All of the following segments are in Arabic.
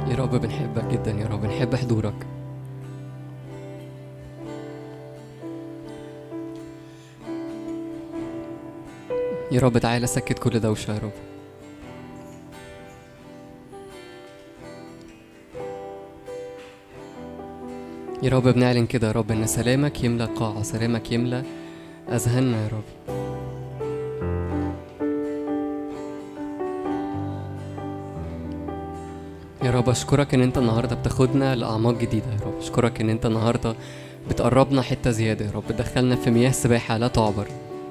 يا رب بنحبك جدا يا رب، بنحب حضورك. يا رب تعالى سكت كل دوشة يا رب. يا رب بنعلن كده يا رب ان سلامك يملى القاعة، سلامك يملى اذهاننا يا رب. يا رب اشكرك ان انت النهارده بتاخدنا لاعماق جديده يا رب. اشكرك ان انت النهارده بتقربنا حته زياده يا رب، بتدخلنا في مياه سباحه لا تعبر.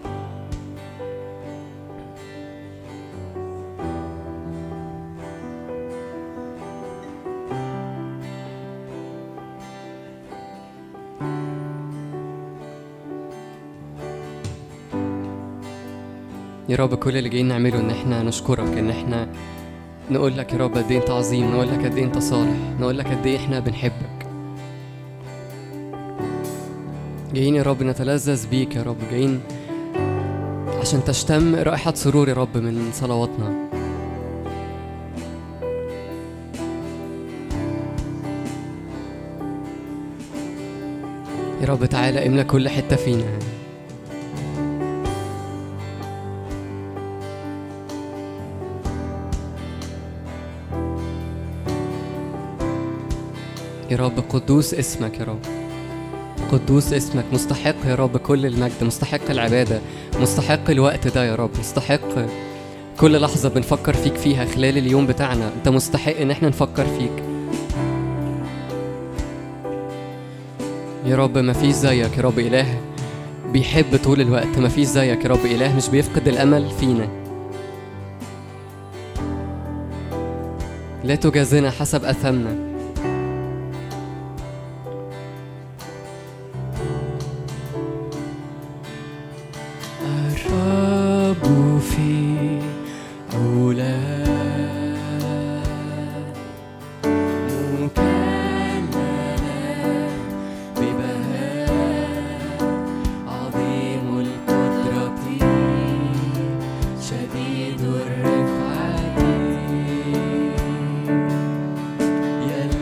يا رب كل اللي جايين نعمله ان احنا نشكرك، ان احنا نقول لك يا رب قد ايه انت عظيم، نقول لك قد ايه انت صالح، نقول لك قد ايه احنا بنحبك. جايين يا رب نتلذذ بيك يا رب، جايين عشان تشتم رائحة سرور يا رب من صلواتنا. يا رب تعالى املى كل حتة فينا. يا رب قدوس اسمك يا رب، قدوس اسمك، مستحق يا رب كل المجد، مستحق العبادة، مستحق الوقت ده يا رب، مستحق كل لحظة بنفكر فيك فيها خلال اليوم بتاعنا. انت مستحق ان احنا نفكر فيك يا رب. ما فيش زيك يا رب، إله بيحب طول الوقت. ما فيش زيك يا رب، إله مش بيفقد الأمل فينا. لا تجازنا حسب أثمنا. الرب في علا شديد الرفعة، يا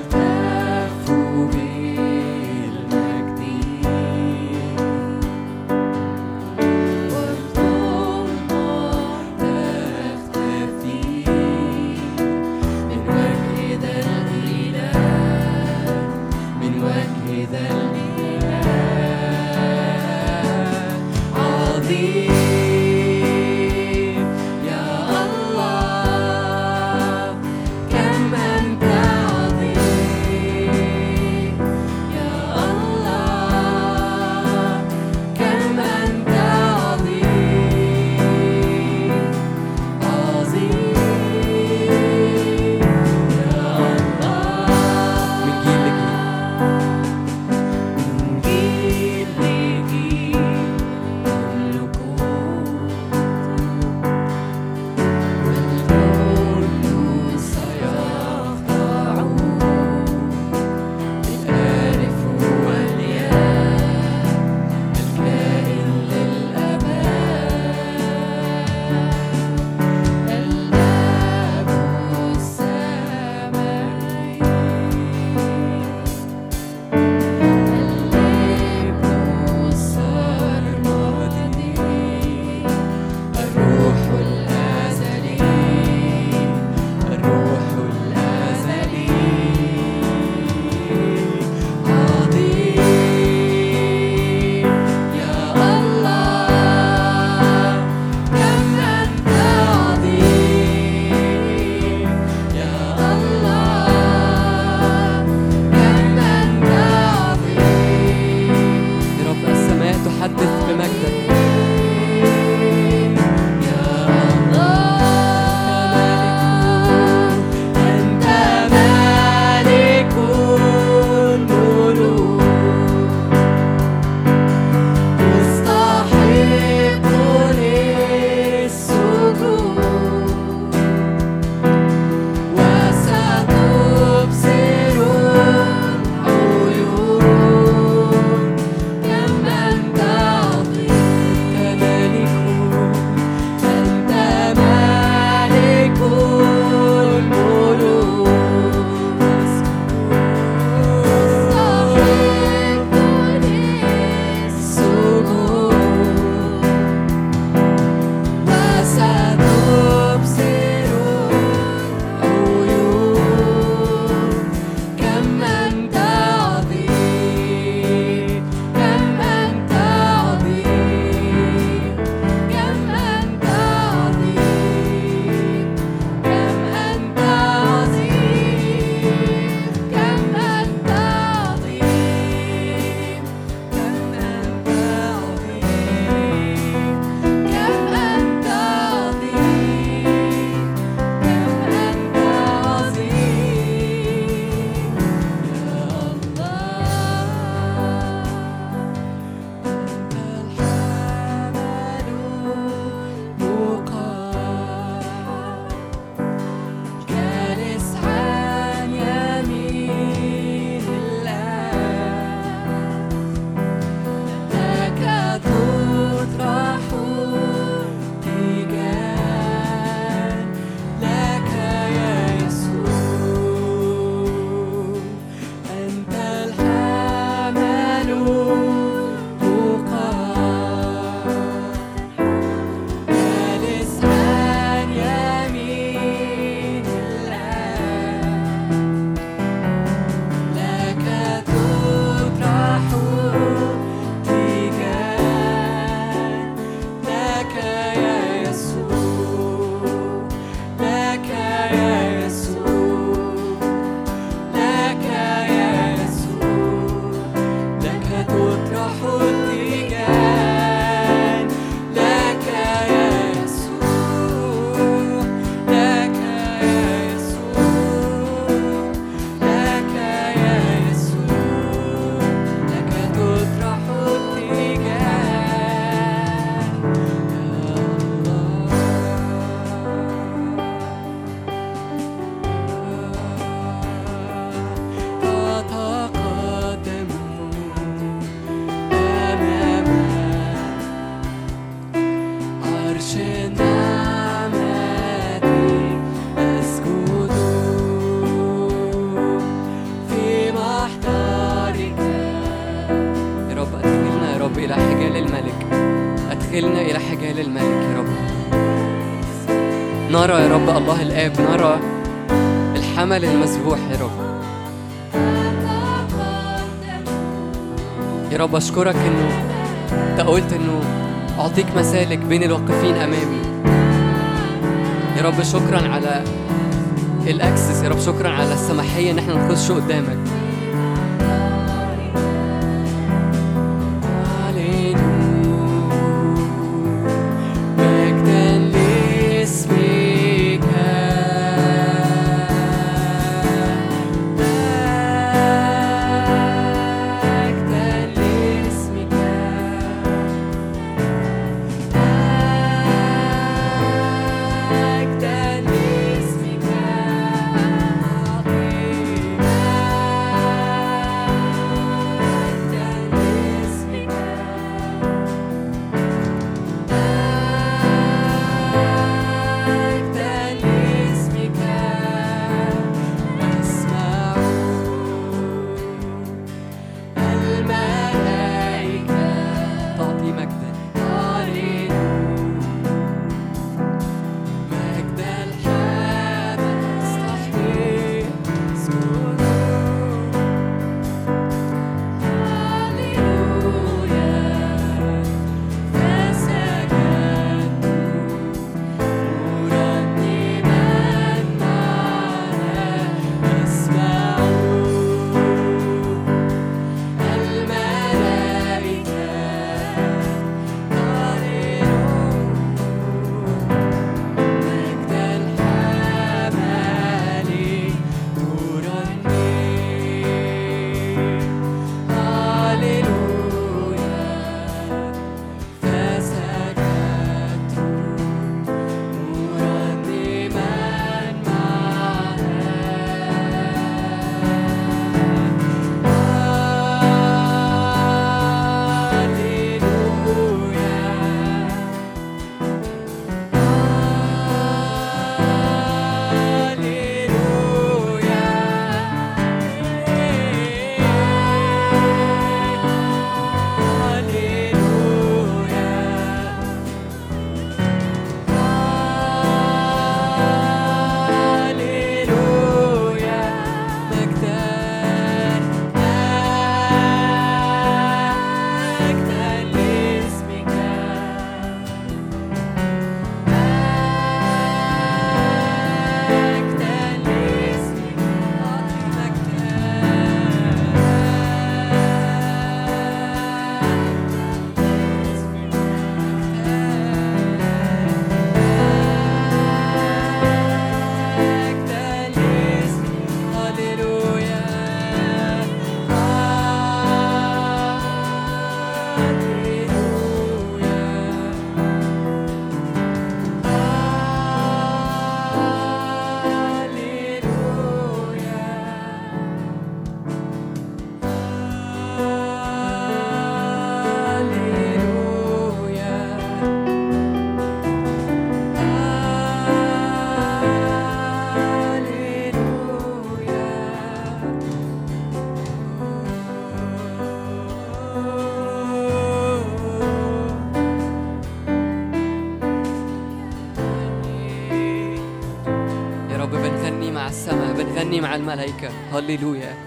ادخلنا إلى حجال الملك يا رب. نرى يا رب الله الآب، نرى الحمل المذبوح يا رب. يا رب أشكرك إنه أنت قلت إنه أعطيك مسالك بين الواقفين أمامي. يا رب شكرا على الأكسس يا رب، شكرا على السماحية إن احنا نخش قدامك. مع الملائكة. هللويا.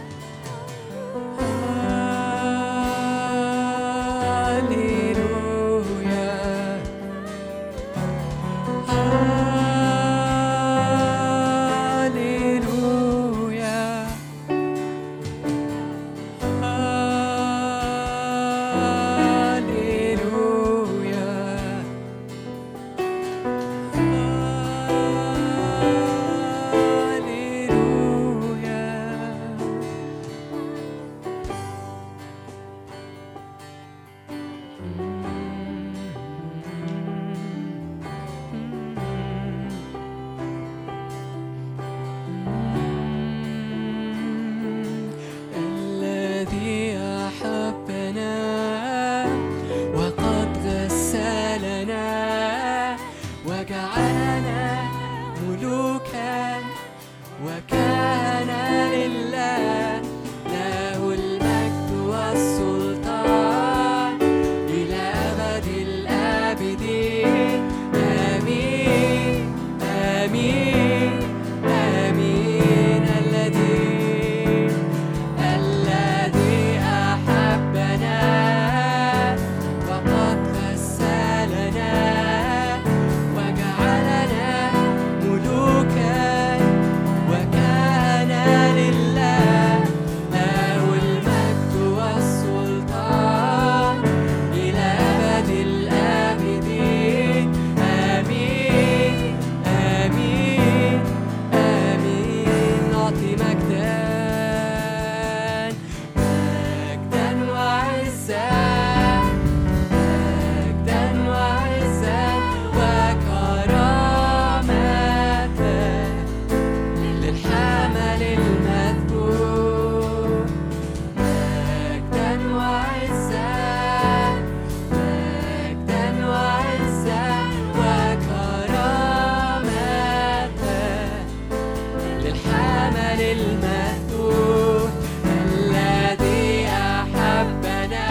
للحمل المفتوح الذي أحبنا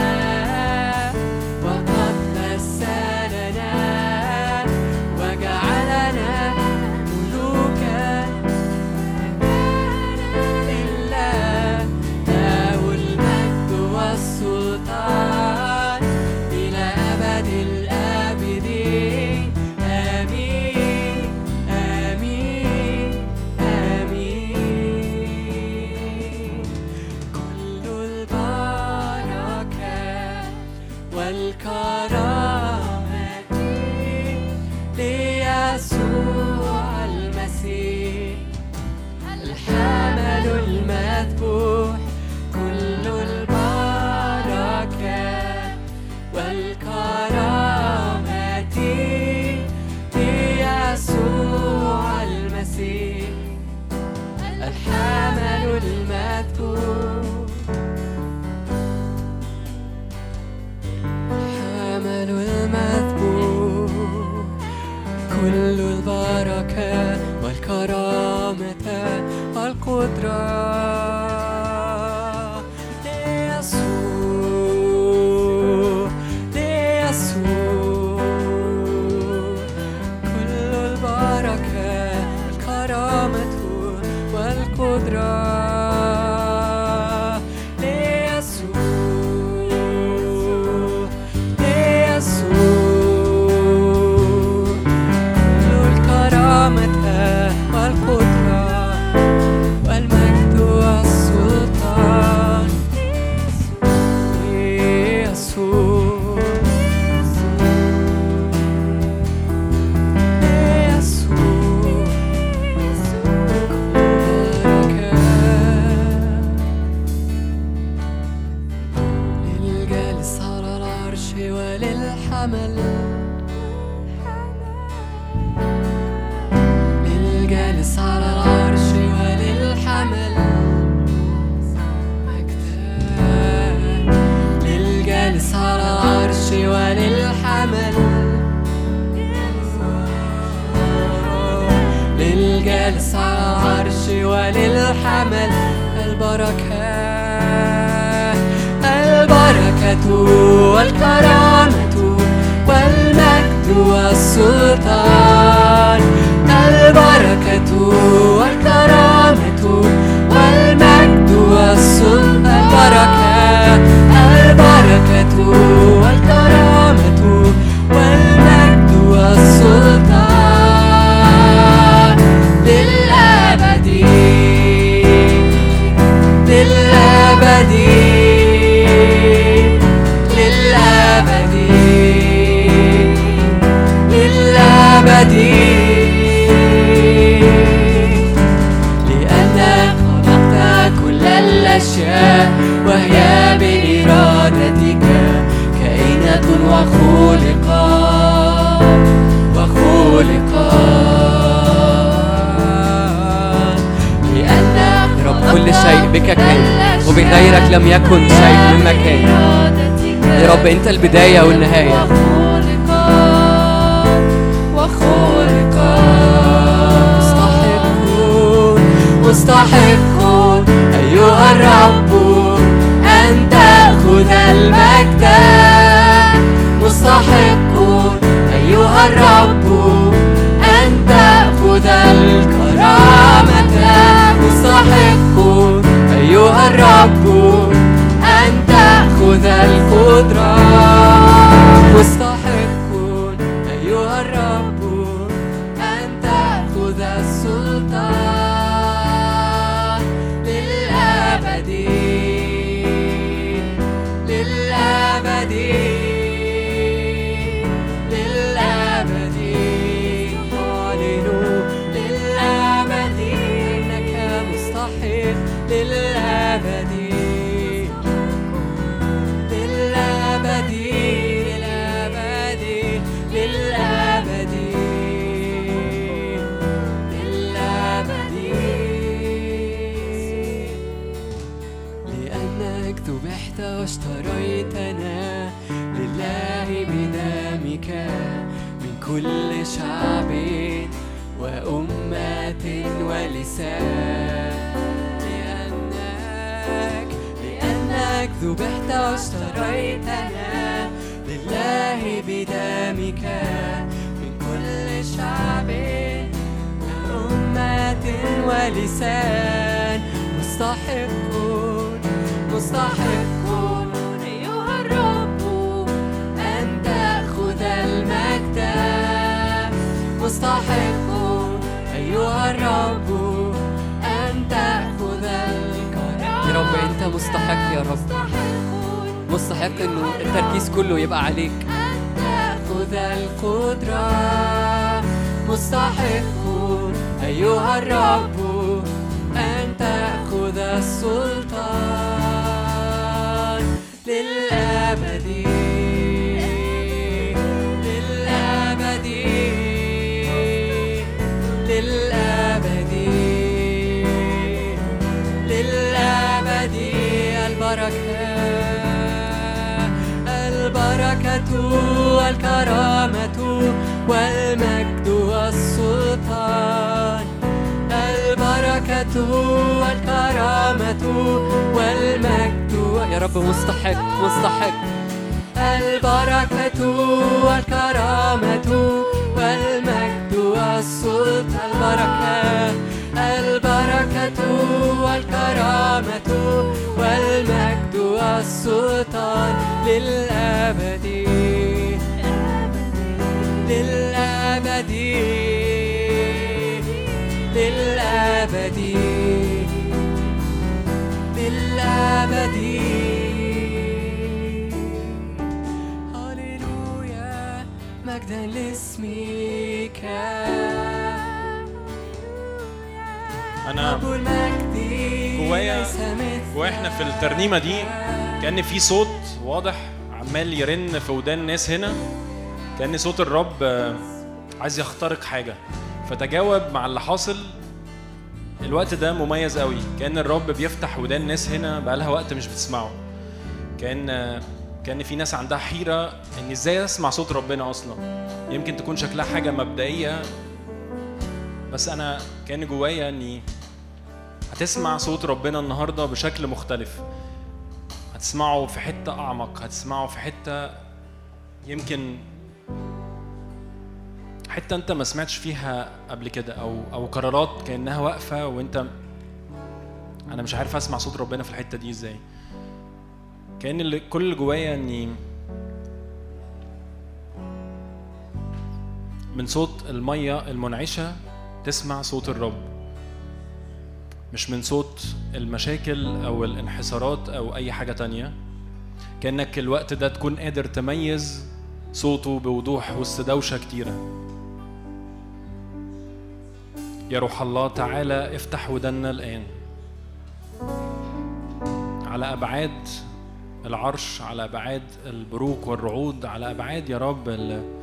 وقد غسلنا وجعلنا ملوكا لله. له المجد والسلطان إلى أبد الآبدين. آمين آمين آمين. كل البركة والكرامة ليسوع المسيح الحمل المذبوح. كل البركة والكرامة ليسوع المسيح الحمل المذبوح. الحمل المذبوح. كل البركة والكرامة والقدرة ليسوع ليسوع. كل البركة والكرامة والقدرة ليسوع ليسوع. كل الكرامة والقدرة والمجد والسلطان ليسوع ليسوع. للجالس على العرش وللحمل للجالس على العرش وللحمل مجدا. للجالس على العرش وللحمل للجالس على العرش وللحمل البركة والكرامة والمجد والسلطان. البركة والكرامة والمجد والسلطان. البركة والكرامة والمجد والسلطان للأبد للأبد للأبد للأبد. لأنك خلقت كل الأشياء وهي بإرادتك كائنة وخلقت. لأنك رب كل شيء بك كان وبغيرك لم يكن شيء مما كان. يا رب أنت البداية والنهاية. مستحقون أيها الرب أن تأخذ المجد. مستحقون أيها الرب أن تأخذ الكرامة. مستحقون أيها الرب أن تأخذ القدرة. مستحقون أيها الرب أن تأخذ السلطان للأبد للأبد للأبد. هاليلويا للأبد إنك مستحق للأبد للأبد للأبد للأبد للأبد. لأنك ذبحت واشتريتنا لله بدمك من كل شعب وأمة ولسان، لأنك ذبحت واشتريتنا لله بدمك من كل شعب وأمة ولسان. مستحقون أيها الرب أن تأخذ المجد، مستحقون أيها الرب أن تأخذ الكرامة. يا رب أنت مستحق، يا رب مستحق إنه التركيز كله يبقى عليك. أن تأخذ القدرة، مستحقون أيها الرب أن تأخذ السلطان للأبد للأبد للأبد للأبد. البركة والكرامة والمجد والسلطان، البركة والكرامة والمجد. يا رب مستحق البركة والكرامة والمجد والسلطان. البركة والكرامة والمجد والسلطان للأبد للأبد للأبد للأبد. هاليلويا مجدا لاسمك. أنا جوايا وإحنا في الترنيمة دي كأن في صوت واضح عمال يرن في ودان الناس هنا، كأن صوت الرب عايز يخترق حاجة، فتجاوب مع اللي حاصل. الوقت ده مميز قوي، كأن الرب بيفتح ودان الناس هنا بقالها وقت مش بتسمعه. كأن في ناس عندها حيرة إن إزاي أسمع صوت ربنا أصلا. يمكن تكون شكلها حاجة مبدئية، بس أنا كان جوايا إني هتسمع صوت ربنا النهاردة بشكل مختلف. هتسمعه في حتة أعمق، هتسمعه في حتة يمكن حتة أنت ما سمعتش فيها قبل كده، أو قرارات كأنها واقفة وأنت أنا مش عارف أسمع صوت ربنا في الحتة دي إزاي. كأن كل اللي جوايا إني من صوت المية المنعشة تسمع صوت الرب، مش من صوت المشاكل أو الانحسارات أو أي حاجة تانية. كأنك الوقت ده تكون قادر تميز صوته بوضوح وسط دوشة كتيرة. يا روح الله تعالى افتح ودنا الآن على أبعاد العرش، على أبعاد البروق والرعود، على أبعاد يا رب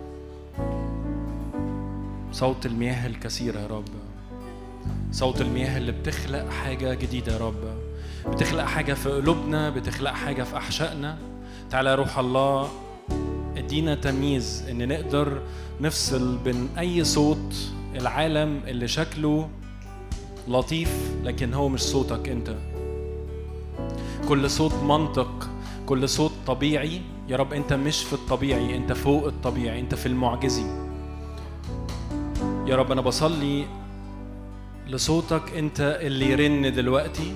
صوت المياه الكثيرة يا رب، صوت المياه اللي بتخلق حاجة جديدة يا رب، بتخلق حاجة في قلوبنا، بتخلق حاجة في أحشائنا. تعالى يا روح الله ادينا تمييز ان نقدر نفصل بين اي صوت العالم اللي شكله لطيف لكن هو مش صوتك انت، كل صوت منطق، كل صوت طبيعي. يا رب انت مش في الطبيعي، انت فوق الطبيعي، انت في المعجزي. يا رب انا بصلي لصوتك انت اللي يرن دلوقتي.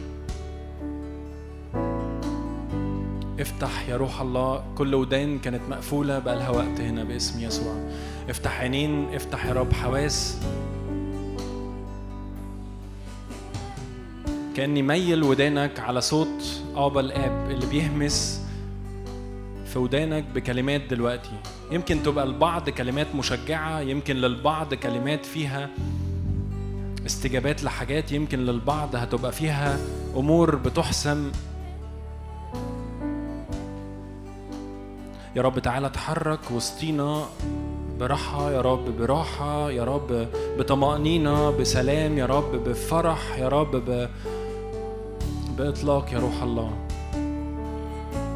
افتح يا روح الله كل ودان كانت مقفولة بقالها وقت هنا باسم يسوع. افتح عينين، افتح يا رب حواس، كأني ميل ودانك على صوت آبا الآب اللي بيهمس في ودانك بكلمات دلوقتي. يمكن تبقى البعض كلمات مشجعة، يمكن للبعض كلمات فيها استجابات لحاجات، يمكن للبعض هتبقى فيها أمور بتحسم. يا رب تعالى اتحرك وسطينا براحة يا رب، براحة يا رب، بطمأنينة، بسلام يا رب، بفرح يا رب، بإطلاق يا روح الله.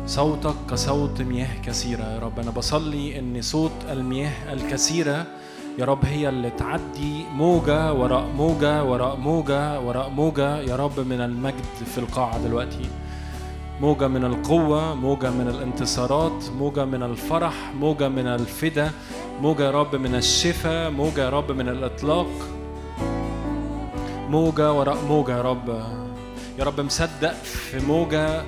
صوتك كصوت مياه كثيرة يا رب. أنا بصلي إن صوت المياه الكثيرة يا رب هي اللي تعدي موجة وراء موجة وراء موجة وراء موجة يا رب من المجد في القاعة دلوقتي. موجة من القوة، موجة من الانتصارات، موجة من الفرح، موجة من الفدا، موجة يا رب من الشفاء، موجة يا رب من الإطلاق، موجة وراء موجة يا رب. يا رب مصدق في موجة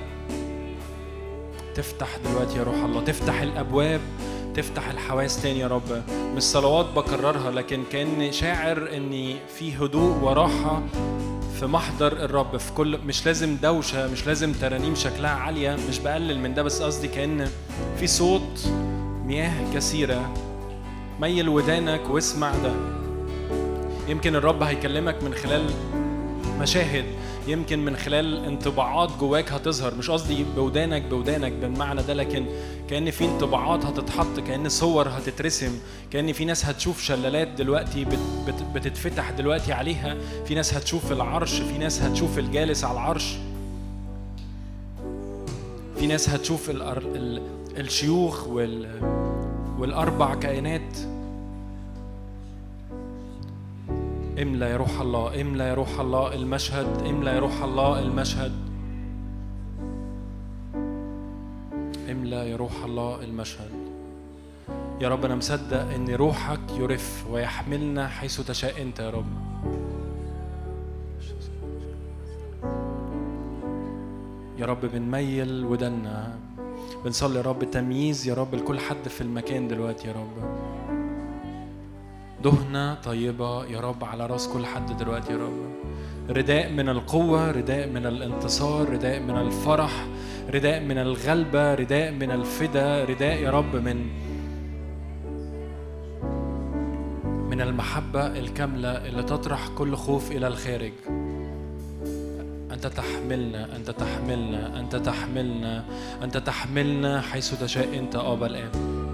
تفتح دلوقتي يا روح الله، تفتح الأبواب، تفتح الحواس تاني يا رب. مش صلوات بكررها، لكن كأني شاعر إني في هدوء وراحة في محضر الرب. في كل، مش لازم دوشة، مش لازم ترانيم شكلها عالية، مش بقلل من ده، بس قصدي كأن في صوت مياه كثيرة. ميل ودانك واسمع ده. يمكن الرب هيكلمك من خلال مشاهد، يمكن من خلال انطباعات جواك هتظهر. مش قصدي بودانك بالمعنى ده، لكن كأن في انطباعات هتتحط، كأن صور هتترسم، كأن في ناس هتشوف شلالات دلوقتي بتتفتح دلوقتي عليها، في ناس هتشوف العرش، في ناس هتشوف الجالس على العرش، في ناس هتشوف الشيوخ والأربع كائنات. املى يا روح الله، املى يا روح الله المشهد، املى يا روح الله المشهد، املى يا روح الله المشهد. يا رب أنا مصدق إن روحك يرف ويحملنا حيث تشاء أنت يا رب. يا رب بنميل ودنا، بنصلي يا رب تمييز يا رب لكل حد في المكان دلوقتي يا رب. دهنة طيبة يا رب على راس كل حد دلوقتي يا رب. رداء من القوة، رداء من الانتصار، رداء من الفرح، رداء من الغلبة، رداء من الفدا، رداء يا رب من المحبة الكاملة اللي تطرح كل خوف إلى الخارج. أنت تحملنا، أنت تحملنا، أنت تحملنا، أنت تحملنا حيث تشاء أنت أبا الآب.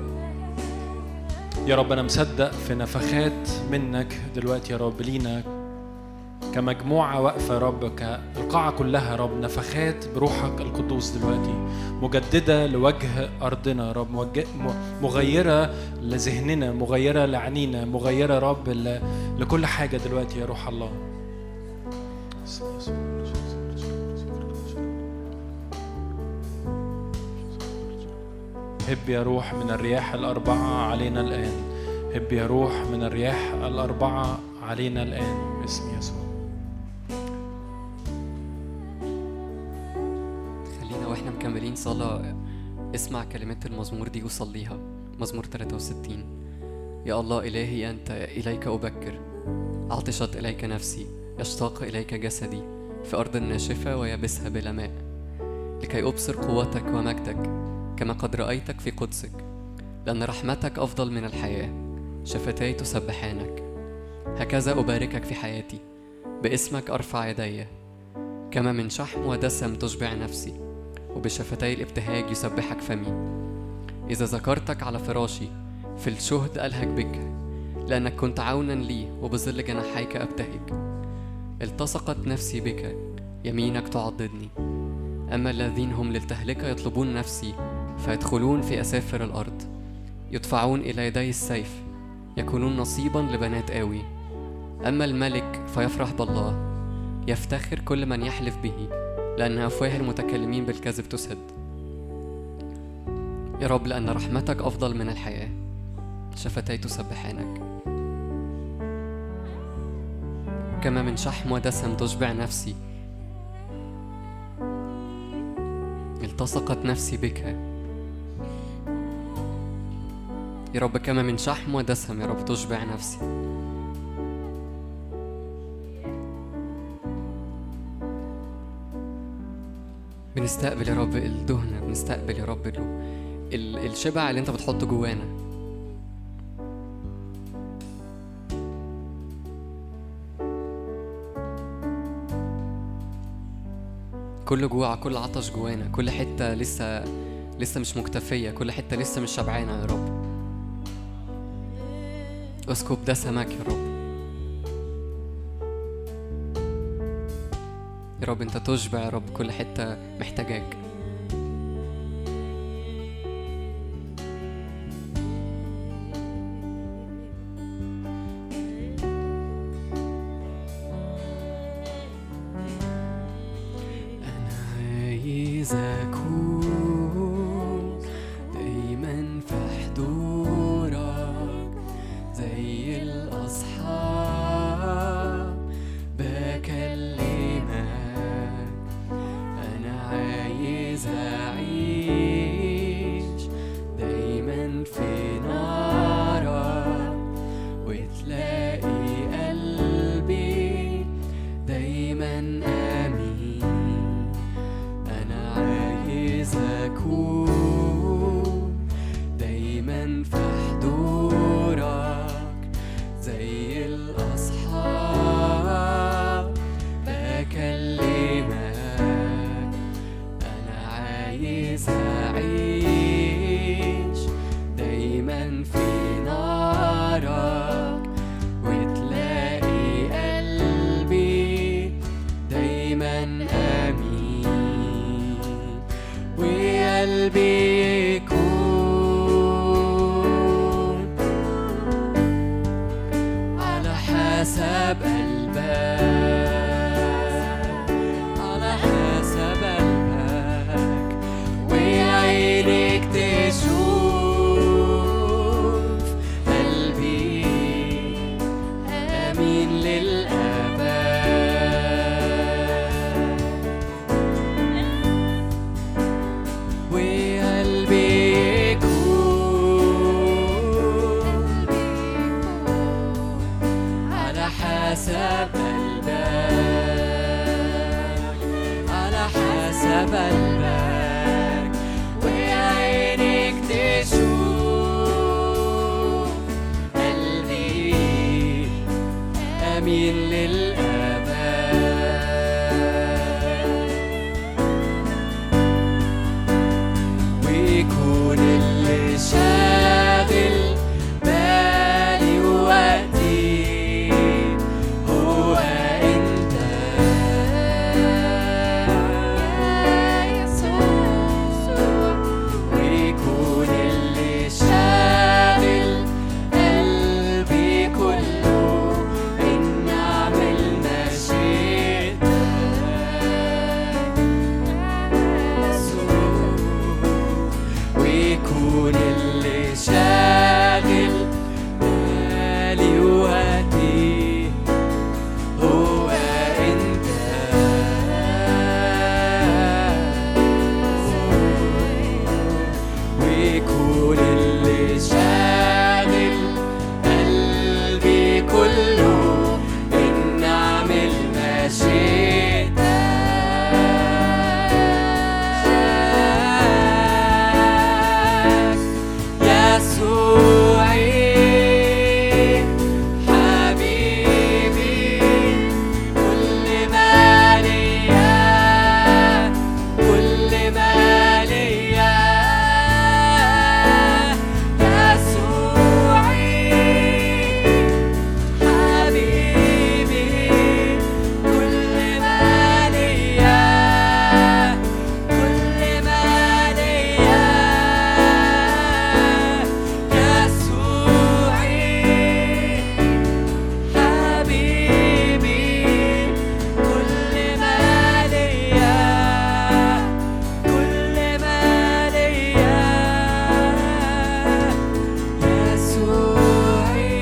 يا رب أنا مصدق في نفخات منك دلوقتي يا رب لينا كمجموعة واقفة يا رب، كالقاعة كلها يا رب، نفخات بروحك القدوس دلوقتي مجددة لوجه أرضنا يا رب، مغيرة لذهننا، مغيرة لعنينا، مغيرة يا رب لكل حاجة دلوقتي يا روح الله. هب يا روح من الرياح الأربعة علينا الآن، هب يا روح من الرياح الأربعة علينا الآن باسم يسوع. خلينا واحنا مكملين صلاة اسمع كلمات المزمور دي وصليها. مزمور 63. يا الله إلهي أنت إليك أبكر، عطشت إليك نفسي، يشتاق إليك جسدي في أرض ناشفة ويبسها بلا ماء، لكي أبصر قوتك ومجدك كما قد رأيتك في قدسك، لأن رحمتك أفضل من الحياة، شفتاي تسبحانك. هكذا أباركك في حياتي، باسمك أرفع يدي، كما من شحم ودسم تشبع نفسي، وبشفتي الابتهاج يسبحك فمي. إذا ذكرتك على فراشي في الشهد ألهج بك، لأنك كنت عونا لي وبظل جناحيك أبتهج. التصقت نفسي بك، يمينك تعضدني. أما الذين هم للتهلكة يطلبون نفسي، فيدخلون في أسافر الأرض، يدفعون إلى يدي السيف، يكونون نصيبا لبنات آوي. أما الملك فيفرح بالله، يفتخر كل من يحلف به، لأن أفواه المتكلمين بالكذب تسد. يا رب لأن رحمتك أفضل من الحياة، شفتاي تسبحانك. كما من شحم ودسم تشبع نفسي، التصقت نفسي بك يا رب. كما من شحم ودسم يا رب تشبع نفسي. بنستقبل يا رب الدهنة، بنستقبل يا رب الشبع اللي انت بتحطه جوانا. كل جوع، كل عطش جوانا، كل حتة لسه مش مكتفية، كل حتة لسه مش شبعانة يا رب. اسكب دسمك يا رب. يا رب انت تشبع يا رب كل حتة محتاجاك. عايز أكون دايما في حضورك زي الأصحاب بكلمك. أنا عايز أعيش دايما في نارك وتلاقي قلبي دايما أمين. أنا عايز أكون دايما في حضورك زي الأصحاب بكلمك. أنا عايز أعيش دايما في نارك وتلاقي قلبي دايما أمين. وقلبي يكون على حسب قلبك، على حسب قلبك، وعينك تشوف قلبي أمين للأبد. وقلبي يكون على حسب قلبك، على حسب قلبك، وعينك تشوف قلبي أمين للأبد. ويكون اللي شاغل بالي ووقتي هو أنت ويكون اللي شاغل قلبي كله إن أعمل مشيئتك يسوع. ويكون اللي شاغل بالي ووقتي هو أنت. ويكون اللي شاغل قلبي كله إن أعمل مشيئتك يسوعي حبيبي. كل ما ليا، كل ما ليا يسوعي حبيبي. كل ما ليا، كل ما ليا يسوعي حبيبي. كل ما ليا، كل ما ليا يسوعي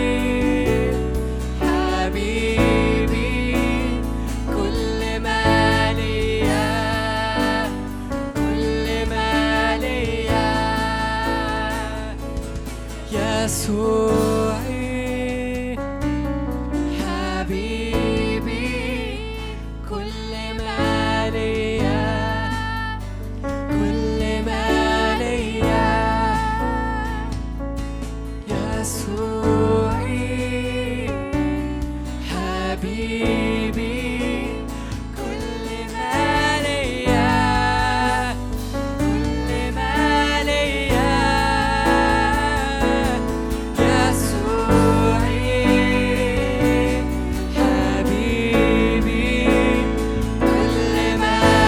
حبيبي. كل ما ليا، كل ما ليا يسوعي حبيبي. كل ما ليا، كل ما ليا يسوعي حبيبي. كل ما ليا، كل ما ليا يسوعي حبيبي. كل ما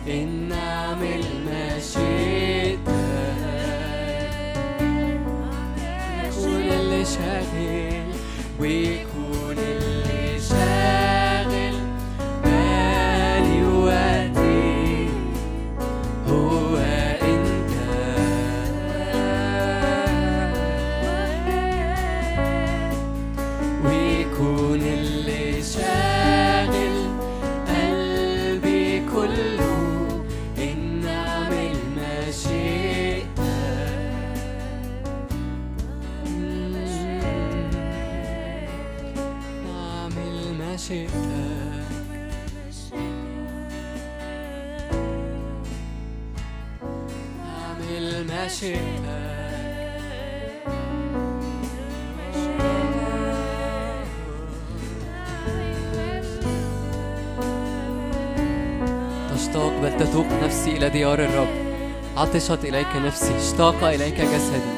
إن أعمل مشيئتك ويكون اللي شاغل ويكون اللي شاغل بالي وقتي هو أنت ويكون اللي شاغل قلبي كله إن أعمل مشيئتك أعمل مشيئتك أعمل مشيئتك تشتاق بل تتوق نفسي إلى ديار الرب عطشت إليك نفسي اشتاق إليك جسدي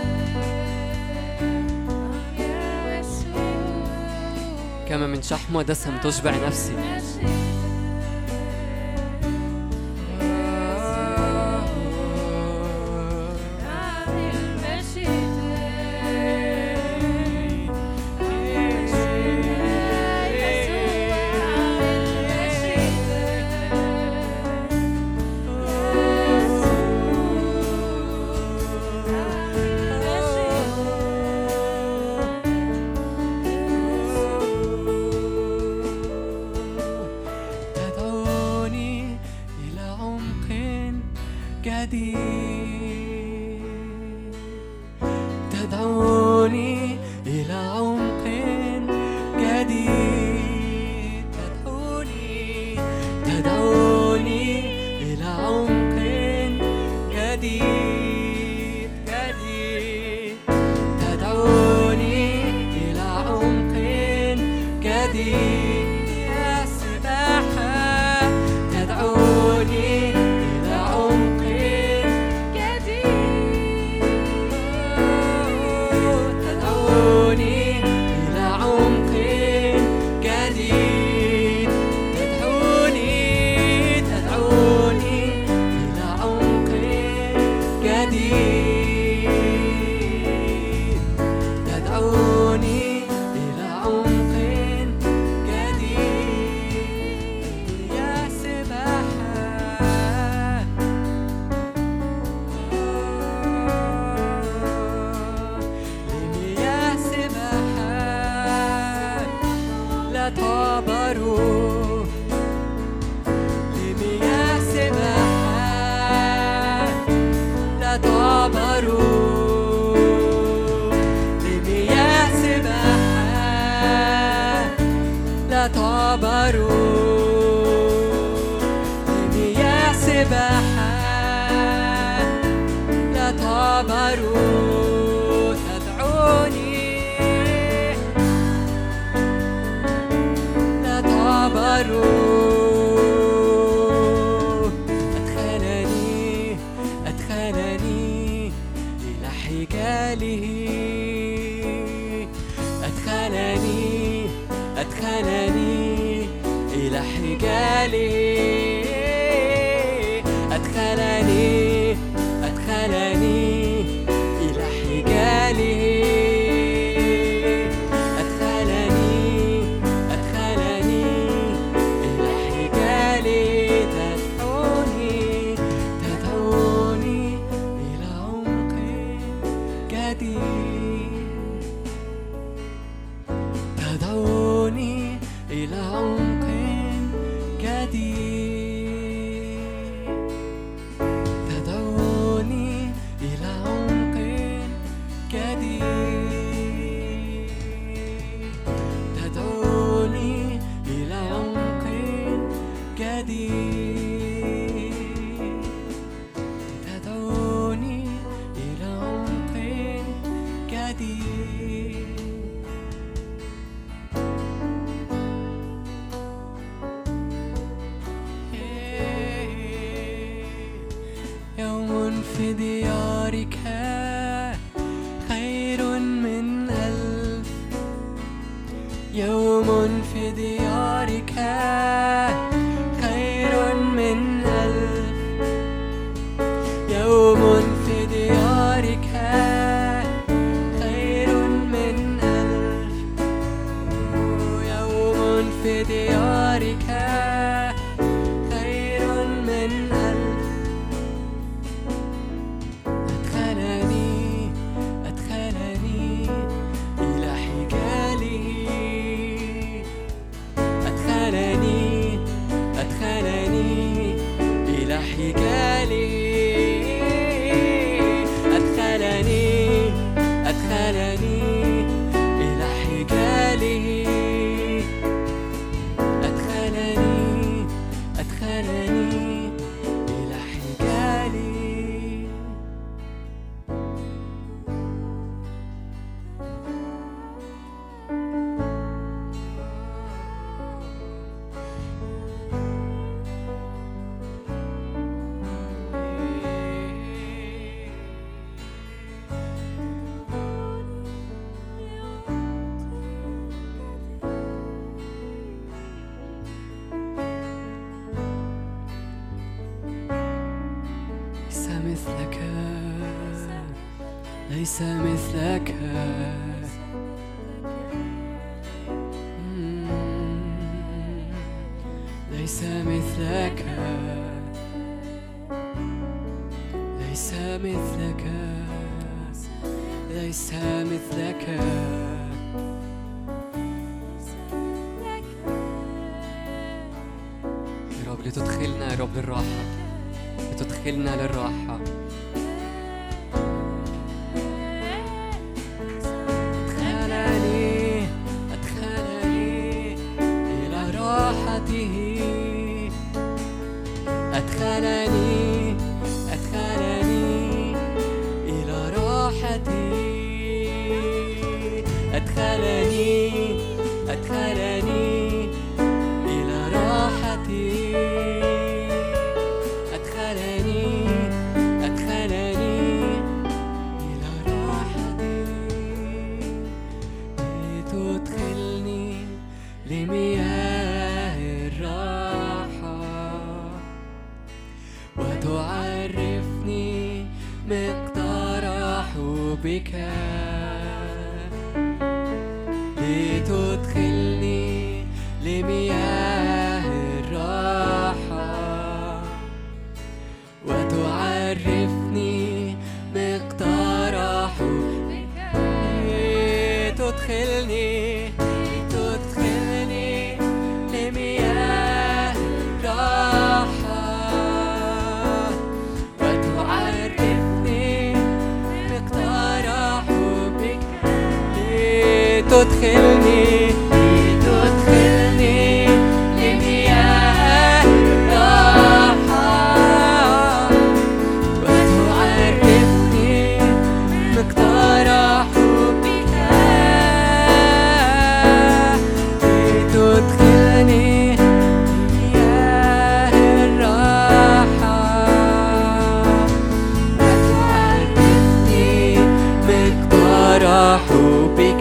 كما من شحم ودسم تشبع نفسي تدعوني إلى عمق جديد تدعوني إلى عمق جديد تدعوني إلى عمق جديد يا سباحة تدعوني إلى عمق لا تعبروا تدعوني لا تعبروا أدخلني إلى حجاله أدخلني إلى حجاله أدخلني إلى حجاله أدخلني إلى حجاله تدعوني إلى عمق جديد تدعوني إلى عمق جديد تدعوني إلى عمق جديد تدعوني إلى عمق جديد تدعوني إلى عمق جديد يوم في ديارك خير من ألف يوم في ديارك خير من ألف حجالي أدخلني إلى حجالي أدخلني إلى حجالي ليس مثلك ليس مثلك ليس مثلك ليس مثلك يا رب لتدخلنا يا رب للراحة لتدخلنا للراحة أدخلني إلى راحتي أدخلني إلى راحتي أدخلني إلى راحتي لتدخلني لمياه الراحة وتعرفني مقدار حبك لتدخلني لمياه الراحة وتعرفني مقدار حبك لتدخلني لمياه الراحة تدخلني لمياه الراحة وتعرفني مقدار حبك لتدخلني لمياه الراحة وتعرفني مقدار حبك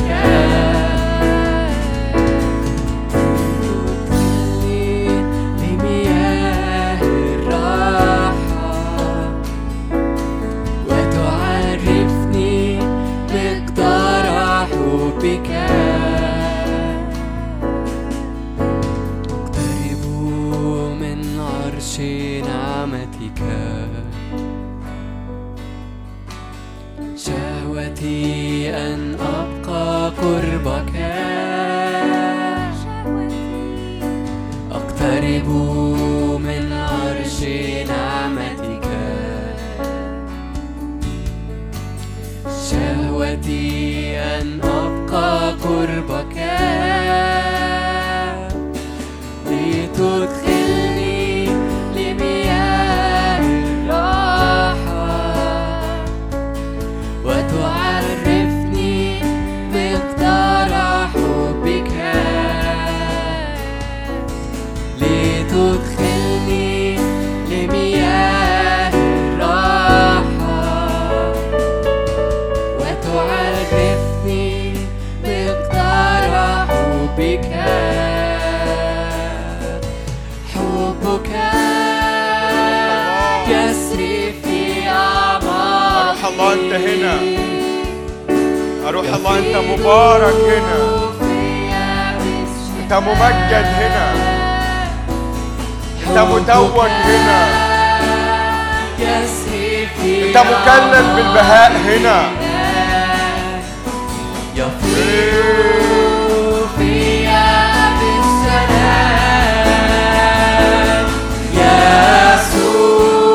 اقترب من عرش نعمتك شهوتي أن أبقى قربك أقترب من عرش نعمتك شهوتي أن أبقى قربك لتدخلني لمياه الراحة وتعرفني مقدار حبك لتدخلني لمياه الراحة وتعرفني مقدار حبك حبك يسري في أعماقي أروح الله أنت هنا أروح الله أنت مبارك هنا أنت ممجد هنا أنت متوج هنا أنت مكلل بالبهاء هنا يفيض فيا بالسلام يسوع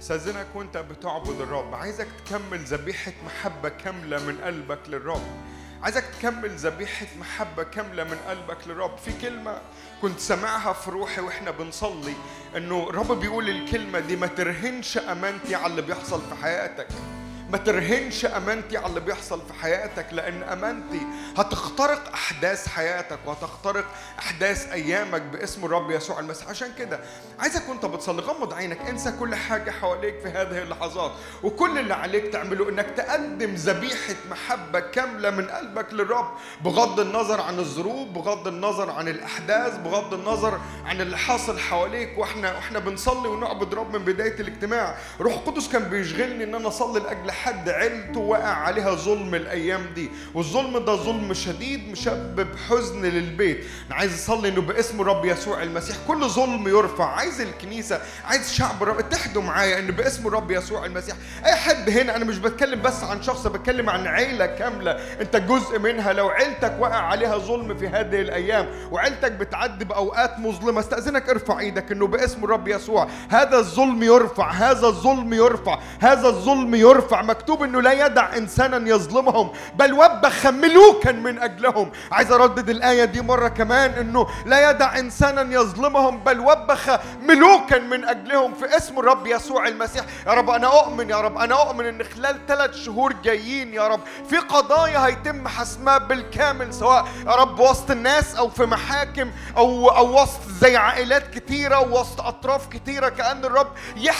استاذنك وانت بتعبد الرب، عايزك تكمل ذبيحة محبة كاملة من قلبك للرب. عايزك تكمل ذبيحة محبة كاملة من قلبك للرب. في كلمة كنت سمعها في روحي واحنا بنصلي، انه الرب بيقول الكلمة دي: ما ترهنش امانتي على اللي بيحصل في حياتك. ما ترهنش امانتي على اللي بيحصل في حياتك، لان امانتي هتخترق احداث حياتك وهتخترق احداث ايامك باسم الرب يسوع المسيح. عشان كده عايزك وانت بتصلي غمض عينك، انسى كل حاجه حواليك في هذه اللحظات، وكل اللي عليك تعمله انك تقدم ذبيحه محبه كامله من قلبك للرب، بغض النظر عن الظروف، بغض النظر عن الاحداث، بغض النظر عن اللي حاصل حواليك. واحنا بنصلي ونعبد رب من بدايه الاجتماع، روح القدس كان بيشغلني ان انا اصلي لاجل حد عيلته وقع عليها ظلم الايام دي، والظلم ده ظلم شديد مسبب حزن للبيت. انا عايز اصلي انه باسم الرب يسوع المسيح كل ظلم يرفع. عايز الكنيسه، عايز شعب الرب اتحدوا معايا ان باسم الرب يسوع المسيح اي حد هنا، انا مش بتكلم بس عن شخص، بتكلم عن عيله كامله انت جزء منها. لو عيلتك وقع عليها ظلم في هذه الايام وعيلتك بتعدي باوقات مظلمه، استاذنك ارفع ايدك انه باسم الرب يسوع هذا الظلم يرفع، هذا الظلم يرفع، هذا الظلم يرفع. مكتوب انه لا يدع انسانا يظلمهم بل وبخ ملوكا من اجلهم. عايز اردد الايه دي مره كمان، انه لا يدع انسانا يظلمهم بل وبخ ملوكا من اجلهم في اسم الرب يسوع المسيح. يا رب انا اؤمن، يا رب انا اؤمن ان خلال 3 شهور جايين يا رب في قضايا هيتم حسمها بالكامل، سواء يا رب وسط الناس او في محاكم او وسط زي عائلات كتيره ووسط اطراف كتيره. كأن الرب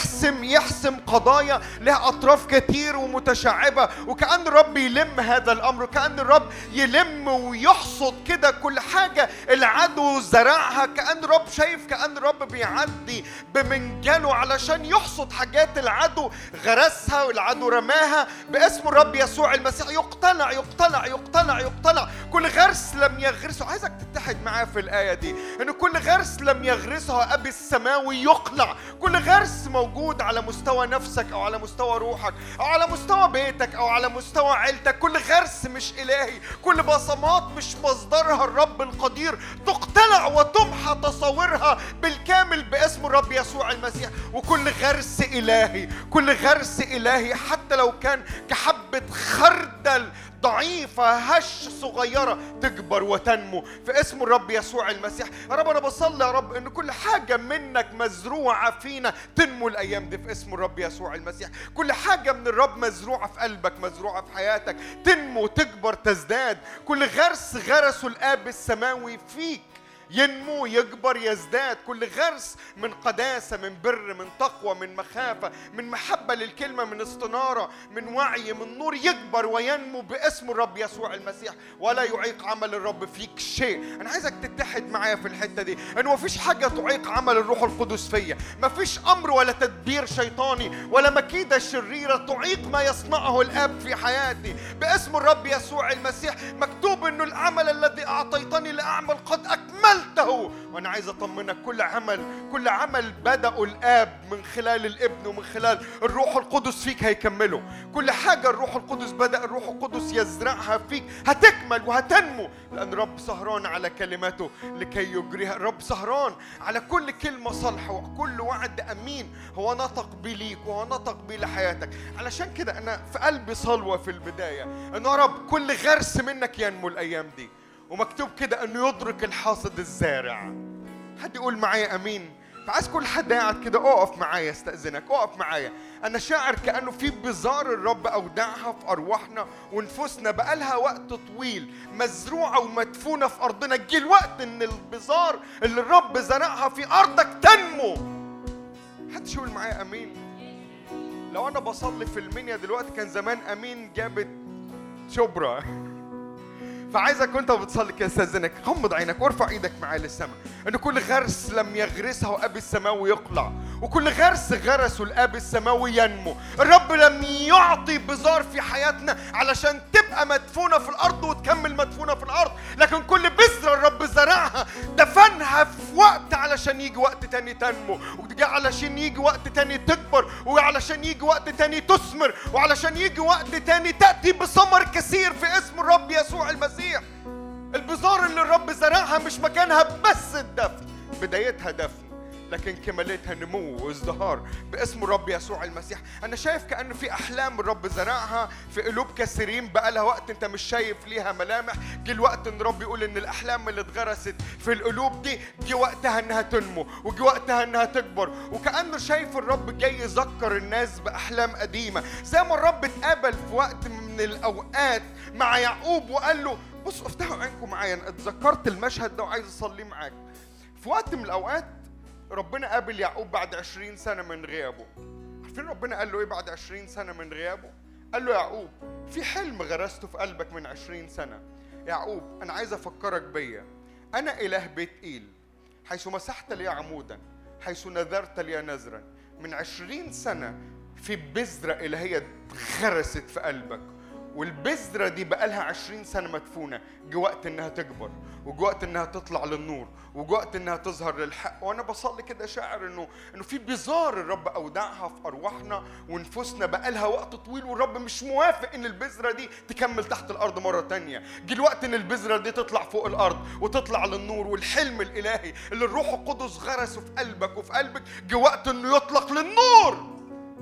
يحسم قضايا لها اطراف كتير ومتشعبة، وكأن الرب يلم هذا الأمر، وكأن الرب يلم ويحصد كده كل حاجة العدو زرعها. كأن الرب شايف، كأن الرب بيعدي بمنجله علشان يحصد حاجات العدو غرسها والعدو رماها. باسم الرب يسوع المسيح يقتلع يقتلع يقتلع يقتلع كل غرس لم يغرسه. عايزك تتحد معايا في الآية دي، إن كل غرس لم يغرسه أبي السماوي يقلع. كل غرس موجود على مستوى نفسك أو على مستوى روحك أو على مستوى بيتك أو على مستوى عيلتك، كل غرس مش إلهي، كل بصمات مش مصدرها الرب القدير تقتلع وتمحى تصاورها بالكامل باسم الرب يسوع المسيح. وكل غرس إلهي، كل غرس إلهي حتى لو كان كحبة خردل ضعيفة هش صغيرة تكبر وتنمو في اسم الرب يسوع المسيح. يا رب أنا بصلي يا رب إن كل حاجة منك مزروعة فينا تنمو الأيام دي في اسم الرب يسوع المسيح. كل حاجة من الرب مزروعة في قلبك، مزروعة في حياتك، تنمو تكبر تزداد. كل غرس غرسه الآب السماوي فيك ينمو يكبر يزداد. كل غرس من قداسة، من بر، من تقوى، من مخافة، من محبة للكلمة، من استنارة، من وعي، من نور يكبر وينمو باسم الرب يسوع المسيح. ولا يعيق عمل الرب فيك شيء. أنا عايزك تتحد معايا في الحتة دي، أنه مفيش حاجة تعيق عمل الروح القدس فيا. مفيش أمر ولا تدبير شيطاني ولا مكيدة شريرة تعيق ما يصنعه الآب في حياتي باسم الرب يسوع المسيح. مكتوب أنه العمل الذي أعطيتني لأعمل قد أكمل. وانا عايز اطمنك، كل عمل بدأه الاب من خلال الابن ومن خلال الروح القدس فيك هيكمله. كل حاجه الروح القدس بدأ الروح القدس يزرعها فيك هتكمل وهتنمو، لان رب سهران على كلماته لكي يجريها. الرب سهران على كل كلمه صالحه وكل وعد امين هو نطق بيه ليك وهو نطق بيه لحياتك. علشان كده انا في قلبي صلوه في البدايه انه يا رب كل غرس منك ينمو الايام دي. ومكتوب كده انه يدرك الحاصد الزارع. حد يقول معايا امين؟ فعايز كل حد قاعد كده اقف معايا، استأذنك اقف معايا. انا شاعر كأنه في بذار الرب اودعها في ارواحنا ونفوسنا بقالها وقت طويل مزروعة ومدفونة في ارضنا. جه الوقت ان البذار اللي الرب زرعها في ارضك تنمو. حد يقول معايا امين؟ لو انا بصلي في المنيا دلوقتي كان زمان امين جابت شبرا. فعايزك وانت بتصلي كده استاذنك غمض عينك وارفع ايدك معايا للسماء، ان كل غرس لم يغرسه ابي السماوي يقلع، وكل غرس غرسه الاب السماوي ينمو. الرب لم يعطي بذار في حياتنا علشان تبقى مدفونه في الارض وتكمل مدفونه في الارض، لكن كل بذره الرب زرعها دفنها في وقت علشان يجي وقت تاني تنمو، وعلشان يجي وقت تاني تكبر، وعلشان يجي وقت تاني تثمر، وعلشان يجي وقت تاني تأتي بثمر كثير في اسم الرب يسوع المسيح. البذار اللي الرب زرعها مش مكانها بس الدفن، بدايتها دفن، لكن كمالتها نمو وازدهار باسم الرب يسوع المسيح. أنا شايف كأنه في أحلام الرب زرعها في قلوب كثيرين بقى لها وقت أنت مش شايف ليها ملامح. جه الوقت إن الرب يقول إن الأحلام اللي اتغرست في القلوب دي جه وقتها إنها تنمو وجه وقتها إنها تكبر. وكأنه شايف الرب جاي يذكر الناس بأحلام قديمة، زي ما الرب اتقابل في وقت من الأوقات مع يعقوب وقال له بص افتحوا عينكم معايا، أنا اتذكرت المشهد ده وعايز أصلي معاك. في وقت من الأوقات ربنا قابل يعقوب بعد 20 سنة من غيابه. عارفين ربنا قال له إيه بعد 20 سنة من غيابه؟ قال له يعقوب في حلم غرسته في قلبك من 20 سنة. يعقوب أنا عايز أفكرك بيا، أنا إله بيت إيل، حيث مسحت لي عمودا، حيث نذرت لي نذرا. من 20 سنة في بذرة إلهية غرست في قلبك، والبذرة دي بقالها 20 سنة مدفونة. جه وقت إنها تكبر، وجه وقت إنها تطلع للنور، وجه وقت إنها تظهر للحق. وأنا بصلي كده شاعر إنه في بذار الرب أودعها في أرواحنا ونفوسنا بقالها وقت طويل، والرب مش موافق إن البذرة دي تكمل تحت الأرض مرة تانية. جه الوقت إن البذرة دي تطلع فوق الأرض وتطلع للنور، والحلم الإلهي اللي الروح القدس غرسه في قلبك وفي قلبك جه وقت إنه يطلق للنور.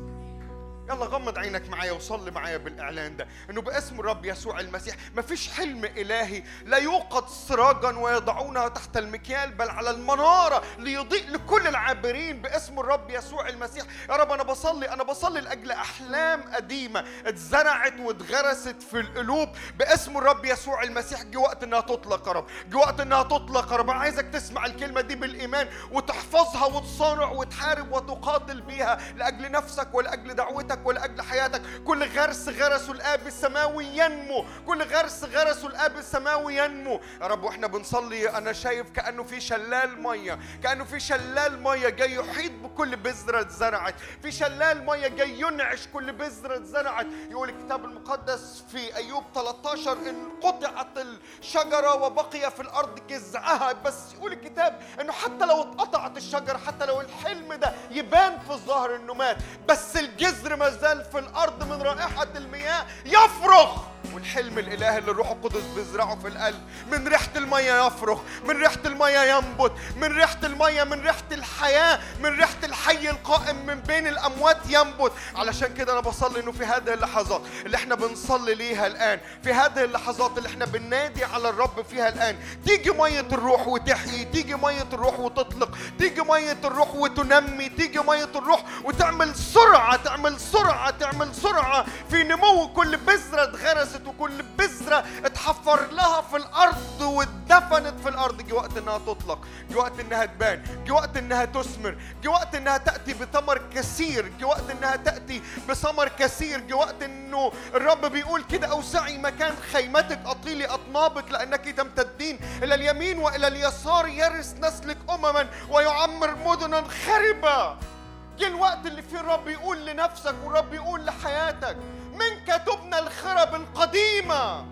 يلا غمض عينك معايا وصلي معايا بالإعلان ده، إنه باسم الرب يسوع المسيح مفيش حلم إلهي لا يوقد سراجا ويضعونها تحت المكيال، بل على المنارة ليضيء لكل العابرين باسم الرب يسوع المسيح. يا رب أنا بصلي لأجل أحلام قديمة اتزرعت واتغرست في القلوب باسم الرب يسوع المسيح. جه وقت إنها تطلق يا رب، جه وقت إنها تطلق يا رب. أنا عايزك تسمع الكلمة دي بالإيمان وتحفظها وتصارع وتحارب وتقاتل بيها لأجل نفسك ولأجل دعوتك ولأجل حياتك. كل غرس غرسه الآب السماوي ينمو، كل غرس غرسه الآب السماوي ينمو يا رب. واحنا بنصلي أنا شايف كأنه في شلال مية، كأنه في شلال مية جاي يحيط بكل بذرة اتزرعت، في شلال مية جاي ينعش كل بذرة اتزرعت. يقول الكتاب المقدس في أيوب 13 إن قطعت الشجرة وبقي في الأرض جذعها. بس يقول الكتاب إنه حتى لو اتقطعت الشجرة، حتى لو الحلم ده يبان في الظاهر إنه مات، بس الجذر ما زال في الأرض من رائحة المياه يفرخ. والحلم الإلهي اللي الروح القدس بيزرعه في القلب من ريحة المية يفرخ، من ريحة المية ينبت، من ريحة المية، من ريحة الحياة، من ريحة الحي القائم من بين الأموات ينبت. علشان كده أنا بصلي إنه في هذه اللحظات اللي احنا بنصلي ليها الآن، في هذه اللحظات اللي احنا بننادي على الرب فيها الآن، تيجي مية الروح وتحيي، تيجي مية الروح وتطلق، تيجي مية الروح وتنمي، تيجي مية الروح وتعمل سرعة، تعمل سرعة، تعمل سرعة في نمو كل بذرة اتغرست وكل بذرة اتحفر لها في الأرض واتدفنت في الأرض. جه وقت إنها تطلق، جه وقت إنها تبان، جه وقت إنها تثمر، جه وقت إنها تأتي بثمر كثير، جه وقت إنها تأتي بثمر كثير. جه وقت إنه الرب بيقول كده أوسعي مكان خيمتك، أطيلي أطنابك لأنك تمتدين إلى اليمين وإلى اليسار، يرث نسلك أمما ويعمر مدنا خربة. جه الوقت اللي فيه الرب يقول لنفسك والرب يقول لحياتك منك تبنى الخرب القديمة.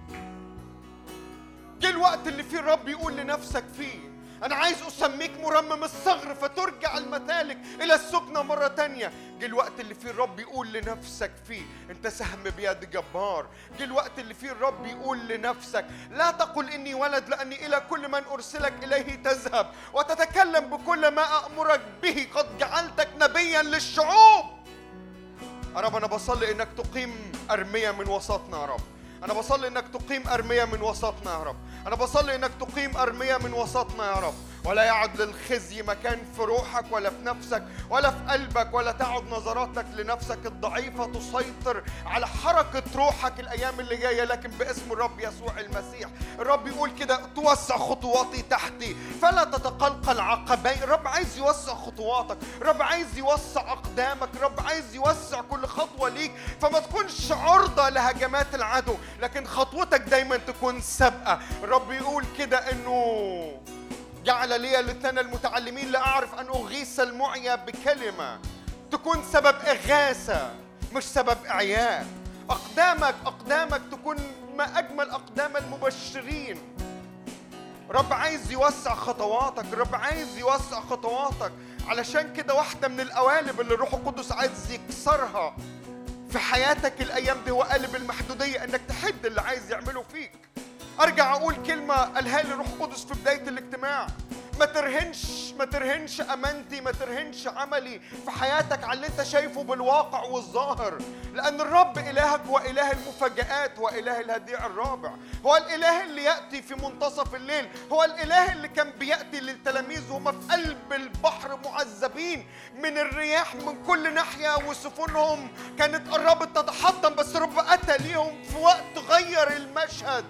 جه الوقت اللي فيه الرب يقول لنفسك فيه أنا عايز أسميك مرمم الصغر فترجع المثالك إلى السكنة مرة تانية. جه الوقت اللي فيه الرب يقول لنفسك فيه أنت سهم بيد جبار. جه الوقت اللي فيه الرب يقول لنفسك لا تقل إني ولد، لأني إلى كل من أرسلك إليه تذهب وتتكلم بكل ما أأمرك به، قد جعلتك نبيا للشعوب. يا رب أنا بصلي إنك تقيم أرمية من وسطنا يا رب، أنا بصلي إنك تقيم أرمية من وسطنا يا رب، أنا بصلي إنك تقيم أرمية من وسطنا يا رب. ولا يعد للخزي مكان في روحك ولا في نفسك ولا في قلبك، ولا تعد نظراتك لنفسك الضعيفة تسيطر على حركة روحك الأيام اللي جاية. لكن باسم الرب يسوع المسيح الرب يقول كده توسع خطواتي تحتي فلا تتقلقل عقبي. الرب عايز يوسع خطواتك، الرب عايز يوسع أقدامك، الرب عايز يوسع كل خطوة ليك، فما تكونش عرضة لهجمات العدو، لكن خطوتك دايما تكون سابقة. الرب يقول كده إنه جعل لي لسان المتعلمين لأعرف أن أغيث المعيا بكلمة، تكون سبب إغاثة مش سبب إعياء. أقدامك تكون ما أجمل أقدام المبشرين. رب عايز يوسع خطواتك، رب عايز يوسع خطواتك. علشان كده واحدة من القوالب اللي الروح القدس عايز يكسرها في حياتك الأيام دي هو قالب المحدودية، إنك تحد اللي عايز يعمله فيك. أرجع أقول كلمة قالها لي الروح القدس في بداية الاجتماع، ما ترهنش امانتي، ما ترهنش عملي في حياتك على اللي انت شايفه بالواقع والظاهر، لان الرب الهك هو اله المفاجآت واله الهديع الرابع. هو الاله اللي ياتي في منتصف الليل، هو الاله اللي كان بياتي للتلاميذ وهم في قلب البحر معذبين من الرياح من كل ناحيه وسفنهم كانت قربت تتحطم، بس الرب اتى ليهم في وقت غير المشهد.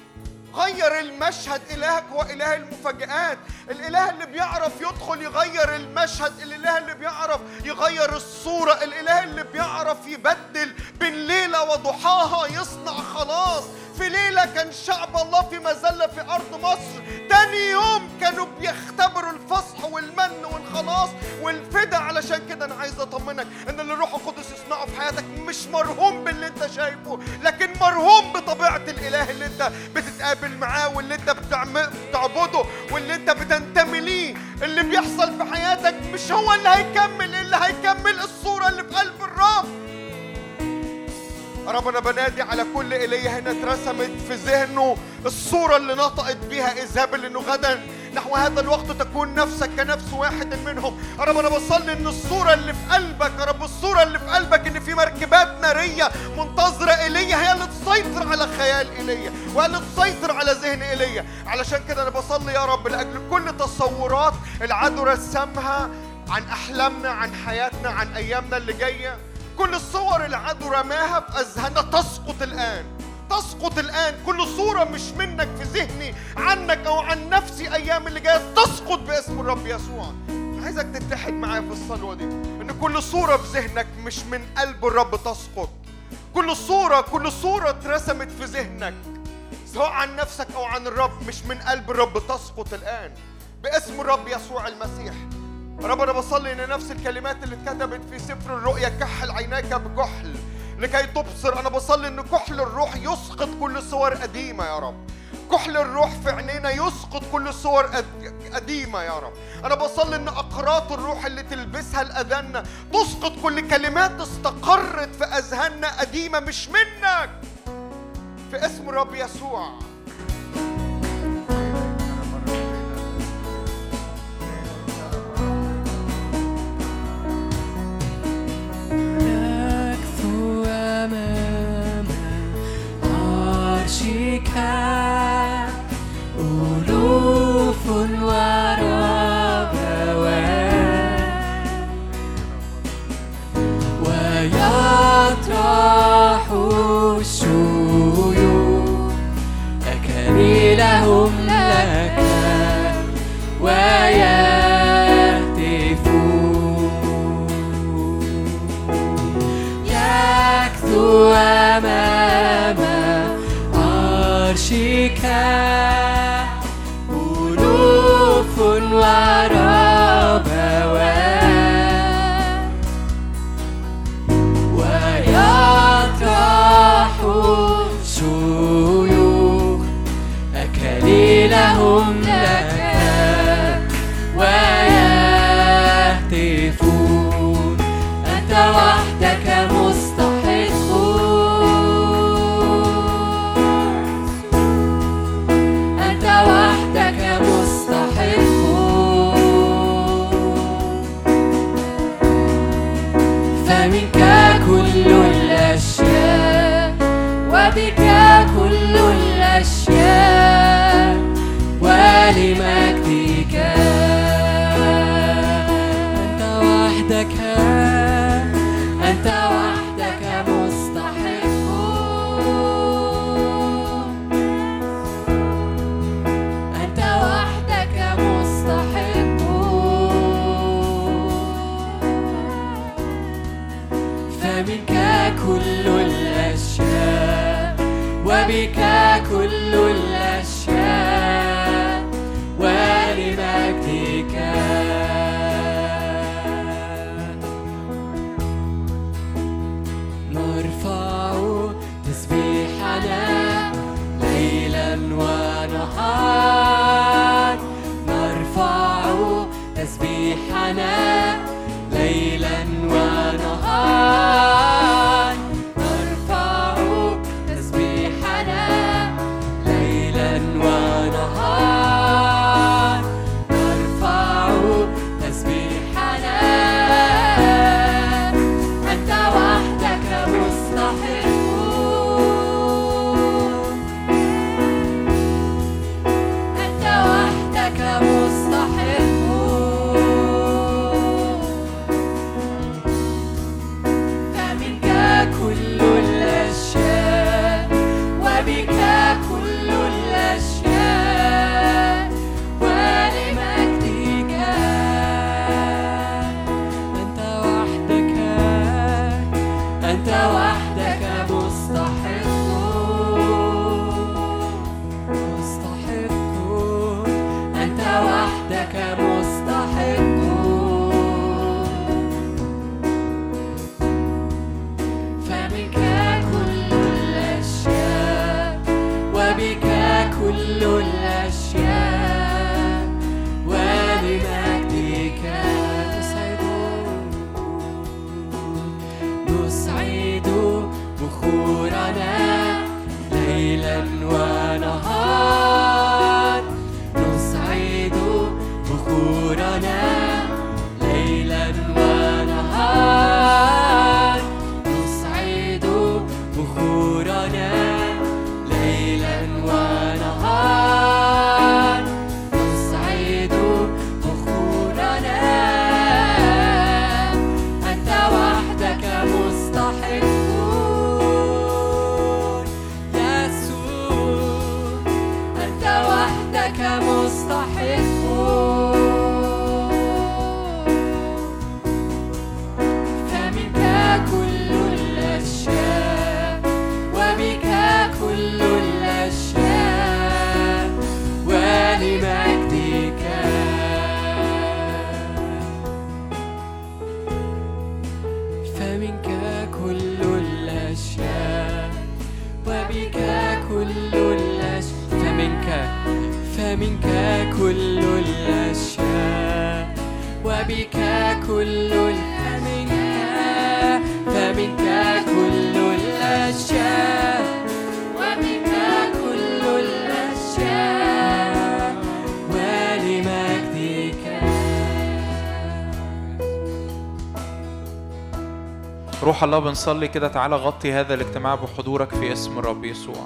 إلهك هو إله المفاجآت، الإله اللي بيعرف يدخل يغير المشهد، الإله اللي بيعرف يغير الصورة، الإله اللي بيعرف يبدل بين ليلة وضحاها، يصنع خلاص. في ليلة كان شعب الله في مذلة في أرض مصر، تاني يوم كانوا بيختبروا الفصح والمن والخلاص والفدا. علشان كده أنا عايز أطمنك إن اللي الروح القدس يصنعه في حياتك مش مرهوم باللي أنت شايفه، لكن مرهوم بطبيعة الإله اللي أنت بتتقابل معاه واللي أنت بتعبده واللي أنت بتنتمي ليه. اللي بيحصل في حياتك مش هو اللي هيكمل، اللي هيكمل الصورة اللي في قلب الرب. رب أنا بنادي على كل إيليا هنا اترسمت في ذهنه الصورة اللي نطقت بها إيزابل إنه غدا نحو هذا الوقت تكون نفسك كنفس واحد منهم. يا رب أنا بصلي إن الصورة اللي في قلبك، يا رب الصورة اللي في قلبك إن في مركبات نارية منتظرة إيليا هي اللي تسيطر على خيال إيليا وهي اللي تسيطر على ذهن إيليا. علشان كده أنا بصلي يا رب لأجل كل تصورات العدو رسمها عن أحلامنا، عن حياتنا، عن أيامنا اللي جاية. كل الصور العدو رماها في أذهاننا تسقط الآن، تسقط الآن. كل صورة مش منك في ذهني عنك أو عن نفسي أيام اللي جاية تسقط باسم الرب يسوع. عايزك تتحد معايا في الصلوة دي إن كل صورة في ذهنك مش من قلب الرب تسقط. كل صورة اترسمت في ذهنك سواء عن نفسك أو عن الرب مش من قلب الرب تسقط الآن باسم الرب يسوع المسيح. رب أنا بصلي إن نفس الكلمات اللي اتكتبت في سفر الرؤيا كحل عيناك بكحل لكي تبصر، أنا بصلي إن كحل الروح يسقط كل صور قديمة يا رب. كحل الروح في عينينا يسقط كل صور قديمة يا رب. أنا بصلي إن أقراط الروح اللي تلبسها الأذان تسقط كل كلمات استقرت في أذهاننا قديمة مش منك في اسم الرب يسوع. ألوف وربوات ويطرح الشيوخ أكاليلهم لك ويهتفون يكثو أمام عرشك ألوف وربوات ويطرح شيوخ أكاليلهم لك ويهتفون أنت وحدك مستحق، أنت وحدك مستحق، فمنك كل الأشياء وبك كل الأشياء ولمجدك أنت وحدك، أنت وحدك مستحق، أنت وحدك مستحق، فمنك كل الأشياء وبك كل الأشياء ولمجدك نرفع تسبيحنا ليلا ونهار، نرفع تسبيحنا ليلا ونهار، نرفع تسبيحنا ليلا ونهار، أنت وحدك مستحق أنت وحدك مستحق فمنك كل الأشياء وبك كل الأشياء ولمجدك نسعد بخورنا ليلا ونهار نسعد بخورنا ليلا ونهار نسعد بخورنا ليلا ونهار نسعد بخورنا أنت وحدك مستحق يسوع أنت وحدك مستحق فمنك كل الأشياء وبك كل الأشياء ولمجدك فمنك كل الأشياء وبك كل الأشياء فمنك كل الأشياء وبك كل فمنك كل الأشياء وبك كل الأشياء ولمجدك. روح الله بنصلي كده، تعالى غطي هذا الاجتماع بحضورك في اسم الرب يسوع.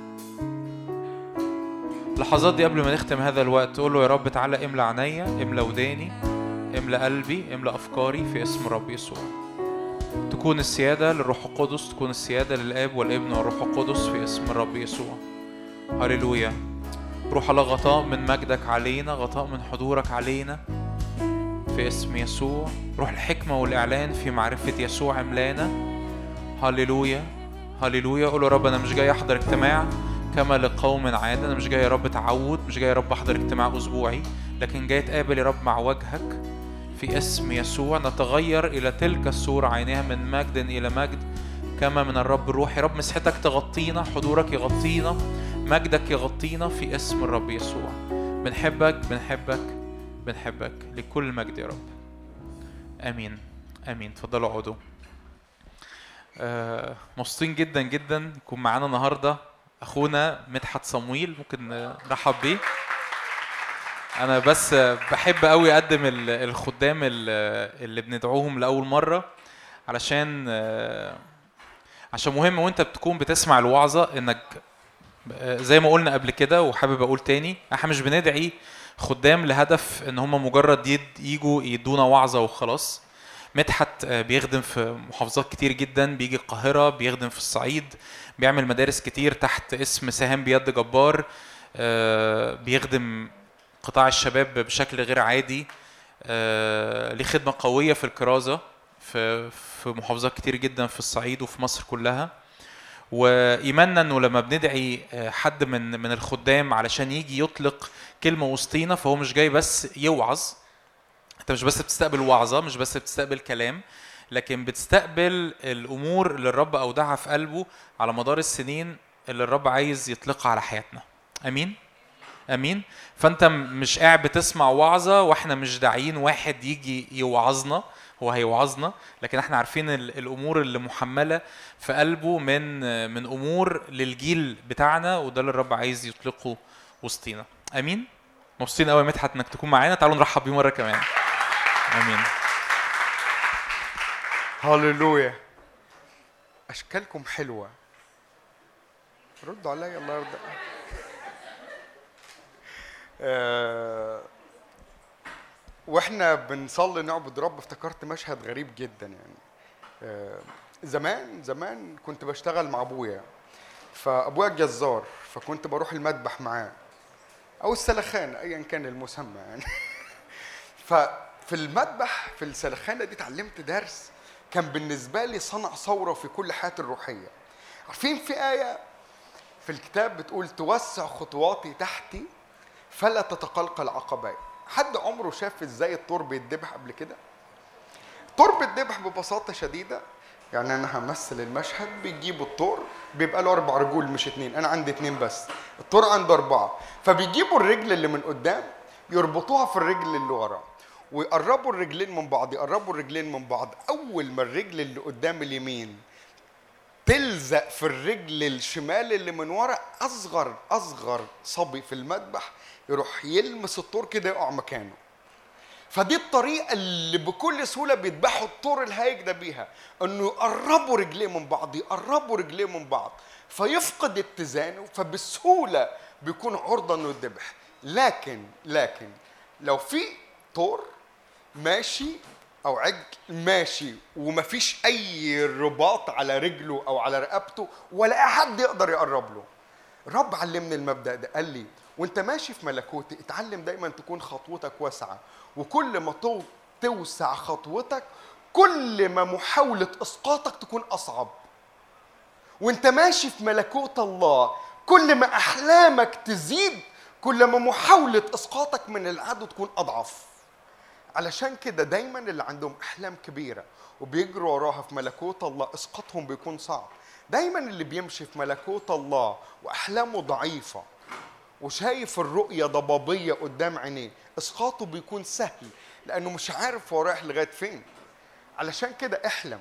اللحظات دي قبل ما نختم هذا الوقت قول له يا رب تعالى املى عينيا، املى وداني، املى قلبي، املى افكاري في اسم الرب يسوع. تكون السيادة للروح القدس، تكون السيادة للآب والابن والروح القدس في اسم الرب يسوع. هللويا. روح الله غطاء من مجدك علينا، غطاء من حضورك علينا في اسم يسوع. روح الحكمة والإعلان في معرفة يسوع املانا. هللويا هللويا. قول يا رب أنا مش جاي أحضر اجتماع كما لقوم عادة، أنا مش جاي يا رب تعود، مش جاي يا رب أحضر اجتماع أسبوعي، لكن جاي أتقابل يا رب مع وجهك في اسم يسوع. نتغير إلى تلك الصورة عينها من مجد إلى مجد كما من الرب الروح. يا رب مسحتك تغطينا، حضورك يغطينا، مجدك يغطينا في اسم الرب يسوع. بنحبك بنحبك بنحبك. لكل مجد يا رب. آمين آمين. تفضلوا اقعدوا. مبسوطين جدا جدا يكون معانا النهارده اخونا مدحت صمويل. ممكن نرحب بيه. انا بس بحب قوي اقدم الخدام اللي بندعوهم لاول مره، عشان مهم وانت بتكون بتسمع الوعظه انك زي ما قلنا قبل كده، وحابب اقول تاني، احنا مش بندعي خدام لهدف ان هم مجرد يجوا يدونا وعظه وخلاص. مدحت بيخدم في محافظات كتير جدا، بيجي القاهره، بيخدم في الصعيد، بيعمل مدارس كتير تحت اسم سهام بيد جبار، بيخدم قطاع الشباب بشكل غير عادي، ليه خدمه قويه في الكرازه في محافظات كتير جدا في الصعيد وفي مصر كلها. وإيماننا أنه لما بندعي حد من الخدام علشان يجي يطلق كلمة وسطينا، فهو مش جاي بس يوعظ. أنت مش بس بتستقبل وعظة، مش بس بتستقبل كلام، لكن بتستقبل الأمور اللي الرب أودعها في قلبه على مدار السنين اللي الرب عايز يطلقها على حياتنا. أمين؟ أمين؟ فأنت مش قاعد بتسمع وعظة وإحنا مش داعين واحد يجي يوعظنا، هو هيوعظنا، لكن احنا عارفين الامور اللي محمله في قلبه من امور للجيل بتاعنا، وده اللي الرب عايز يطلقه وسطينا. امين. مبسوطين قوي مدحت انك تكون معانا. تعالوا نرحب بيه مره كمان. امين. هاليلويا. اشكالكم حلوه. ردوا عليا الله يرضى. واحنا بنصلي نعبد رب افتكرت مشهد غريب جدا. يعني زمان كنت بشتغل مع ابويا، فابويا جزار، فكنت بروح المذبح معاه او السلخانه ايا كان المسمى يعني. ففي المذبح في السلخانه دي اتعلمت درس كان بالنسبة لي صنع ثورة في كل حياتي الروحية. عارفين في آية في الكتاب بتقول توسع خطواتي تحتي فلا تتقلقل عقباي. حد عمره شاف ازاي الطور بيتذبح قبل كده؟ الطور بيتذبح ببساطة شديدة. يعني أنا همثل المشهد، بيجيبوا الطور بيبقى له 4 رجول مش 2، أنا عندي 2 بس، الطور عنده 4. فبيجيبوا الرجل اللي من قدام يربطوها في الرجل اللي ورا ويقربوا الرجلين من بعض، يقربوا الرجلين من بعض. أول ما الرجل اللي قدام اليمين تلزق في الرجل الشمال اللي من ورا، أصغر صبي في المذبح يروح يلمس الطور كده يقع مكانه. فدي الطريقة اللي بكل سهولة بيذبحوا الطور الهايج ده بيها، انه يقربوا رجليه من بعض، يقربوا رجليه من بعض فيفقد اتزانه، فبسهولة بيكون عرضة انه يذبح. لكن لو في طور ماشي او عجل ماشي ومفيش اي رباط على رجله او على رقبته ولا احد يقدر يقرب له، الرب علمني المبدأ ده، قال لي وانت ماشي في ملكوتي اتعلم دايما تكون خطوتك واسعة، وكل ما توسع خطوتك كل ما محاولة اسقاطك تكون اصعب. وانت ماشي في ملكوت الله كل ما احلامك تزيد كل ما محاولة اسقاطك من العدو تكون اضعف. علشان كده دايما اللي عندهم احلام كبيرة وبيجروا وراها في ملكوت الله اسقاطهم بيكون صعب. دايما اللي بيمشي في ملكوت الله واحلامه ضعيفة وشايف الرؤية ضبابية قدام عينيه اسقاطه بيكون سهل، لانه مش عارف هو رايح لغاية فين. علشان كده احلم.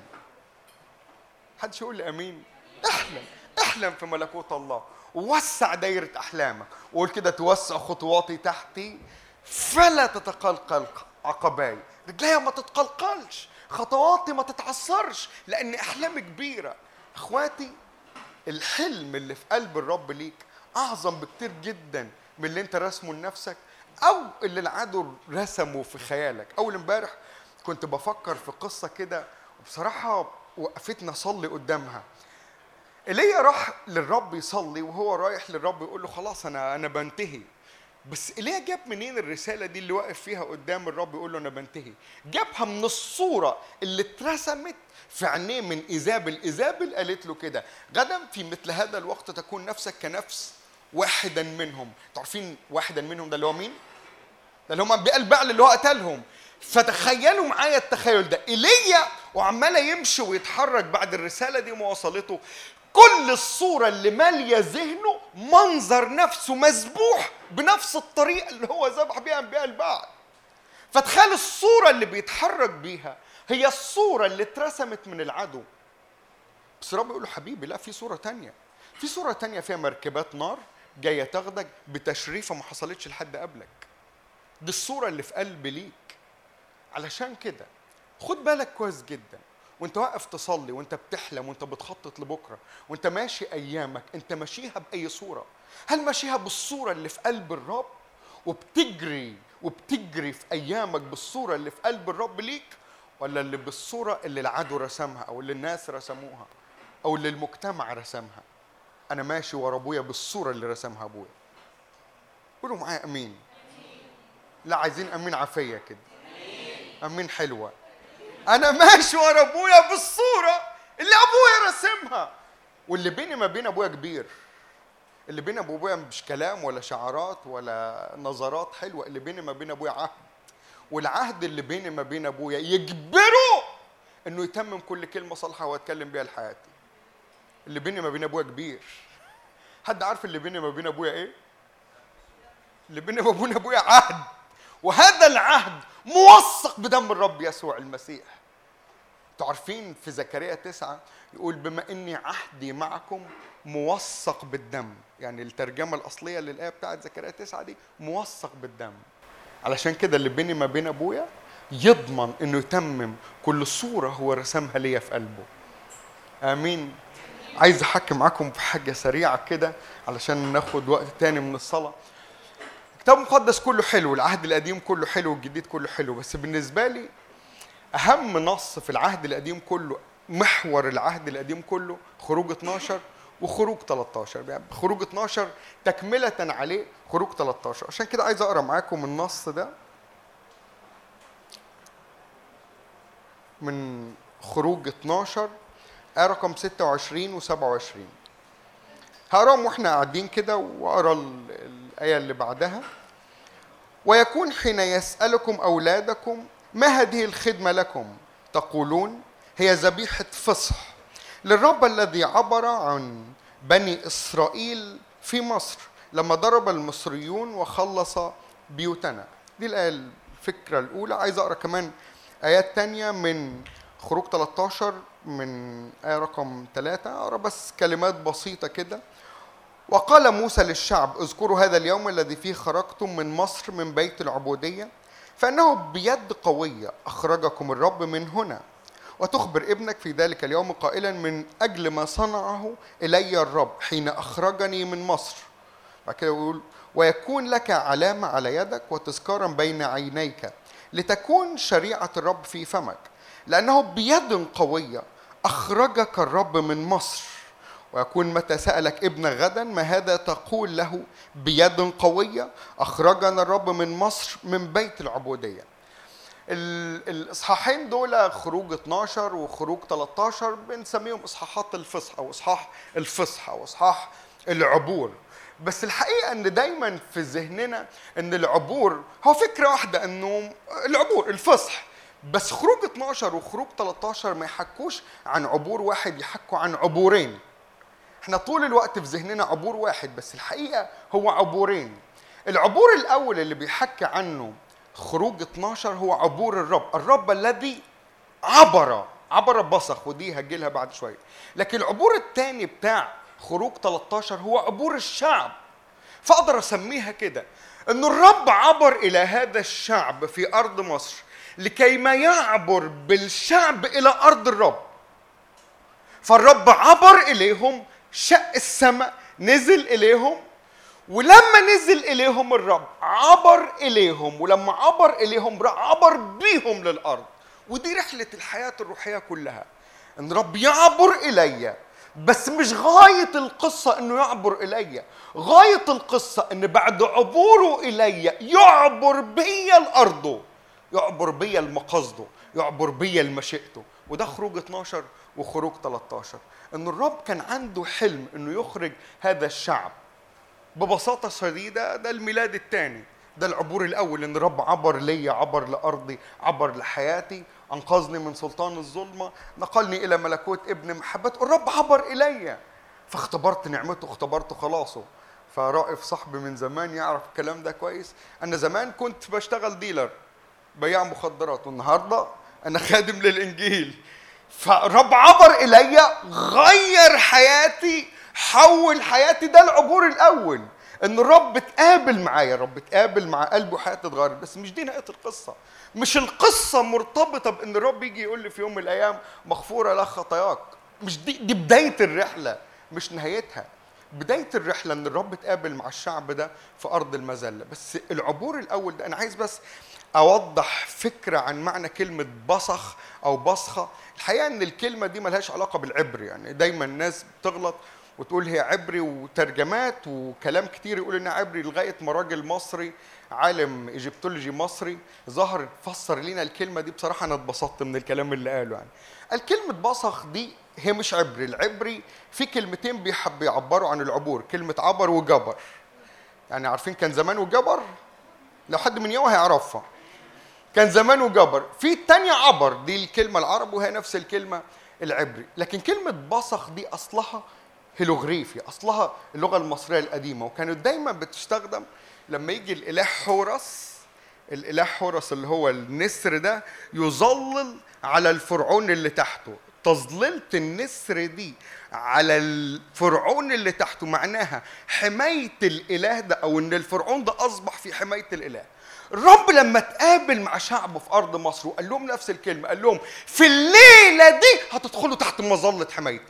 حدش يقول لي امين؟ احلم في ملكوت الله ووسع دايرة احلامك، وقول كده توسع خطواتي تحتي فلا تتقلقل عقباي. رجليا ما تتقلقلش، خطواتي ما تتعثرش، لان احلامي كبيرة. اخواتي الحلم اللي في قلب الرب ليك اعظم بكتير جدا من اللي انت رسمه لنفسك او اللي العدو رسمه في خيالك. اول امبارح كنت بفكر في قصة كده وبصراحة وقفتني اصلي قدامها. ايليا راح للرب يصلي وهو رايح للرب يقول له خلاص انا بنتهي. بس ايليا جاب منين الرسالة دي اللي واقف فيها قدام الرب يقول له انا بنتهي؟ جابها من الصورة اللي اترسمت في عينيه من إيزابل قالت له كده غدا في مثل هذا الوقت تكون نفسك كنفس واحدا منهم. تعرفين واحدا منهم ده اللي هو مين؟ ده اللي هم أنبياء البعل اللي هو قتلهم. فتخيلوا معايا التخيل ده، ايليا وعمال يمشي ويتحرك بعد الرسالة دي ما وصلته، كل الصورة اللي مالية ذهنه منظر نفسه مذبوح بنفس الطريقة اللي هو ذبح بيها أنبياء البعل. فتخيل الصورة اللي بيتحرك بيها هي الصورة اللي اترسمت من العدو. بس الرب يقول له حبيبي لا، في صورة تانية، في صورة تانية فيها مركبات نار جاية تاخدك بتشريفة ما حصلتش لحد قبلك. دي الصورة اللي في قلبي ليك. علشان كده خد بالك كويس جدا وانت واقف تصلي وانت بتحلم وانت بتخطط لبكرة وانت ماشي ايامك، انت ماشيها بأي صورة؟ هل ماشيها بالصورة اللي في قلب الرب وبتجري في ايامك بالصورة اللي في قلب الرب ليك، ولا اللي بالصورة اللي العدو رسمها او اللي الناس رسموها او اللي المجتمع رسمها؟ انا ماشي ورا ابويا بالصورة اللي رسمها ابويا. قولوا معايا امين. لا عايزين امين عافية كده، امين حلوة. انا ماشي ورا ابويا بالصورة اللي ابويا رسمها، واللي بيني ما بين ابويا كبير. اللي بين ابويا مش كلام ولا شعارات ولا نظرات حلوة، اللي بيني ما بين ابويا عهد، والعهد اللي بيني ما بين ابويا يجبره انه يتمم كل كلمة صالحة واتكلم بيها لحياتي. اللي بيني ما بين ابويا كبير. حد عارف اللي بيني ما بين ابويا ايه؟ اللي بيني ما بين ابويا عهد، وهذا العهد موثق بدم الرب يسوع المسيح. تعرفين في زكريا 9 يقول بما اني عهدي معكم موثق بالدم. يعني الترجمة الأصلية للآية بتاعت زكريا 9 دي موثق بالدم. علشان كده اللي بيني ما بين أبويا يضمن إنه يتمم كل صورة هو رسمها ليا في قلبه. آمين. عايز أحكي معاكم في حاجة سريعة كده علشان ناخد وقت تاني من الصلاة. الكتاب المقدس كله حلو، العهد القديم كله حلو والجديد كله حلو، بس بالنسبة لي أهم نص في العهد القديم كله، محور العهد القديم كله، خروج 12 وخروج 13. يعني خروج 12 تكملة عليه خروج 13. عشان كده عايز أقرأ معاكم النص ده من خروج 12 آية رقم 26 و 27. هقراهم واحنا قاعدين كده، واقرا الآية اللي بعدها. ويكون حين يسألكم أولادكم ما هذه الخدمة لكم، تقولون هي ذبيحة فصح للرب الذي عبر عن بني إسرائيل في مصر لما ضرب المصريون وخلص بيوتنا. دي الآية الفكرة الأولى. عايز أقرأ كمان آيات تانية من خروج 13 من آية رقم 3. أقرأ بس كلمات بسيطة كده. وقال موسى للشعب اذكروا هذا اليوم الذي فيه خرجتم من مصر من بيت العبودية، فإنه بيد قوية أخرجكم الرب من هنا. وتخبر ابنك في ذلك اليوم قائلا من أجل ما صنعه إلي الرب حين أخرجني من مصر. بعد كده يقول ويكون لك علامة على يدك وتذكارا بين عينيك لتكون شريعة الرب في فمك، لأنه بيد قوية أخرجك الرب من مصر. ويكون متى سألك ابنك غدا ما هذا تقول له بيد قوية أخرجنا الرب من مصر من بيت العبودية. الإصحاحين دول خروج 12 وخروج 13 بنسميهم إصحاحات الفصح أو إصحاح الفصح أو إصحاح العبور. بس الحقيقة أن دايما في ذهننا أن العبور هو فكرة واحدة، أنه العبور الفصح. بس خروج 12 وخروج 13 ما يحكوش عن عبور واحد، يحكوا عن عبورين. احنا طول الوقت في ذهننا عبور واحد، بس الحقيقة هو عبورين. العبور الأول اللي بيحكي عنه خروج 12 هو عبور الرب الذي عبر بصخ، ودي هجيلها بعد شوية. لكن العبور الثاني بتاع خروج 13 هو عبور الشعب. فأقدر أسميها كده أن الرب عبر إلى هذا الشعب في أرض مصر لكي ما يعبر بالشعب إلى أرض الرب. فالرب عبر إليهم، شق السماء، نزل إليهم، ولما نزل إليهم الرب عبر إليهم، ولما عبر إليهم عبر بيهم للأرض. ودي رحلة الحياة الروحية كلها، أن رب يعبر إلي. بس مش غاية القصة أنه يعبر إلي، غاية القصة أن بعد عبوره إلي يعبر بي الأرض، يعبر بي المقصده، يعبر بي المشيئته. وده خروج 12 وخروج 13. أن الرب كان عنده حلم أنه يخرج هذا الشعب. ببساطة شديدة ده الميلاد الثاني، ده العبور الأول، أن الرب عبر لي، عبر لأرضي، عبر لحياتي، أنقذني من سلطان الظلمة، نقلني إلى ملكوت ابن محبته. الرب عبر إلي فاختبرت نعمته، اختبرت خلاصه. فرائف صاحبي من زمان يعرف الكلام ده كويس. أنا زمان كنت بشتغل ديلر، بياع مخدرات، والنهاردة أنا خادم للإنجيل. فالرب عبر إلي، غير حياتي، حول حياتي. ده العبور الأول، إن الرب تقابل معايا، الرب تقابل مع قلبي وحياتي اتغيرت. بس مش دي نهاية القصة. مش القصة مرتبطة بإن الرب يجي يقول لي في يوم من الأيام مغفورة لك خطاياك. مش دي بداية الرحلة، مش نهايتها. بداية الرحلة إن الرب تقابل مع الشعب ده في أرض المذلة. بس العبور الأول ده أنا عايز بس أوضح فكرة عن معنى كلمة بصخ أو بصخة. الحقيقة إن الكلمة دي ملهاش علاقة بالعبري، يعني دايما الناس بتغلط وتقول هي عبري، وترجمات وكلام كتير يقول إنها عبري، لغاية ما راجل مصري عالم إيجيبتولوجي مصري ظهر فسر لنا الكلمة دي. بصراحة أنا اتبسطت من الكلام اللي قاله. يعني الكلمة بصخ دي هي مش عبري. العبري في كلمتين بيعبروا عن العبور، كلمة عبر وجبر. يعني عارفين كان زمان وجبر؟ لو حد من يوم هيعرفها. كان زمان وجبر. في التانية عبر، دي الكلمة العرب وهي نفس الكلمة العبري. لكن كلمة بصخ دي أصلها هيلوغريفي، أصلها اللغة المصرية القديمة، وكانت دايما بتستخدم لما يجي الإله حورس. الإله حورس اللي هو النسر ده يظلل على الفرعون اللي تحته. تظليلة النسر دي على الفرعون اللي تحته معناها حماية الإله ده، أو إن الفرعون ده أصبح في حماية الإله. الرب لما تقابل مع شعبه في أرض مصر وقال لهم نفس الكلمة، قال لهم في الليلة دي هتدخلوا تحت مظلة حمايتي.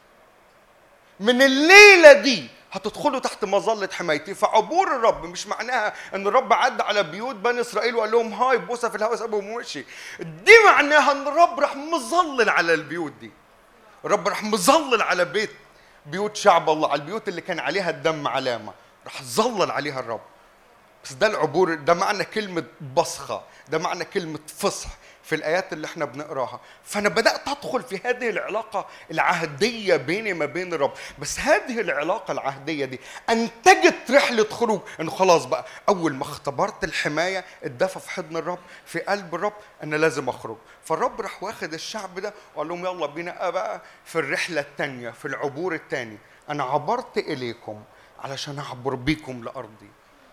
من الليلة دي هتدخلوا تحت مظلة حمايتي. فعبور الرب مش معناها ان الرب عدى على بيوت بني اسرائيل وقال لهم هاي بوسه في الهواء سابهم ومشي. دي معناها ان الرب راح مظلل على البيوت دي. الرب راح مظلل على بيوت شعب الله، على البيوت اللي كان عليها الدم علامة، راح ظلل عليها الرب. بس ده العبور، ده معنى كلمة بصخة، ده معنى كلمة فصح. في الآيات اللي احنا بنقراها. فأنا بدأت أدخل في هذه العلاقة العهدية بيني ما بين الرب. بس هذه العلاقة العهدية دي أنتجت رحلة خروج، إنه خلاص بقى أول ما اختبرت الحماية اتدفى في حضن الرب في قلب الرب أنا لازم أخرج. فالرب راح واخد الشعب ده وقال لهم يلا بينا بقى في الرحلة التانية، في العبور التاني. أنا عبرت إليكم علشان أعبر بيكم لأرضي.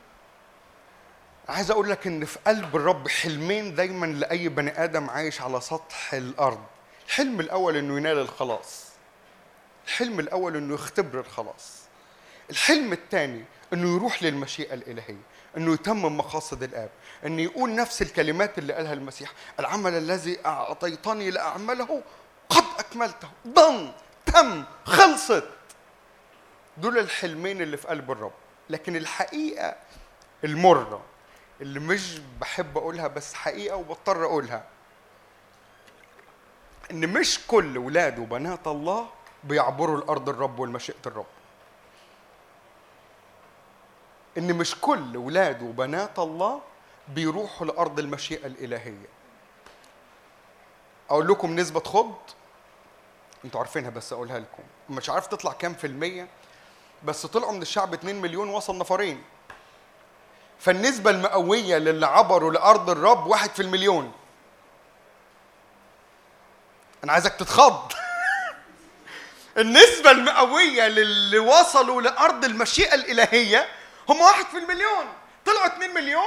عايز أقول لك إن في قلب الرب حلمين دايما لأي بني آدم عايش على سطح الأرض. الحلم الأول إنه ينال الخلاص، الحلم الأول إنه يختبر الخلاص. الحلم الثاني إنه يروح للمشيئة الإلهية، إنه يتمم مقاصد الآب، إنه يقول نفس الكلمات اللي قالها المسيح: العمل الذي أعطيتني لأعمله قد أكملته، ضن تم خلصت. دول الحلمين اللي في قلب الرب. لكن الحقيقة المرة اللي مش بحب أقولها بس حقيقة وبضطر أقولها، إن مش كل ولاد وبنات الله بيعبروا الأرض الرب والمشيئة الرب. إن مش كل ولاد وبنات الله بيروحوا لأرض المشيئة الإلهية. أقول لكم نسبة خض أنتوا عارفينها بس أقولها لكم، مش عارف تطلع كام في المية، بس طلعوا من الشعب 2 مليون وصل نفرين. فالنسبة المئوية للي عبروا لأرض الرب 1 في المليون. أنا عايزك تتخض. النسبة المئوية للي وصلوا لأرض المشيئة الإلهية هم 1 في المليون. طلعوا 2 مليون،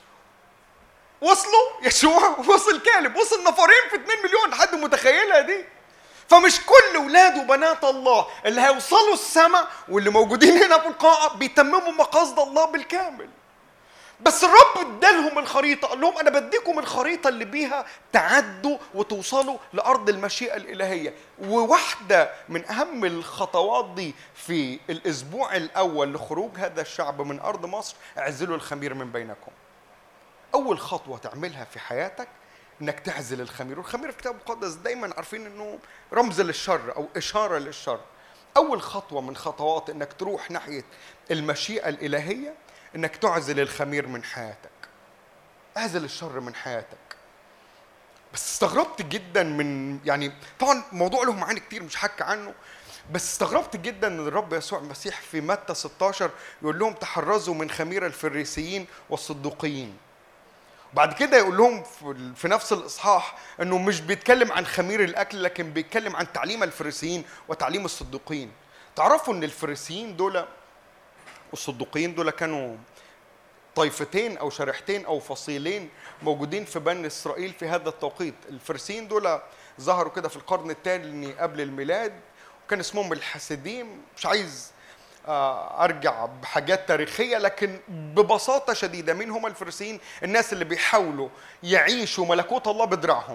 وصلوا يشوع، وصل كالب، وصل نفرين في 2 مليون. حد متخيلها دي؟ فمش كل ولاد وبنات الله اللي هيوصلوا السماء واللي موجودين هنا في القاعة بيتمموا مقاصد الله بالكامل. بس الرب ادالهم الخريطة، قال لهم أنا بديكم الخريطة اللي بيها تعدوا وتوصلوا لأرض المشيئة الإلهية. وواحدة من أهم الخطوات دي في الأسبوع الأول لخروج هذا الشعب من أرض مصر: اعزلوا الخمير من بينكم. أول خطوة تعملها في حياتك إنك تعزل الخمير. والخمير في الكتاب المقدس دايما عارفين إنه رمز للشر أو إشارة للشر. أول خطوة من خطوات إنك تروح ناحية المشيئة الإلهية إنك تعزل الخمير من حياتك. اعزل الشر من حياتك. بس استغربت جدا من، يعني طبعا موضوع له معاني كتير مش حكي عنه، بس استغربت جدا ان الرب يسوع المسيح في متى 16 يقول لهم تحرزوا من خمير الفريسيين والصدوقيين. بعد كده يقول لهم في نفس الإصحاح انه مش بيتكلم عن خمير الاكل، لكن بيتكلم عن تعليم الفريسيين وتعليم الصدوقيين. تعرفوا ان الفريسيين دول والصدوقيين دول كانوا طائفتين او شريحتين او فصيلين موجودين في بني اسرائيل في هذا التوقيت. الفريسيين دول ظهروا كده في القرن الثاني قبل الميلاد، وكان اسمهم الحاسدين. مش عايز ارجع بحاجات تاريخيه، لكن ببساطه شديده مين هم الفريسيين؟ الناس اللي بيحاولوا يعيشوا ملكوت الله بدراعهم.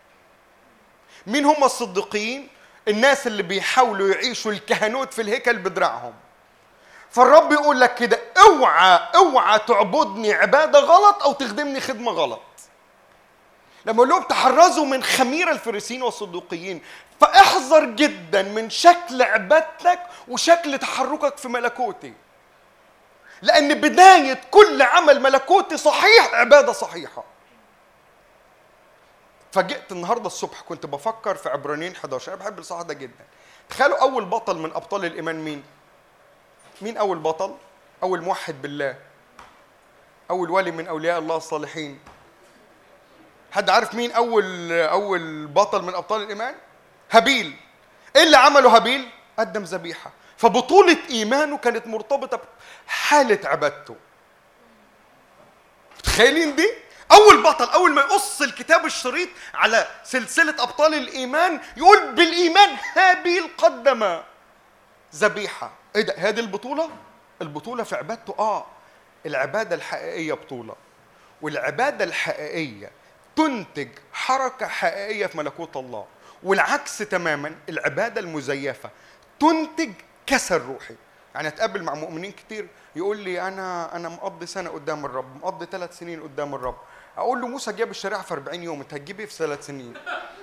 مين هم الصديقيين؟ الناس اللي بيحاولوا يعيشوا الكهنوت في الهيكل بدراعهم. فالرب يقول لك كده: اوعى تعبدني عباده غلط او تخدمني خدمه غلط. لما يقول لهم تحرزوا من خمير الفريسيين والصدوقيين، فاحذر جدا من شكل عبادتك وشكل تحركك في ملكوتي، لان بدايه كل عمل ملكوتي صحيح عباده صحيحه. فجئت النهارده الصبح كنت بفكر في عبرانيين 11. انا بحب الصح ده جدا. تخيلوا اول بطل من ابطال الايمان مين اول بطل؟ اول موحد بالله، اول ولي من اولياء الله الصالحين. حد عارف مين اول بطل من ابطال الايمان؟ هابيل. ايه اللي عمله هابيل؟ قدم ذبيحه. فبطوله ايمانه كانت مرتبطه بحاله عبادته. متخيلين دي؟ اول بطل، اول ما يقص الكتاب الشريط على سلسله ابطال الايمان يقول بالايمان هابيل قدم ذبيحه. ايه ده؟ هذه البطوله في عبادته. العباده الحقيقيه بطوله، والعباده الحقيقيه تنتج حركه حقيقيه في ملكوت الله. والعكس تماما، العباده المزيفه تنتج كسل روحي. يعني اتقابل مع مؤمنين كتير يقول لي انا مقضي سنه قدام الرب، مقضي 3 سنين قدام الرب. اقول له موسى جاب الشريعه في 40 يوم، انت هتجيب ايه في 3 سنين؟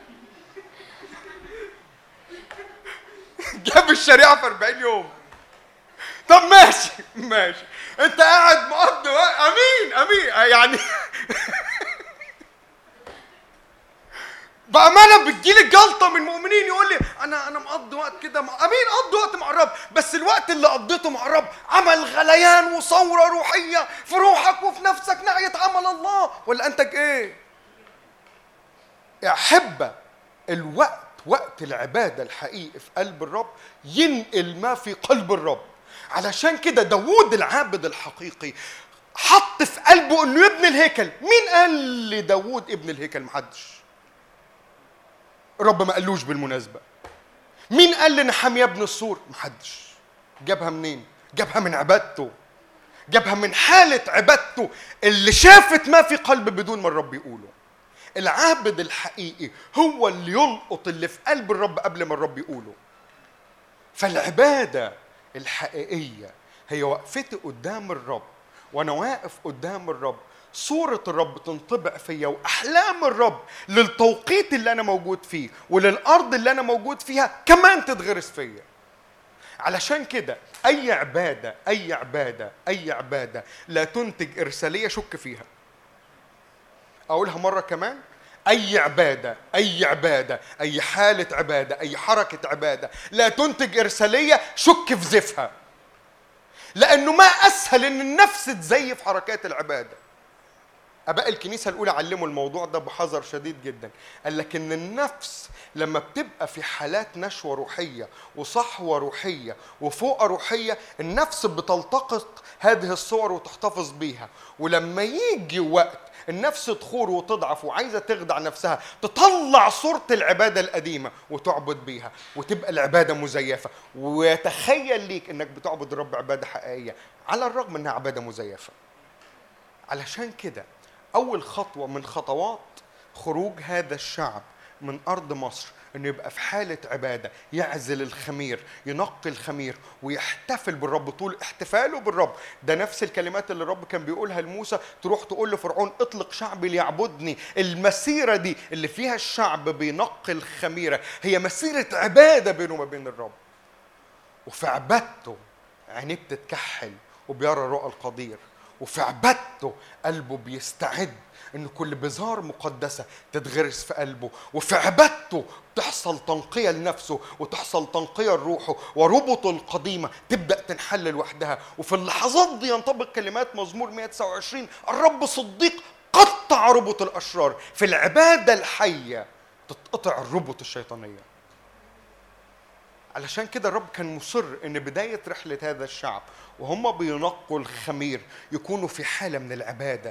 جاب الشريعه في 40 يوم. طب ماشي انت قاعد مقضي امين يعني. بأمانة بتجيلي جلطة من مؤمنين يقول لي أنا مقضي وقت كده أمين، قضي وقت مع الرب، بس الوقت اللي قضيته مع الرب عمل غليان وثورة روحية في روحك وفي نفسك ناحية عمل الله، ولا أنتك إيه؟ يا أحبة، الوقت وقت العبادة الحقيقي في قلب الرب ينقل ما في قلب الرب. علشان كده داوود العابد الحقيقي حط في قلبه انه يبني الهيكل. مين قال لداوود ابن الهيكل؟ محدش. الرب ما قالوش بالمناسبة. مين قال لنحمية ابن السور؟ محدش. جابها منين؟ جابها من عبادته، جابها من حالة عبادته اللي شافت ما في قلب بدون ما الرب يقوله. العابد الحقيقي هو اللي يلقط اللي في قلب الرب قبل ما الرب يقوله. فالعبادة الحقيقية هي وقفتي قدام الرب، وانا واقف قدام الرب صورة الرب تنطبع فيا، واحلام الرب للتوقيت اللي انا موجود فيه وللارض اللي انا موجود فيها كمان تتغرس فيا. علشان كده اي عبادة لا تنتج ارسالية شك فيها. اقولها مرة كمان، اي عبادة اي حالة عبادة اي حركة عبادة لا تنتج ارسالية شك في زفها. لانه ما اسهل ان النفس تزيف حركات العبادة. اباء الكنيسة الاولى علموا الموضوع ده بحذر شديد جدا. قال لك ان النفس لما بتبقى في حالات نشوة روحية وصحوة روحية وفوقة روحية، النفس بتلتقط هذه الصور وتحتفظ بيها، ولما يجي وقت النفس تخور وتضعف وعايزة تخدع نفسها تطلع صورة العبادة القديمة وتعبد بيها، وتبقى العبادة مزيفة، ويتخيل ليك انك بتعبد الرب عبادة حقيقية على الرغم انها عبادة مزيفة. علشان كده اول خطوة من خطوات خروج هذا الشعب من أرض مصر إنه يبقى في حالة عبادة، يعزل الخمير، ينقي الخمير ويحتفل بالرب. طول احتفاله بالرب ده نفس الكلمات اللي الرب كان بيقولها لموسى، تروح تقول لفرعون اطلق شعبي ليعبدني. المسيرة دي اللي فيها الشعب بينقي الخميرة هي مسيرة عبادة بينه وما بين الرب. وفي عبادته عينيه بتتكحل وبيرى رؤى القدير، وفي عبادته قلبه بيستعد ان كل بذار مقدسه تتغرس في قلبه، وفي عبادته تحصل تنقيه لنفسه وتحصل تنقيه لروحه، وربطه القديمه تبدا تنحل لوحدها. وفي اللحظات دي ينطبق كلمات مزمور 129 الرب صديق قطع ربط الاشرار. في العباده الحيه تتقطع الربط الشيطانيه. علشان كده الرب كان مصر ان بدايه رحله هذا الشعب وهم بينقوا الخمير يكونوا في حاله من العباده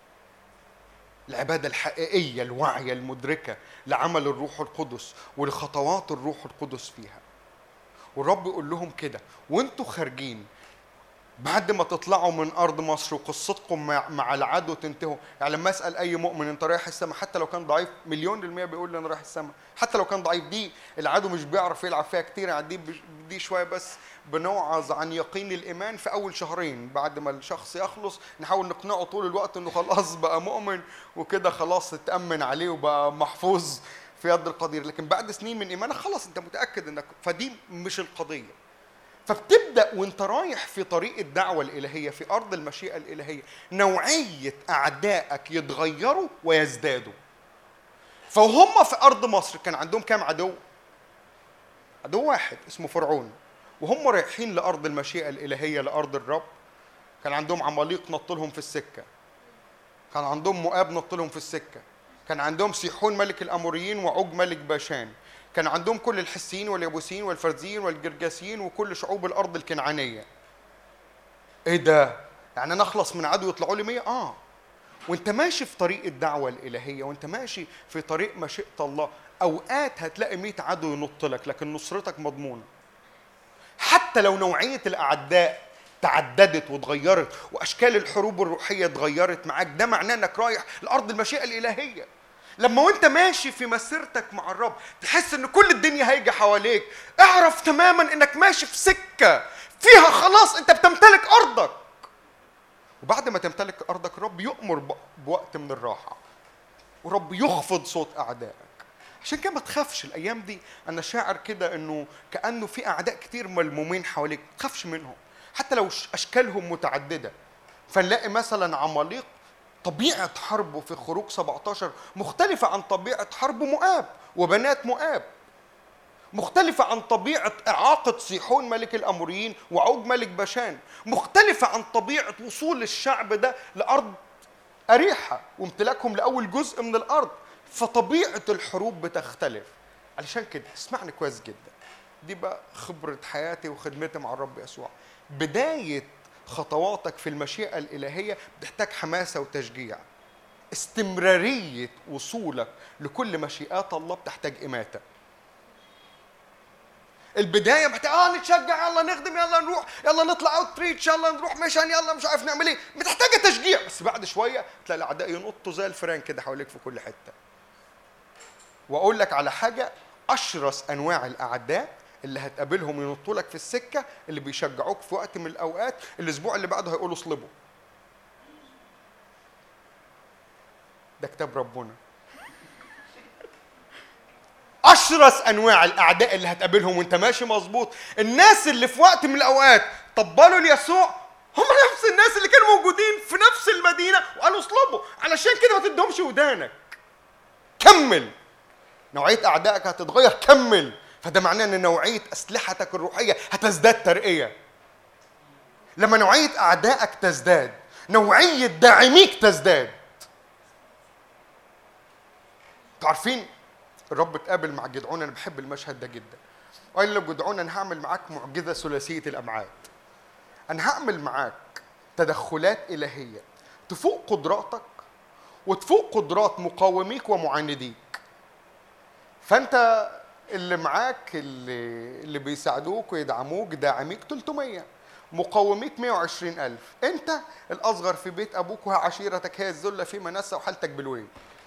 الحقيقية الواعية المدركة لعمل الروح القدس ولخطوات الروح القدس فيها. والرب يقول لهم كده وانتوا خارجين بعد ما تطلعوا من أرض مصر وقصتكم مع العدو تنتهوا. يعني لما أسأل أي مؤمن أنت رايح السماء، حتى لو كان ضعيف 100% بيقول لي أنا رايح السماء. حتى لو كان ضعيف، دي العدو مش بيعرف يلعب فيها كتير، يعني دي شوية بس بنوعظ عن يقين الإيمان في أول شهرين. بعد ما الشخص يخلص نحاول نقنعه طول الوقت أنه خلاص بقى مؤمن وكده خلاص اتأمن عليه وبقى محفوظ في يد القدير. لكن بعد سنين من إيمانك خلاص أنت متأكد أنك، فدي مش القضية. فبتبدأ وانت رايح في طريق الدعوة الإلهية في أرض المشيئة الإلهية نوعية أعدائك يتغيروا ويزدادوا. فهم في أرض مصر كان عندهم كام عدو؟ عدو واحد اسمه فرعون. وهم رايحين لأرض المشيئة الإلهية لأرض الرب كان عندهم عماليق نط لهم في السكة، كان عندهم مؤاب نط لهم في السكة، كان عندهم سيحون ملك الأموريين وعوج ملك باشان، كان عندهم كل الحسيين واليبوسيين والفرزيين والجرجاسيين وكل شعوب الأرض الكنعانية. إيه ده؟ يعني أنا أخلص من عدو يطلعوا لي 100؟ وانت ماشي في طريق الدعوة الإلهية وانت ماشي في طريق مشيئة الله أوقات هتلاقي 100 عدو ينط لك، لكن نصرتك مضمونة. حتى لو نوعية الأعداء تعددت وتغيرت وأشكال الحروب الروحية اتغيرت معاك، ده معناه أنك رايح لأرض المشيئة الإلهية. لما وانت ماشي في مسيرتك مع الرب تحس ان كل الدنيا هيجي حواليك، اعرف تماما انك ماشي في سكة فيها خلاص انت بتمتلك ارضك. وبعد ما تمتلك ارضك الرب يؤمر بوقت من الراحة، ورب يخفض صوت اعدائك. عشان كده ما تخافش الايام دي. انا شاعر كده انه كأنه في اعداء كتير ملمومين حواليك، ما تخافش منهم حتى لو اشكالهم متعددة. فنلاقي مثلا عماليق طبيعة حربه في خروج 17 مختلفة عن طبيعة حرب مؤاب وبنات مؤاب، مختلفة عن طبيعة إعاقة سيحون ملك الأموريين وعوج ملك باشان، مختلفة عن طبيعة وصول الشعب ده لأرض أريحة وامتلاكهم لأول جزء من الأرض. فطبيعة الحروب بتختلف. علشان كده اسمعني كويس جدا، دي بقى خبرة حياتي وخدمتي مع الرب يسوع. بداية خطواتك في المشيئة الإلهية بتحتاج حماسة وتشجيع. استمرارية وصولك لكل مشيئات الله بتحتاج إماتة. البداية محتاج نتشجع، يلا نخدم، يلا نروح، يلا نطلع اوت ريتش، يلا نروح ميشن، يلا مش عارف نعمل ايه، محتاجة تشجيع. بس بعد شوية تلاقي الأعداء ينطوا زي الفيران كده حواليك في كل حتة. وأقول لك على حاجة، أشرس أنواع الأعداء اللي هتقابلهم ينطوا لك في السكة اللي بيشجعوك في وقت من الأوقات الأسبوع اللي بعده هيقولوا اصلبوا. ده كتاب ربنا. أشرس أنواع الأعداء اللي هتقابلهم وأنت ماشي مظبوط الناس اللي في وقت من الأوقات طبلوا ليسوع هم نفس الناس اللي كانوا موجودين في نفس المدينة وقالوا اصلبوا. علشان كده ما تدهمش ودانك، كمل. نوعية أعدائك هتتغير، كمل. فده معناه أن نوعية أسلحتك الروحية هتزداد ترقية. لما نوعية أعدائك تزداد نوعية داعميك تزداد. تعرفين الرب اتقابل مع جدعون، أنا بحب المشهد ده جدا، وقال له جدعون أنا هعمل معاك معجزة ثلاثية الأبعاد. أنا هعمل معاك تدخلات إلهية تفوق قدراتك وتفوق قدرات مقاوميك ومعانديك. فأنت اللي معاك اللي بيساعدوك ويدعموك داعميك 300، مقاوميك 120,000. أنت الأصغر في بيت أبوك وعشيرتك هي الذلة في منسى وحالتك بالويل.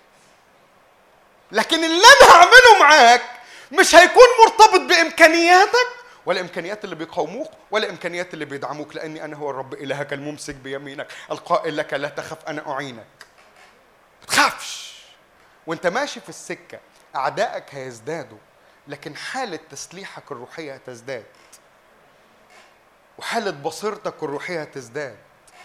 لكن اللي أنا هعمله معاك مش هيكون مرتبط بإمكانياتك ولا إمكانيات اللي بيقاوموك ولا إمكانيات اللي بيدعموك، لأني أنا هو الرب إلهك الممسك بيمينك القائل لك لا تخف أنا أعينك. ما تخافش. وانت ماشي في السكة أعدائك هيزدادوا، لكن حالة تسليحك الروحية هتزداد وحالة بصيرتك الروحية هتزداد.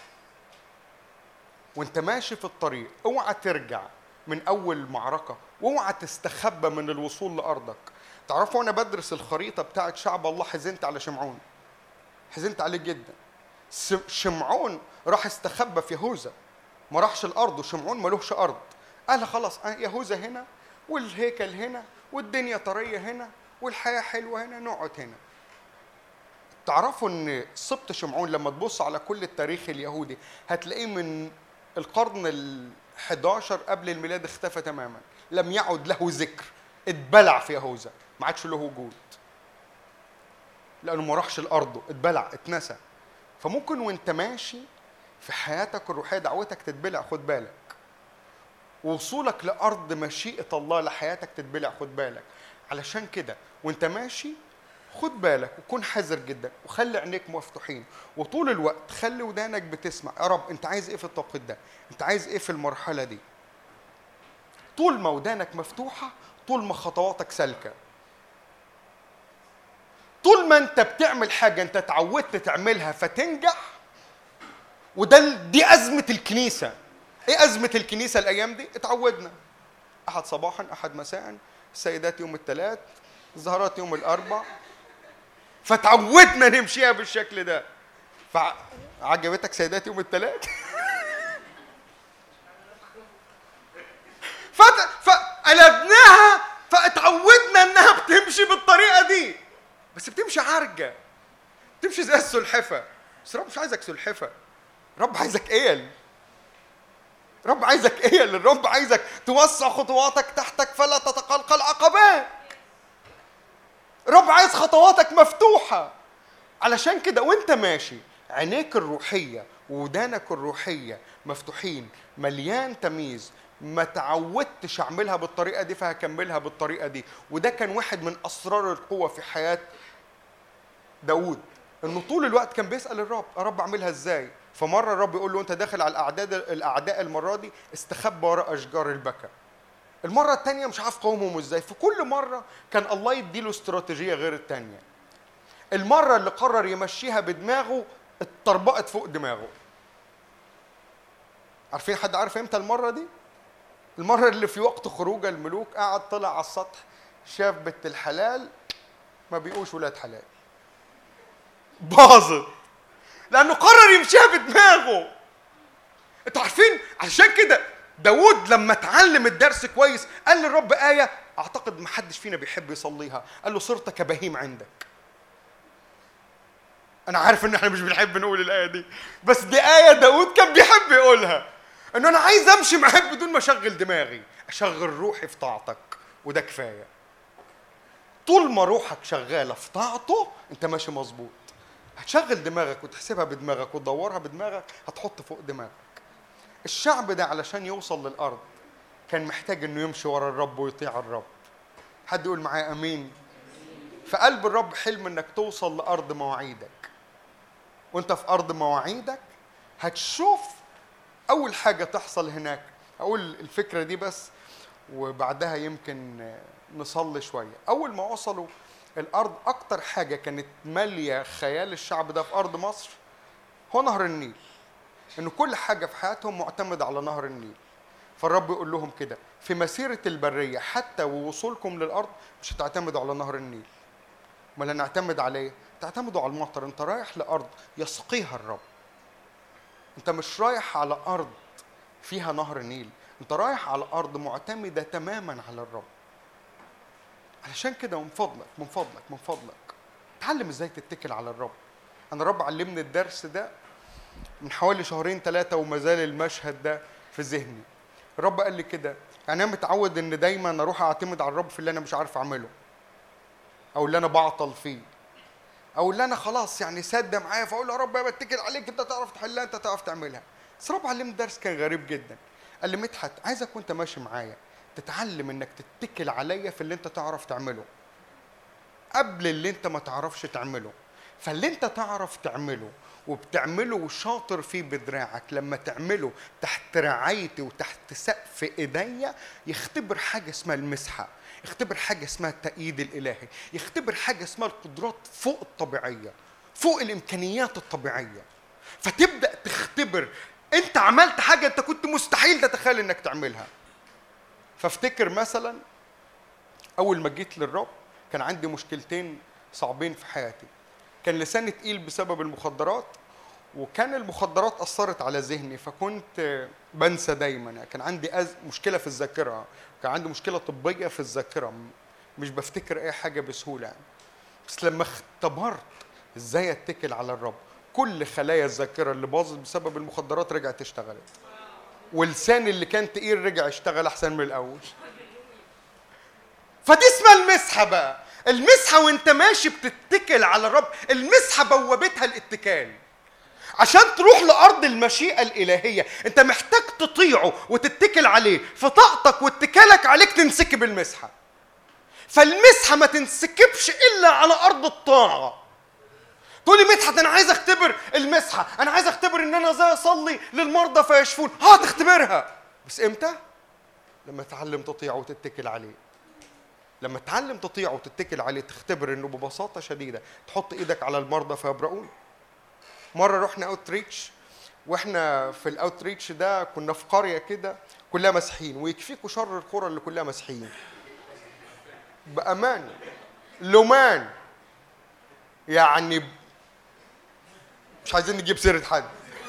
وانت ماشي في الطريق اوعى ترجع من أول معركة واوعى تستخبى من الوصول لأرضك. تعرفوا أنا بدرس الخريطة بتاعت شعب الله حزنت على شمعون، حزنت عليه جدا. شمعون راح استخبى في يهوذا، ما راحش الأرض، وشمعون ملوش أرض. قال خلاص يهوذا هنا والهيكل هنا والدنيا طرية هنا والحياة حلوة هنا، نقعد هنا. تعرفوا ان سبط شمعون لما تبص على كل التاريخ اليهودي هتلاقيه من القرن ال11 قبل الميلاد اختفى تماما، لم يعد له ذكر، اتبلع في يهوذا، ما عادش له وجود لانه ما راحش الارض، اتبلع، اتنسى. فممكن وانت ماشي في حياتك الروحيه دعوتك تتبلع، خد بالك. ووصولك لارض مشيئه الله لحياتك تتبلع، خد بالك. علشان كده وانت ماشي خد بالك وكون حذر جدا وخلي عينيك مفتوحين، وطول الوقت خلي ودانك بتسمع يا رب انت عايز ايه في التوقيت ده، انت عايز ايه في المرحله دي. طول ما ودانك مفتوحه طول ما خطواتك سالكه. طول ما انت بتعمل حاجه انت اتعودت تعملها فتنجح. دي ازمه الكنيسه. ايه ازمه الكنيسه الايام دي؟ اتعودنا احد صباحا احد مساء، السيدات يوم الثلاث، الزهرات يوم الاربع، فتعودنا نمشيها بالشكل ده. فعجبتك سيدات يوم الثلاث؟ فقلبناها فاتعودنا انها بتمشي بالطريقه دي، بس بتمشي عرجه، بتمشي زي السلحفه. بس رب مش عايزك سلحفه، رب عايزك ايل. رب عايزك ايل، الرب عايزك توسع خطواتك تحتك فلا تتقلقل عقبات. رب عايز خطواتك مفتوحة. علشان كده وانت ماشي عينيك الروحية وودانك الروحية مفتوحين، مليان تمييز. ما تعودتش اعملها بالطريقة دي فهكملها بالطريقة دي. وده كان واحد من أسرار القوة في حياة داود، انه طول الوقت كان بيسأل الرب يا رب اعملها ازاي. فمرة الرب يقول له انت داخل على الأعداء المرة دي استخبى وراء أشجار البكا. المرة التانية مش عارف قومهم ازاي. في كل مرة كان الله يديله استراتيجية غير التانية. المرة اللي قرر يمشيها بدماغه اتطربقت فوق دماغه. عارفين حد عارف امتى المرة دي؟ المرة اللي في وقت خروج الملوك قاعد طلع على السطح شاف بنت الحلال ما بيقوش ولاد حلال. باظت لأنه قرر يمشيها بدماغه. انتوا عارفين عشان كده داود لما اتعلم الدرس كويس قال للرب آية أعتقد ما حدش فينا بيحب يصليها، قال له صرت كبهيم عندك. أنا عارف إن إحنا مش بنحب نقول الآية دي، بس دي آية داود كان بيحب يقولها، إنه أنا عايز أمشي معاك بدون ما أشغل دماغي، أشغل روحي في طاعتك وده كفاية. طول ما روحك شغالة في طاعته أنت ماشي مظبوط. هتشغل دماغك وتحسبها بدماغك وتدورها بدماغك هتحط فوق دماغك. الشعب ده علشان يوصل للأرض كان محتاج إنه يمشي ورا الرب ويطيع الرب. حد يقول معايا أمين؟ فقلب الرب حلم إنك توصل لأرض مواعيدك. وأنت في أرض مواعيدك هتشوف أول حاجة تحصل هناك. أقول الفكرة دي بس وبعدها يمكن نصلي شوية. أول ما وصلوا الأرض أكتر حاجة كانت مالية خيال الشعب ده في أرض مصر هو نهر النيل. إنه كل حاجة في حياتهم معتمدة على نهر النيل. فالرب يقول لهم كده في مسيرة البرية حتى ووصولكم للأرض مش هتعتمدوا على نهر النيل. ما نعتمد عليه؟ تعتمدوا على المطر. أنت رايح لأرض يسقيها الرب. أنت مش رايح على أرض فيها نهر النيل، أنت رايح على أرض معتمدة تماما على الرب. علشان كده من فضلك من فضلك من فضلك تعلم ازاي تتكل على الرب. أنا الرب علمني الدرس ده من حوالي 2-3 وما زال المشهد ده في ذهني. الرب قال لي كده، يعني أنا متعود إن دايما أروح أعتمد على الرب في اللي أنا مش عارف أعمله أو اللي أنا بعطل فيه أو اللي أنا خلاص يعني سادة معايا، فأقول له يا رب أنا بتكل عليك، أنت تعرف تحلها، أنت تعرف تعملها. بس الرب علمني درس كان غريب جدا. قال لي مدحت عايزك وأنت ماشي معايا تتعلم إنك تتكل عليا في اللي أنت تعرف تعمله قبل اللي أنت ما تعرفش تعمله. فاللي أنت تعرف تعمله وبتعمله وشاطر فيه بدراعك لما تعمله تحت رعايتي وتحت سقف ايديا يختبر حاجه اسمها المسحه، يختبر حاجه اسمها التأييد الالهي، يختبر حاجه اسمها القدرات فوق الطبيعيه، فوق الامكانيات الطبيعيه. فتبدا تختبر انت عملت حاجه انت كنت مستحيل تتخيل انك تعملها. فافتكر مثلا اول ما جيت للرب كان عندي مشكلتين صعبين في حياتي. كان لساني تقيل بسبب المخدرات، وكان المخدرات أثرت على ذهني فكنت بنسى دايما. كان عندي مشكلة في الذاكرة، كان عندي مشكلة طبية في الذاكرة، مش بفتكر أي حاجة بسهولة يعني. بس لما اختبرت إزاي أتكل على الرب كل خلايا الذاكرة اللي باظت بسبب المخدرات رجعت اشتغلت، ولساني اللي كان تقيل رجع اشتغل أحسن من الأول. فدي اسمها المسحة بقى. المسحة وانت ماشي بتتكل على الرب. المسحة بوابتها الاتكال. عشان تروح لأرض المشيئة الإلهية انت محتاج تطيعه وتتكل عليه. في طاقتك واتكالك عليك تنسكب المسحة. فالمسحة ما تنسكبش إلا على أرض الطاعة. تقولي مدحت أنا عايز أختبر المسحة، أنا عايز أختبر إن أنا زي أصلي للمرضى فيشفون. تختبرها بس إمتى؟ لما تتعلم تطيعه وتتكل عليه. لما تتعلم تطيعه وتتكل عليه تختبر انه ببساطه شديده تحط ايدك على المرضى فيبرؤون. مره رحنا اوتريتش، واحنا في الاوتريتش ده كنا في قريه كده كلها مسيحيين، ويكفيكوا شر القرى اللي كلها مسيحيين بامان لومان، يعني مش عايزين نجيب سيره حد.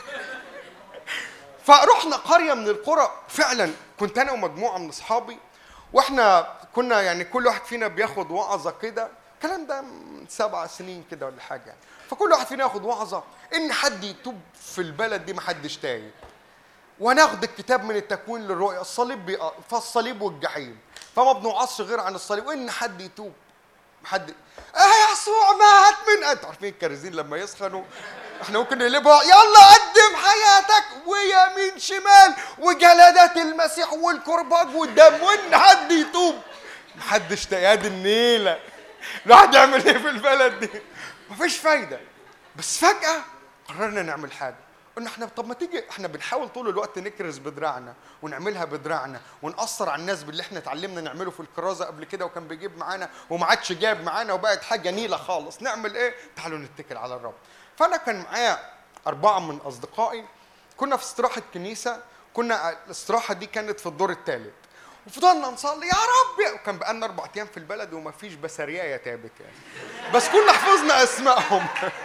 فرحنا قريه من القرى فعلا، كنت انا ومجموعه من اصحابي، واحنا كنا يعني كل واحد فينا بياخد وعظه كده. الكلام ده من 7 سنين كده ولا حاجه يعني. فكل واحد فينا ياخد وعظه ان حد يتوب في البلد دي، ما حدش تايب، وناخد الكتاب من التكوين للرؤيا، الصليب فالصليب والجحيم، فما بنوعظش غير عن الصليب، وان حد يتوب. حد يسوع مات من انتوا عارفين الكارزين لما يسخنوا احنا ممكن نقلبها يلا قدم حياتك ويمين شمال وجلدات المسيح والكرباج والدم، وان حد يتوب. محدش تياد النيله. الواحد يعمل ايه في البلد دي؟ مفيش فايده. بس فجاه قررنا نعمل حاجه، قلنا احنا طب ما تيجي، احنا بنحاول طول الوقت نكرز بدراعنا ونعملها بدراعنا ونأثر على الناس باللي احنا اتعلمنا نعمله في الكرازه قبل كده وكان بيجيب معانا وما عادش جاب معانا وبقت حاجه نيله خالص. نعمل ايه؟ تعالوا نتكل على الرب. فانا كان معايا 4 من اصدقائي، كنا في استراحه كنيسه كنا الاستراحه دي كانت في الدور الثالث، وفضلنا نصلي يا رب، وكان بقالنا 4 ايام في البلد وما فيش بسريايه تابت يعني، بس كنا حفظنا اسمائهم.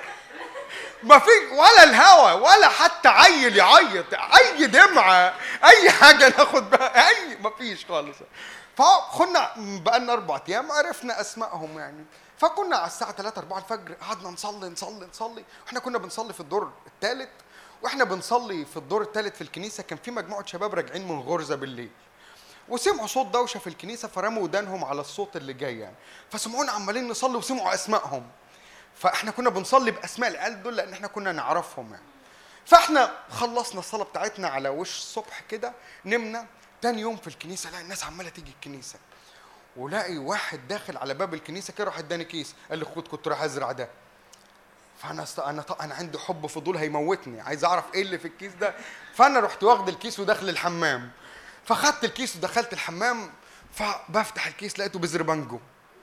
ما في ولا الهوى ولا حتى عيل يعيط، اي دمعه اي حاجه ناخد بها، اي ما فيش خالص. فكنا بقالنا 4 ايام عرفنا اسمائهم يعني. فكنا على الساعه 3 4 الفجر قعدنا نصلي. واحنا كنا بنصلي في الدور الثالث، واحنا بنصلي في الدور الثالث في الكنيسه كان في مجموعه شباب راجعين من غرزه بالليل، وسمعوا صوت دوشه في الكنيسه فرموا ودانهم على الصوت اللي جاي يعني، فسمعونا عمالين نصلي وسمعوا اسمائهم. فاحنا كنا بنصلي باسماء العيال دول لان احنا كنا نعرفهم يعني. فاحنا خلصنا الصلاه بتاعتنا على وش الصبح كده، نمنا. تاني يوم في الكنيسه لا الناس عماله تيجي الكنيسه، ولاقي واحد داخل على باب الكنيسه كده راح اداني كيس، قال لي خد كنت رايح ازرع ده. فانا انا عندي حب فضول هيموتني، عايز اعرف ايه اللي في الكيس ده. فانا رحت واخد الكيس وداخل الحمام، فخدت الكيس ودخلت الحمام، فبفتح الكيس لقيته بذر بانجو.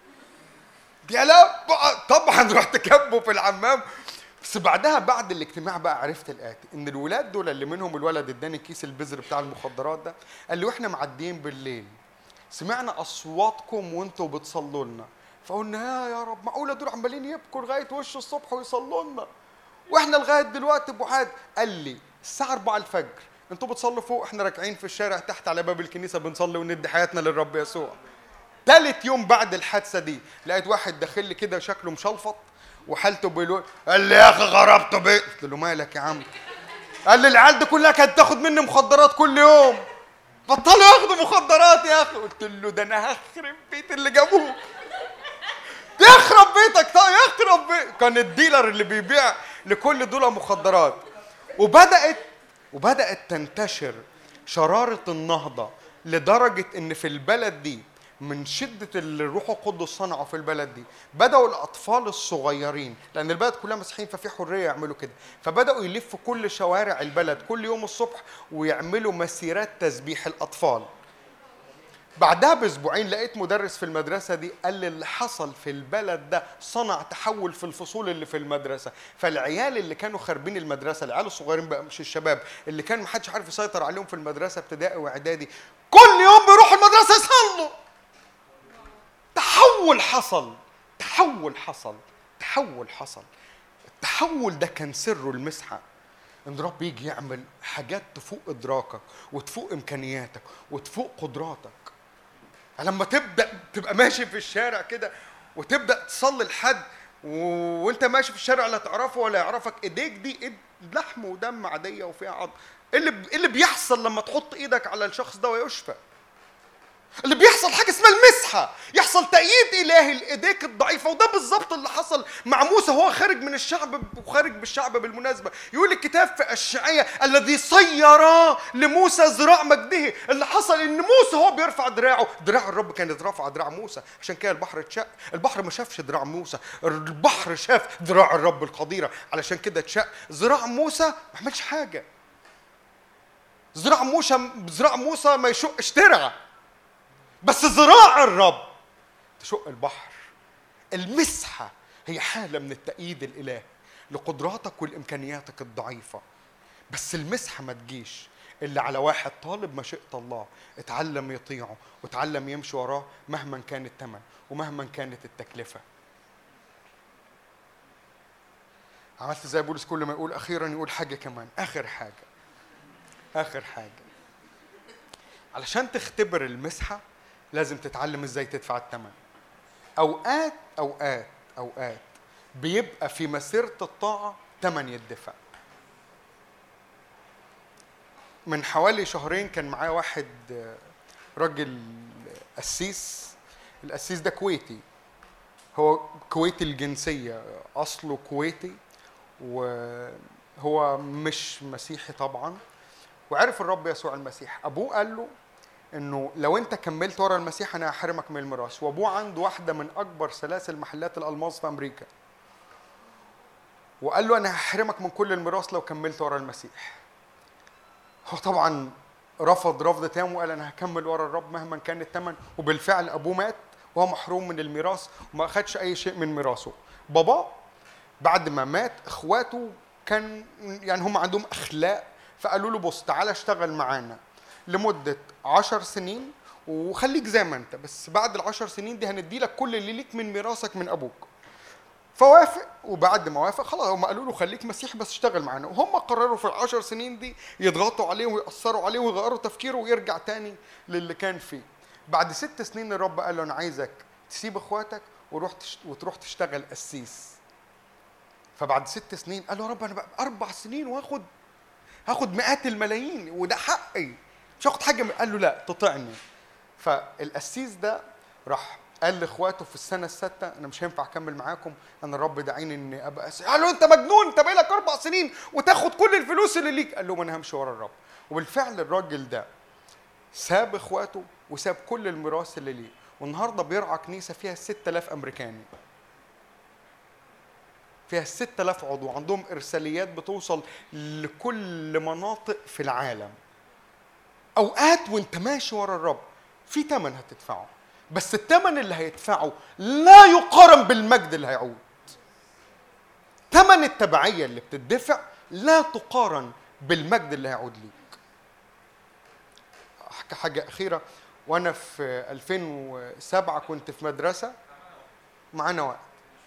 يا لا طبعا رحت كبه في الحمام. بس بعدها بعد الاجتماع بقى عرفت الاتي، ان الولاد دول اللي منهم الولد اداني كيس البذر بتاع المخدرات ده، قال لي واحنا معديين بالليل سمعنا اصواتكم وانتوا بتصلوا لنا، فقلنا يا رب معقوله دول عمالين يبكوا لغايه وش الصبح ويصلوا لنا واحنا لغايه دلوقتي بعاد. قال لي الساعه 4 الفجر انتوا بتصلوا فوق، احنا راكعين في الشارع تحت على باب الكنيسه بنصلي وندي حياتنا للرب يسوع. ثالث يوم بعد الحادثه دي لقيت واحد داخل لي كده شكله مشلفط وحالته بيقول، قال لي يا اخي غربته بيه. قلت له مالك يا عم؟ قال لي العيال دي كلها كانت تاخد مني مخدرات كل يوم، بطلوا ياخدوا مخدرات يا اخي. قلت له ده انا هخرب بيت اللي جابوه. يخرب بيتك طيب، يخرب بيتك. كان الديلر اللي بيبيع لكل دول مخدرات. وبدأت تنتشر شرارة النهضة لدرجة ان في البلد دي من شدة اللي الروح القدس صنعه في البلد دي، بدأوا الأطفال الصغيرين، لأن البلد كلها مسيحيين ففي حرية يعملوا كده، فبدأوا يلفوا كل شوارع البلد كل يوم الصبح ويعملوا مسيرات تسبيح الأطفال. بعدها بأسبوعين لقيت مدرس في المدرسة دي قال لي اللي حصل في البلد ده صنع تحول في الفصول اللي في المدرسة، فالعيال اللي كانوا خاربين المدرسة، العيال الصغيرين بقى مش الشباب اللي كان محدش عارف يسيطر عليهم في المدرسة ابتدائي وإعدادي، كل يوم بيروحوا المدرسة يصلوا. تحول حصل. التحول ده كان سره المسحة، ان رب يجي يعمل حاجات تفوق ادراكك وتفوق امكانياتك وتفوق قدراتك. لما تبقى ماشي في الشارع كده وتبدا تصلي لحد وانت ماشي في الشارع لا تعرفه ولا يعرفك، ايديك دي ايد لحم ودم عاديه وفيها عظم. اللي بيحصل لما تحط ايدك على الشخص ده ويشفى، اللي بيحصل حاجه اسمها المسحه، يحصل تأييد الهي لايديك الضعيفه. وده بالظبط اللي حصل مع موسى وهو خارج من الشعب وخارج بالشعب. بالمناسبه يقول الكتاب في اشعياء الذي صير لموسى ذراع مجده. اللي حصل ان موسى هو بيرفع دراعه، دراع الرب كانت رافعه دراع موسى، عشان كده البحر اتشق. البحر ما شافش دراع موسى، البحر شاف دراع الرب القديره، علشان كده اتشق. ذراع موسى ما عملش حاجه، ذراع موسى ما يشقش ترعه، بس ذراع الرب تشق البحر. المسحة هي حالة من التأييد الإلهي لقدراتك والإمكانياتك الضعيفة. بس المسحة ما تجيش إلا على واحد طالب مشيئة الله، اتعلم يطيعه واتعلم يمشي وراه مهما كان الثمن ومهما كانت التكلفة. عملت زي بولس كل ما يقول أخيرا يقول حاجة كمان، آخر حاجة علشان تختبر المسحة لازم تتعلم ازاي تدفع الثمن. اوقات بيبقى في مسيرة الطاعة ثمن يدفع. من حوالي شهرين كان معايا واحد راجل قسيس. القسيس ده كويتي، هو كويتي الجنسية، اصله كويتي وهو مش مسيحي طبعا، وعرف الرب يسوع المسيح. ابوه قال له انه لو انت كملت ورا المسيح انا هحرمك من الميراث. وابوه عنده واحده من اكبر سلاسل محلات الالماس في امريكا، وقال له انا هحرمك من كل الميراث لو كملت ورا المسيح. هو طبعا رفض تام وقال انا هكمل ورا الرب مهما كان الثمن. وبالفعل ابوه مات وهو محروم من الميراث وما اخدش اي شيء من ميراثه. بابا بعد ما مات اخواته كان يعني هم عندهم اخلاق، فقالوا له بص تعالى اشتغل معانا لمدة 10 سنين وخليك زي ما انت، بس بعد ال10 سنين دي هندي لك كل اللي ليك من ميراثك من ابوك. فوافق، وبعد ما وافق خلاص هم قالوا له خليك مسيحي بس اشتغل معانا، وهم قرروا في ال10 سنين دي يضغطوا عليه ويأثروا عليه ويغيروا تفكيره ويرجع تاني للي كان فيه. بعد 6 سنين الرب قال له انا عايزك تسيب اخواتك وتروح تشتغل قسيس. فبعد 6 سنين قال له يا رب انا بقى 4 سنين هاخد مئات الملايين وده حقي مش هاخد حاجه. قال له لا تطعني. فالقسيس ده راح قال لاخواته في السنه السادسه انا مش هينفع اكمل معاكم، انا الرب دعيني اني ابقى قسيس. قال له انت مجنون، انت بقالك 4 سنين وتاخد كل الفلوس اللي ليك. قال له انا همشي ورا الرب. وبالفعل الراجل ده ساب اخواته وساب كل الميراث اللي ليه، والنهارده بيرعى كنيسه فيها 6000 امريكاني، فيها 6000 عضو، عندهم ارساليات بتوصل لكل مناطق في العالم. اوقات وانت ماشي ورا الرب في ثمن هتدفعه، بس الثمن اللي هيدفعه لا يقارن بالمجد اللي هيعود. ثمن التبعيه اللي بتدفع لا تقارن بالمجد اللي هيعود ليك. احكي حاجه اخيره. وانا في 2007 كنت في مدرسه معانا وقت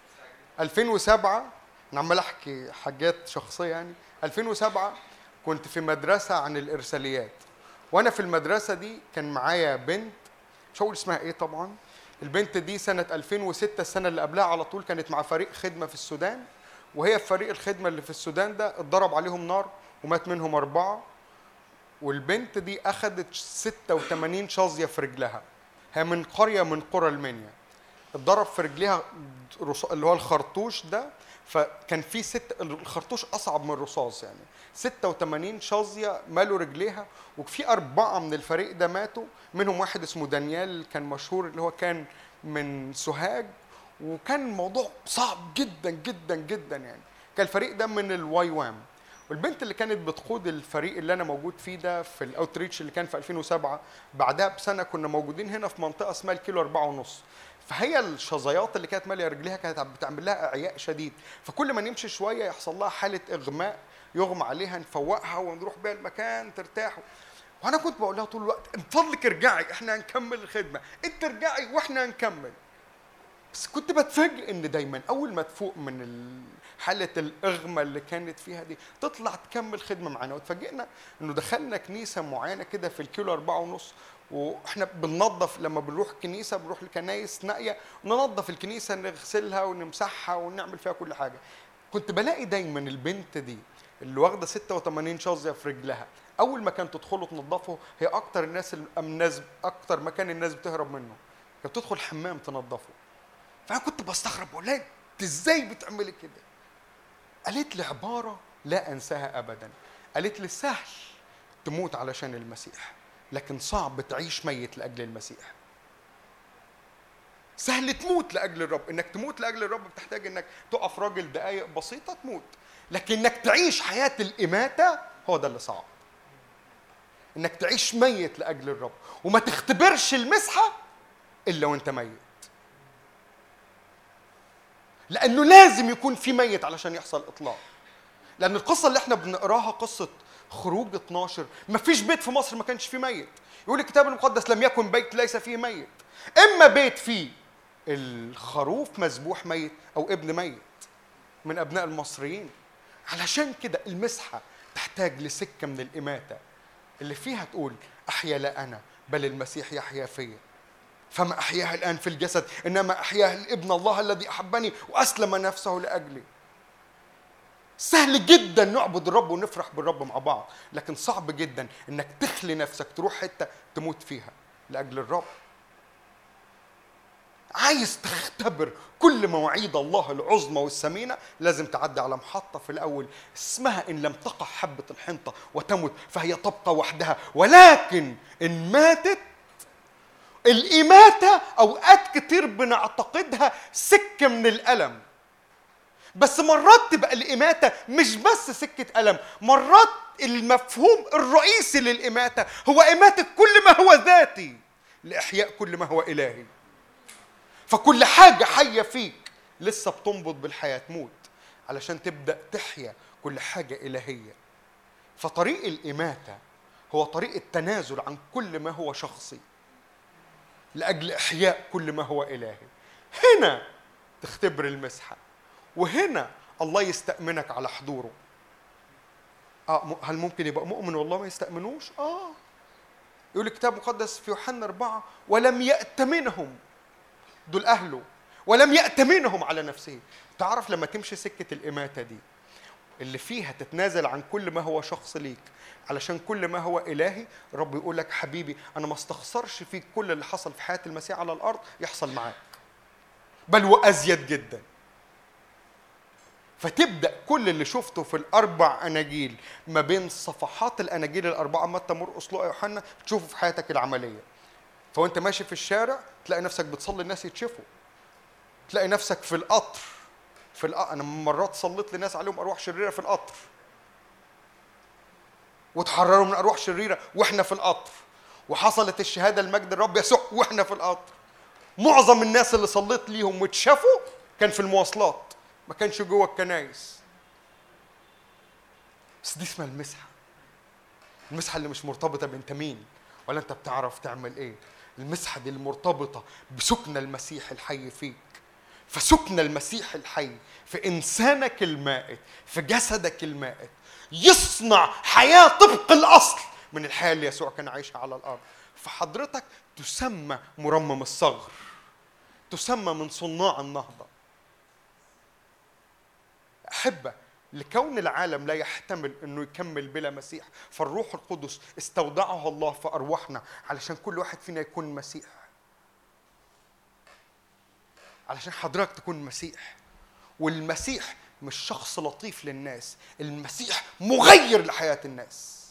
2007 انا عمال احكي حاجات شخصيه يعني. 2007 كنت في مدرسه عن الارساليات، وانا في المدرسه دي كان معايا بنت مش هقول اسمها ايه طبعا. البنت دي سنه 2006 السنه اللي قبلها على طول كانت مع فريق خدمه في السودان، وهي في فريق الخدمه اللي في السودان ده اتضرب عليهم نار ومات منهم 4. والبنت دي اخذت 86 شظيه في رجلها. هي من قريه من قرى المنيا، اتضرب في رجليها اللي هو الخرطوش ده، فكان في الخرطوش اصعب من الرصاص يعني. 86 شظيه مالوا رجليها، وفي 4 من الفريق ده ماتوا، منهم واحد اسمه دانيال كان مشهور اللي هو كان من سوهاج، وكان الموضوع صعب جدا جدا جدا يعني. كان الفريق ده من الواي وام. والبنت اللي كانت بتقود الفريق اللي انا موجود فيه ده في الاوتريتش اللي كان في 2007، بعدها بسنه كنا موجودين هنا في منطقه اسمها الكيلو 4.5. فهي الشظيات اللي كانت ماليه رجليها كانت بتعمل لها اعياء شديد، فكل ما نمشي شويه يحصل لها حاله اغماء، يغمى عليها، نفوقها ونروح بيها المكان ترتاح. وانا كنت بقول لها طول الوقت من فضلك ارجعي، احنا هنكمل الخدمه، انت ارجعي واحنا هنكمل. بس كنت بتفاجئ ان دايما اول ما تفوق من حاله الاغمى اللي كانت فيها دي تطلع تكمل خدمه معانا. وتفاجئنا انه دخلنا كنيسه معينه كده في الكيلو 4.5، واحنا بننظف لما بنروح كنيسه بنروح لكنايس نائيه ننظف الكنيسه، نغسلها ونمسحها ونعمل فيها كل حاجه. كنت بلاقي دايما البنت دي اللي واخده 86 شظيه في رجلها اول ما كانت تدخله تنظفه هي اكتر مكان الناس بتهرب منه، كانت تدخل حمام تنظفه. فانا كنت بستغرب بقول لها انت ازاي بتعملي كده؟ قالت لي عباره لا انساها ابدا. قالت لي سهل تموت علشان المسيح، لكن صعب تعيش ميت لاجل المسيح. سهل تموت لاجل الرب، انك تموت لاجل الرب بتحتاج انك تقف راجل دقائق بسيطه تموت، لكن انك تعيش حياه الاماته هو ده اللي صعب. انك تعيش ميت لاجل الرب وما تختبرش المسحه الا وانت ميت، لانه لازم يكون في ميت علشان يحصل اطلاق. لان القصه اللي احنا بنقراها قصه خروج 12، ما فيش بيت في مصر ما كانش فيه ميت. يقول الكتاب المقدس لم يكن بيت ليس فيه ميت، اما بيت فيه الخروف مذبوح ميت او ابن ميت من ابناء المصريين. علشان كده المسحه تحتاج لسكه من الاماته اللي فيها تقول احيا لا انا بل المسيح يحيا فيا، فما احياها الان في الجسد انما احياها الابن الله الذي احبني واسلم نفسه لاجلي. سهل جدا نعبد الرب ونفرح بالرب مع بعض، لكن صعب جدا انك تخلي نفسك تروح حته تموت فيها لاجل الرب. عايز تختبر كل مواعيد الله العظمى والثمينه لازم تعدي على محطه في الاول اسمها ان لم تقع حبه الحنطه وتمت فهي تبقى وحدها، ولكن ان ماتت. الاماته اوقات كتير بنعتقدها سكه من الالم، بس مرات تبقى الاماته مش بس سكه الم، مرات المفهوم الرئيسي للاماته هو اماته كل ما هو ذاتي لاحياء كل ما هو الهي. فكل حاجه حيه فيك لسه بتنبض بالحياه تموت علشان تبدا تحيا كل حاجه الهيه. فطريق الإماتة هو طريق التنازل عن كل ما هو شخصي لأجل إحياء كل ما هو إلهي. هنا تختبر المسحة، وهنا الله يستأمنك على حضوره. هل ممكن يبقى مؤمن والله ما يستأمنوش؟ يقول الكتاب المقدس في يوحنا 4 ولم يأتمنهم، دول أهله، ولم يأتمنهم على نفسه. تعرف لما تمشي سكة الإماتة دي اللي فيها تتنازل عن كل ما هو شخص ليك علشان كل ما هو إلهي، رب يقول لك حبيبي أنا ما استخسرش فيك كل اللي حصل في حياة المسيح على الأرض يحصل معاك، بل وأزيد جدا. فتبدأ كل اللي شفته في الأربع أناجيل ما بين صفحات الأناجيل الأربعة متى مرقس لوقا يوحنا تشوفه في حياتك العملية. فوانت ماشي في الشارع تلاقي نفسك بتصلي الناس يتشفوا، تلاقي نفسك في القطر أنا مرات صليت لناس عليهم أرواح شريرة في القطر وتحرروا من أرواح شريرة وإحنا في القطر، وحصلت الشهادة لمجد الرب يسوع وإحنا في القطر. معظم الناس اللي صليت ليهم واتشافوا كان في المواصلات، ما كانش جوه الكنايس. بس دي اسمها المسحة. المسحة اللي مش مرتبطة بانت مين ولا انت بتعرف تعمل ايه. المسحة دي المرتبطة بسكن المسيح الحي فيك. فسكن المسيح الحي في إنسانك المائت، في جسدك المائت، يصنع حياة طبق الأصل من الحياة اللي يسوع كان عايشها على الأرض. فحضرتك تسمى مرمم الصغر، تسمى من صناع النهضة. أحبة، لكون العالم لا يحتمل أنه يكمل بلا مسيح، فالروح القدس استودعه الله في أرواحنا علشان كل واحد فينا يكون مسيح، علشان حضرتك تكون مسيح. والمسيح مش شخص لطيف للناس، المسيح مغير لحياة الناس.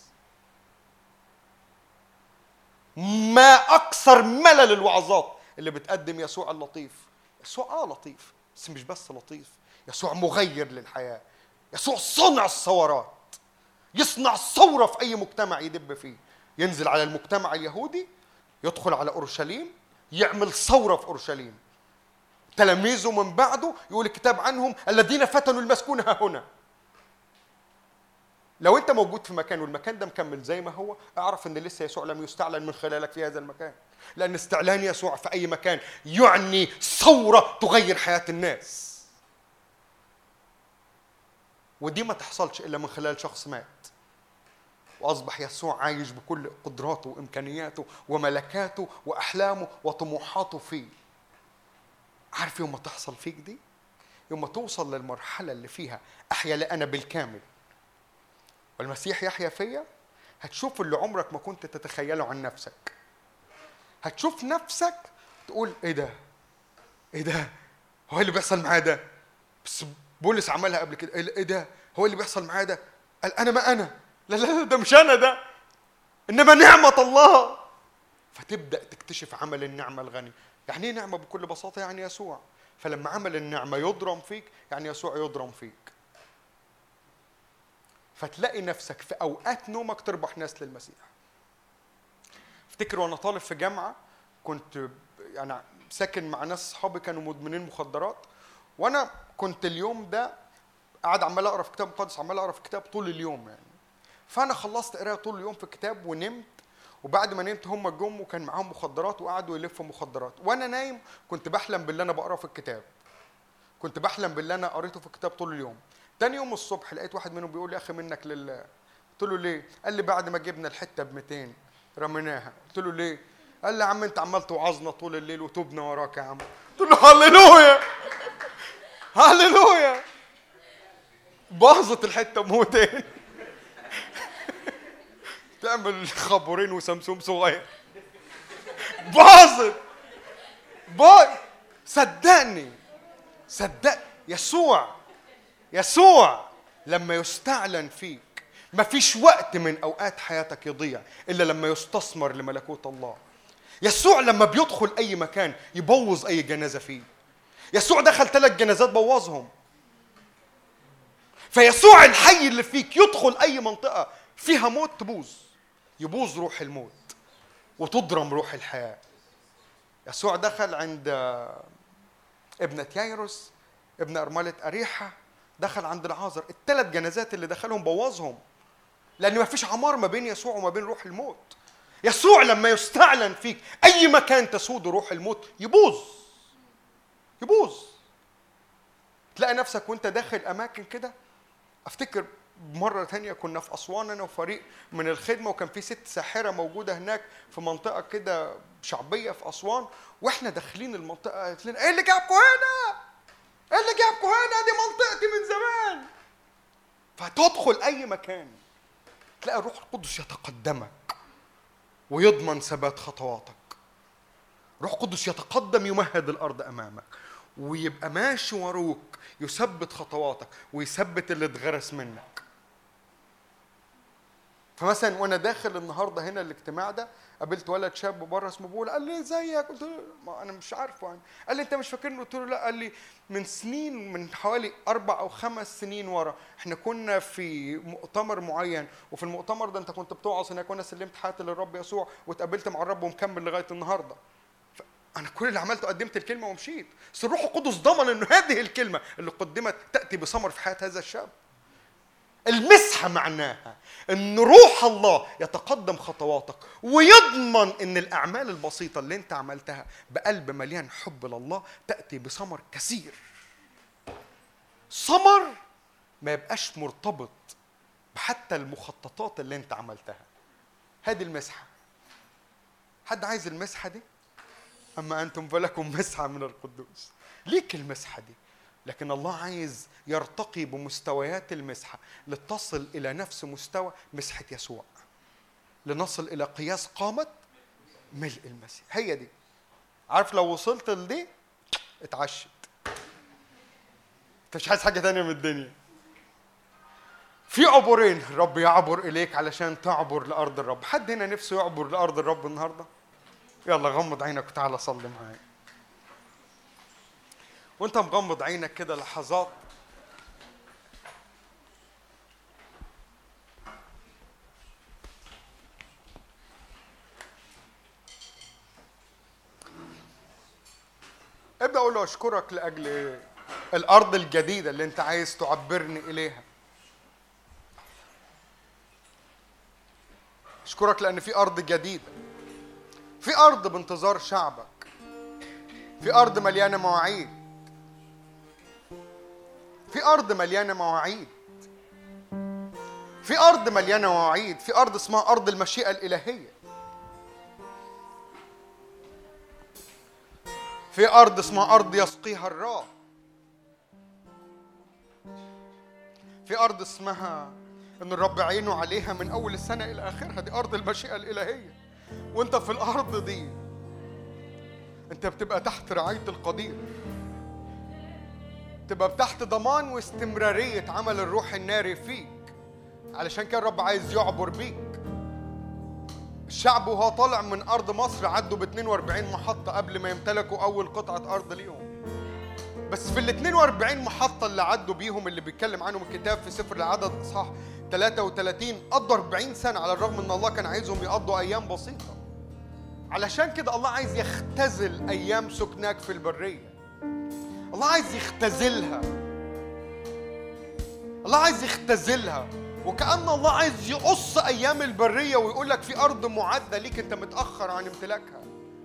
ما أكثر ملل الوعظات اللي بتقدم يسوع اللطيف. يسوع لطيف، بس مش بس لطيف، يسوع مغير للحياة. يسوع صنع الثورات، يصنع ثورة في أي مجتمع يدب فيه. ينزل على المجتمع اليهودي، يدخل على أورشليم، يعمل ثورة في أورشليم. تلاميذه من بعده يقول الكتاب عنهم الذين فتنوا المسكون ها هنا. لو انت موجود في مكان والمكان ده مكمل زي ما هو، اعرف ان لسه يسوع لم يستعلن من خلالك في هذا المكان. لان استعلان يسوع في اي مكان يعني ثورة تغير حياة الناس، ودي ما تحصلش الا من خلال شخص مات واصبح يسوع عايش بكل قدراته وامكانياته وملكاته واحلامه وطموحاته فيه. عارف يوم ما تحصل فيك دي، يوم ما توصل للمرحلة اللي فيها أحيا لأنا بالكامل والمسيح يحيا فيا، هتشوف اللي عمرك ما كنت تتخيله عن نفسك. هتشوف نفسك تقول إيه ده؟ إيه ده؟ هو اللي بيحصل معاه ده؟ بس بولس عملها قبل كده. إيه ده؟ هو اللي بيحصل معاه ده؟ قال أنا ما أنا. لا لا لا، ده مش أنا ده، إنما نعمة الله. فتبدأ تكتشف عمل النعمة الغني. يعني ايه نعمة؟ بكل بساطة يعني يسوع. فلما عمل النعمة يضرم فيك، يعني يسوع يضرم فيك. فتلاقي نفسك في أوقات نومك تربح ناس للمسيح. افتكر وانا طالب في جامعة كنت يعني ساكن مع ناس صحابي كانوا مدمنين مخدرات، وانا كنت اليوم ده قاعد عمال اقرا في كتاب مقدس، عمال اقرا في كتاب طول اليوم يعني. فانا خلصت قرايه طول اليوم في الكتاب ونمت، وبعد ما نمت هم جم وكان معاهم مخدرات وقعدوا يلفوا مخدرات، وانا نايم كنت بحلم باللي انا بقراه في الكتاب، كنت بحلم باللي انا قريته في الكتاب طول اليوم. تاني يوم الصبح لقيت واحد منهم بيقول لي يا اخي منك لله. قلت له ليه؟ قال لي بعد ما جبنا الحته ب 200 رميناها. قلت له ليه؟ قال لي يا عم انت عمال توعظنا طول الليل وتوبنا وراك يا عم. قلت له هللويا هللويا. باظت الحته ب 200 تعمل خبرين وسمسوم صغير، باظت. صدقني صدق يسوع لما يستعلن فيك مفيش وقت من أوقات حياتك يضيع إلا لما يستثمر لملكوت الله. يسوع لما بيدخل أي مكان يبوظ أي جنازة فيه. يسوع دخل 3 جنازات بوظهم. فيسوع الحي اللي فيك يدخل أي منطقة فيها موت تبوظ، يبوظ روح الموت وتضرم روح الحياة. يسوع دخل عند ابنة يايروس ابن أرملة أريحة، دخل عند العازر، ال3 جنازات اللي دخلهم بوظهم. لأن ما فيش عمار ما بين يسوع وما بين روح الموت. يسوع لما يستعلن فيك أي مكان تسود روح الموت يبوظ. تلاقي نفسك وانت داخل أماكن كده. أفتكر مرة تانية كنا في أسوان أنا وفريق من الخدمة، وكان في ست ساحرة موجودة هناك في منطقة كده شعبية في أسوان، وإحنا داخلين المنطقة قالت لنا إيه اللي جابكوا هنا؟ إيه اللي جابكوا هنا؟ دي منطقتي من زمان. فتدخل أي مكان تلاقي الروح القدس يتقدمك ويضمن ثبات خطواتك. روح القدس يتقدم يمهد الأرض أمامك ويبقى ماشي وراك، يثبت خطواتك ويثبت اللي اتغرس منك. فمثلا وانا داخل النهارده هنا الاجتماع ده قابلت ولد شاب بره اسمه بولا، قال لي ازيك؟ قلت له ما انا مش عارفه يعني. قال لي انت مش فاكرني؟ قلت له لا. قال لي من سنين، من حوالي 4 أو 5 سنين ورا احنا كنا في مؤتمر معين، وفي المؤتمر ده انت كنت بتوعظ هناك، وانا سلمت حياتي للرب يسوع واتقابلت مع الرب ومكمل لغايه النهارده. أنا كل اللي عملته قدمت الكلمة ومشيت، بس الروح القدس ضمن إنه هذه الكلمة اللي قدمت تأتي بثمر في حياة هذا الشاب. المسحة معناها إن روح الله يتقدم خطواتك ويضمن إن الأعمال البسيطة اللي أنت عملتها بقلب مليان حب لله تأتي بثمر كثير. ثمر ما يبقاش مرتبط بحتى المخططات اللي أنت عملتها. هذه المسحة. حد عايز المسحة دي؟ أما أنتم فلكم مسحة من القدوس. ليك المسحة دي، لكن الله عايز يرتقي بمستويات المسحة لتصل إلى نفس مستوى مسحة يسوع، لنصل إلى قياس قامة ملء المسيح. هي دي. عارف لو وصلت لدي اتعشت، انت مش عايز حاجة تانية من الدنيا. في عبورين الرب يعبر إليك علشان تعبر لأرض الرب. حد هنا نفسه يعبر لأرض الرب النهاردة؟ يلا غمض عينك وتعالى صلي معايا. وانت مغمض عينك كده لحظات، ابدأ اقول له اشكرك لأجل الأرض الجديدة اللي انت عايز تعبرني إليها. اشكرك لأن في أرض جديدة، في أرض بانتظار شعبك، في أرض مليانة مواعيد، في أرض مليانة مواعيد، في أرض مليانة مواعيد، في أرض اسمها أرض المشيئة الإلهية، في أرض اسمها أرض يسقيها الراء، في أرض اسمها إن الرب عينه عليها من أول السنة إلى آخرها. دي أرض المشيئة الإلهية. وانت في الارض دي انت بتبقى تحت رعاية القدير، تبقى تحت ضمان واستمرارية عمل الروح الناري فيك. علشان كده الرب عايز يعبر بيك. الشعب وهو طالع من ارض مصر عدوا ب 42 محطة قبل ما يمتلكوا اول قطعة ارض ليهم. بس في ال 42 محطة اللي عدوا بيهم اللي بيتكلم عنهم الكتاب في سفر العدد اصحاح 33 قضوا 40 سنة، على الرغم ان الله كان عايزهم يقضوا ايام بسيطة. علشان كده الله عايز يختزل ايام سكناك في البرية. الله عايز يختزلها، الله عايز يختزلها. وكأن الله عايز يقص ايام البرية ويقول لك في ارض معدة ليك انت متأخر عن امتلاكها.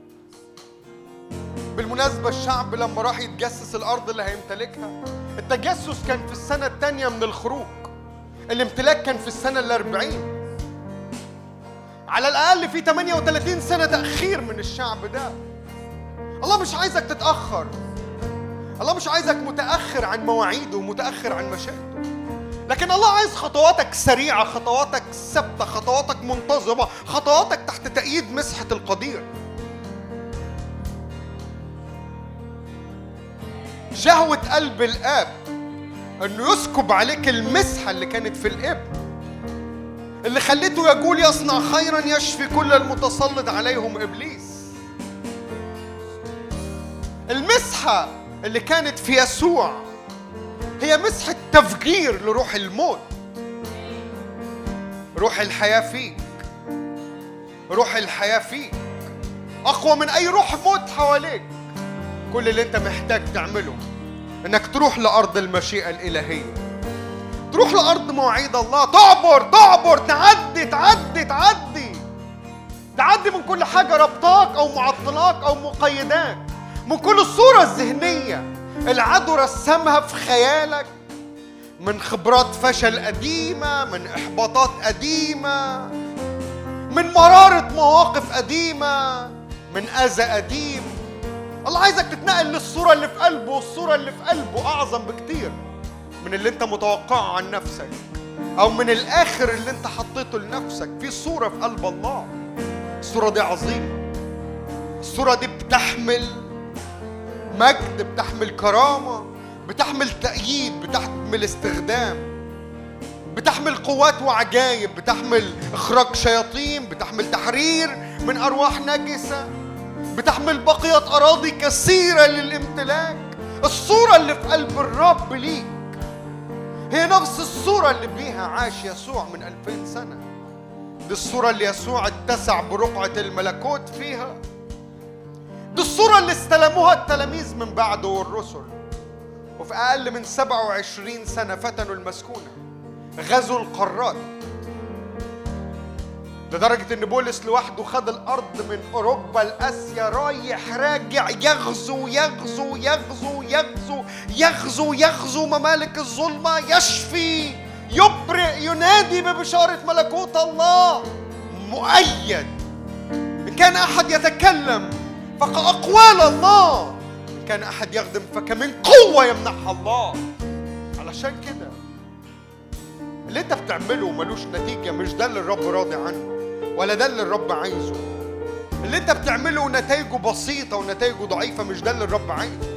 بالمناسبة الشعب لما راح يتجسس الارض اللي هيمتلكها، التجسس كان في السنة الثانية من الخروج، الامتلاك كان في السنة ال40. على الأقل في 38 سنة تأخير من الشعب ده. الله مش عايزك تتأخر، الله مش عايزك متأخر عن مواعيده ومتأخر عن مشيئته، لكن الله عايز خطواتك سريعة، خطواتك ثابتة، خطواتك منتظمة، خطواتك تحت تأييد مسحة القدير. شهوة قلب الآب أنه يسكب عليك المسحة اللي كانت في الابن، اللي خليته يقول يصنع خيرا يشفي كل المتسلط عليهم إبليس. المسحة اللي كانت في يسوع هي مسحة تفجير لروح الموت. روح الحياة فيك، روح الحياة فيك أقوى من أي روح موت حواليك. كل اللي أنت محتاج تعمله إنك تروح لأرض المشيئة الإلهية، تروح لأرض مواعيد الله، تعبر تعدي من كل حاجة ربطاك أو معطلاك أو مقيداك، من كل الصورة الذهنية العدو رسمها في خيالك، من خبرات فشل قديمة، من إحباطات قديمة، من مرارة مواقف قديمة، من أذى قديم. الله عايزك تتنقل للصورة اللي في قلبه، والصورة اللي في قلبه أعظم بكتير من اللي انت متوقعه عن نفسك أو من الآخر اللي انت حطيته لنفسك. في صورة في قلب الله، الصورة دي عظيمة، الصورة دي بتحمل مجد، بتحمل كرامة، بتحمل تأييد، بتحمل استخدام، بتحمل قوات وعجائب، بتحمل إخراج شياطين، بتحمل تحرير من أرواح نجسة، بتحمل بقية أراضي كثيرة للامتلاك. الصورة اللي في قلب الرب ليك هي نفس الصورة اللي بيها عاش يسوع من 2000 سنة. دي الصورة اللي يسوع اتسع برقعة الملكوت فيها. دي الصورة اللي استلموها التلاميذ من بعده والرسل، وفي أقل من 27 سنة فتنوا المسكونة، غزوا القارات، لدرجة إن بولس لوحده خد الأرض من أوروبا لآسيا، رايح راجع، يغزو يغزو يغزو يغزو يغزو يغزو ممالك الظلمة، يشفي، يبرئ، ينادي ببشارة ملكوت الله، مؤيد. إن كان أحد يتكلم فكأقوال الله، إن كان أحد يخدم فكمن قوة يمنحها الله. علشان كده اللي انت بتعمله ملوش نتيجة، مش ده اللي الرب راضي عنه ولا ده اللي الرب عايزه. اللي انت بتعمله نتائجه بسيطة ونتائجه ضعيفة، مش ده اللي الرب عايزه.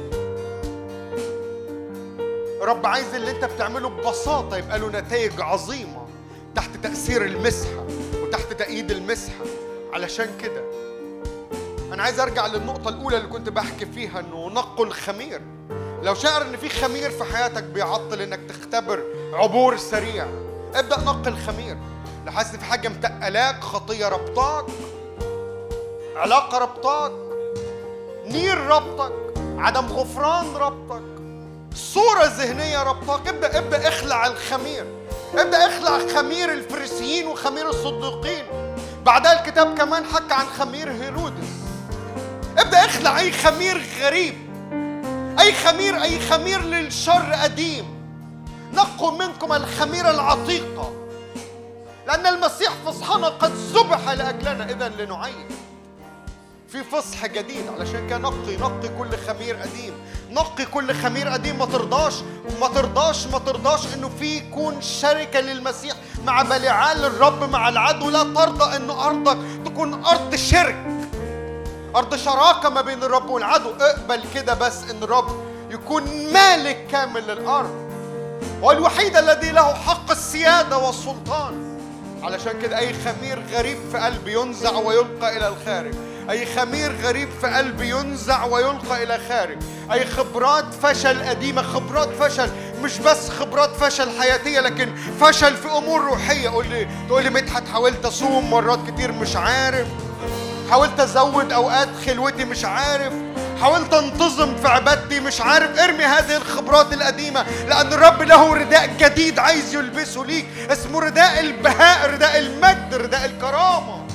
الرب عايز اللي انت بتعمله ببساطة يبقى له نتائج عظيمة تحت تأثير المسحة وتحت تأييد المسحة. علشان كده أنا عايز أرجع للنقطة الأولى اللي كنت بحكي فيها، إنه نقوا الخمير. لو شاعر إن في خمير في حياتك بيعطل إنك تختبر عبور سريع، ابدأ نقي الخمير. لو حاسس في حاجة متقلاك، خطية ربطاك، علاقة ربطاك، نير ربطك، عدم غفران ربطك، صورة ذهنية ربطاك، ابدأ اخلع الخمير. ابدأ اخلع خمير الفريسيين وخمير الصديقين. بعدها الكتاب كمان حكى عن خمير هيرودس. ابدأ اخلع أي خمير غريب، أي خمير للشر قديم. نقوا منكم الخمير العتيقة، لأن المسيح فصحنا قد ذبح لأجلنا، إذن لنعين في فصح جديد. علشان كده نقي كل خمير قديم، نقي كل خمير قديم. ما ترضاش إنه في يكون شركة للمسيح مع بلعال الرب مع العدو. لا ترضى إنه أرضك تكون أرض شرك، أرض شراكة ما بين الرب والعدو. اقبل كده بس إن الرب يكون مالك كامل للأرض، هو الوحيد الذي له حق السيادة والسلطان. علشان كده أي خمير غريب في قلبي ينزع ويلقى إلى الخارج. أي خمير غريب في قلبي ينزع ويلقى إلى خارج. أي خبرات فشل قديمة، خبرات فشل، مش بس خبرات فشل حياتية لكن فشل في أمور روحية. تقول لي مدحت حاولت أصوم مرات كتير مش عارف، حاولت أزود أوقات خلوتي مش عارف، حاولت أنتظم في عبادتي مش عارف. ارمي هذه الخبرات القديمة، لأن الرب له رداء جديد عايز يلبسه ليك، اسمه رداء البهاء، رداء المجد، رداء الكرامة.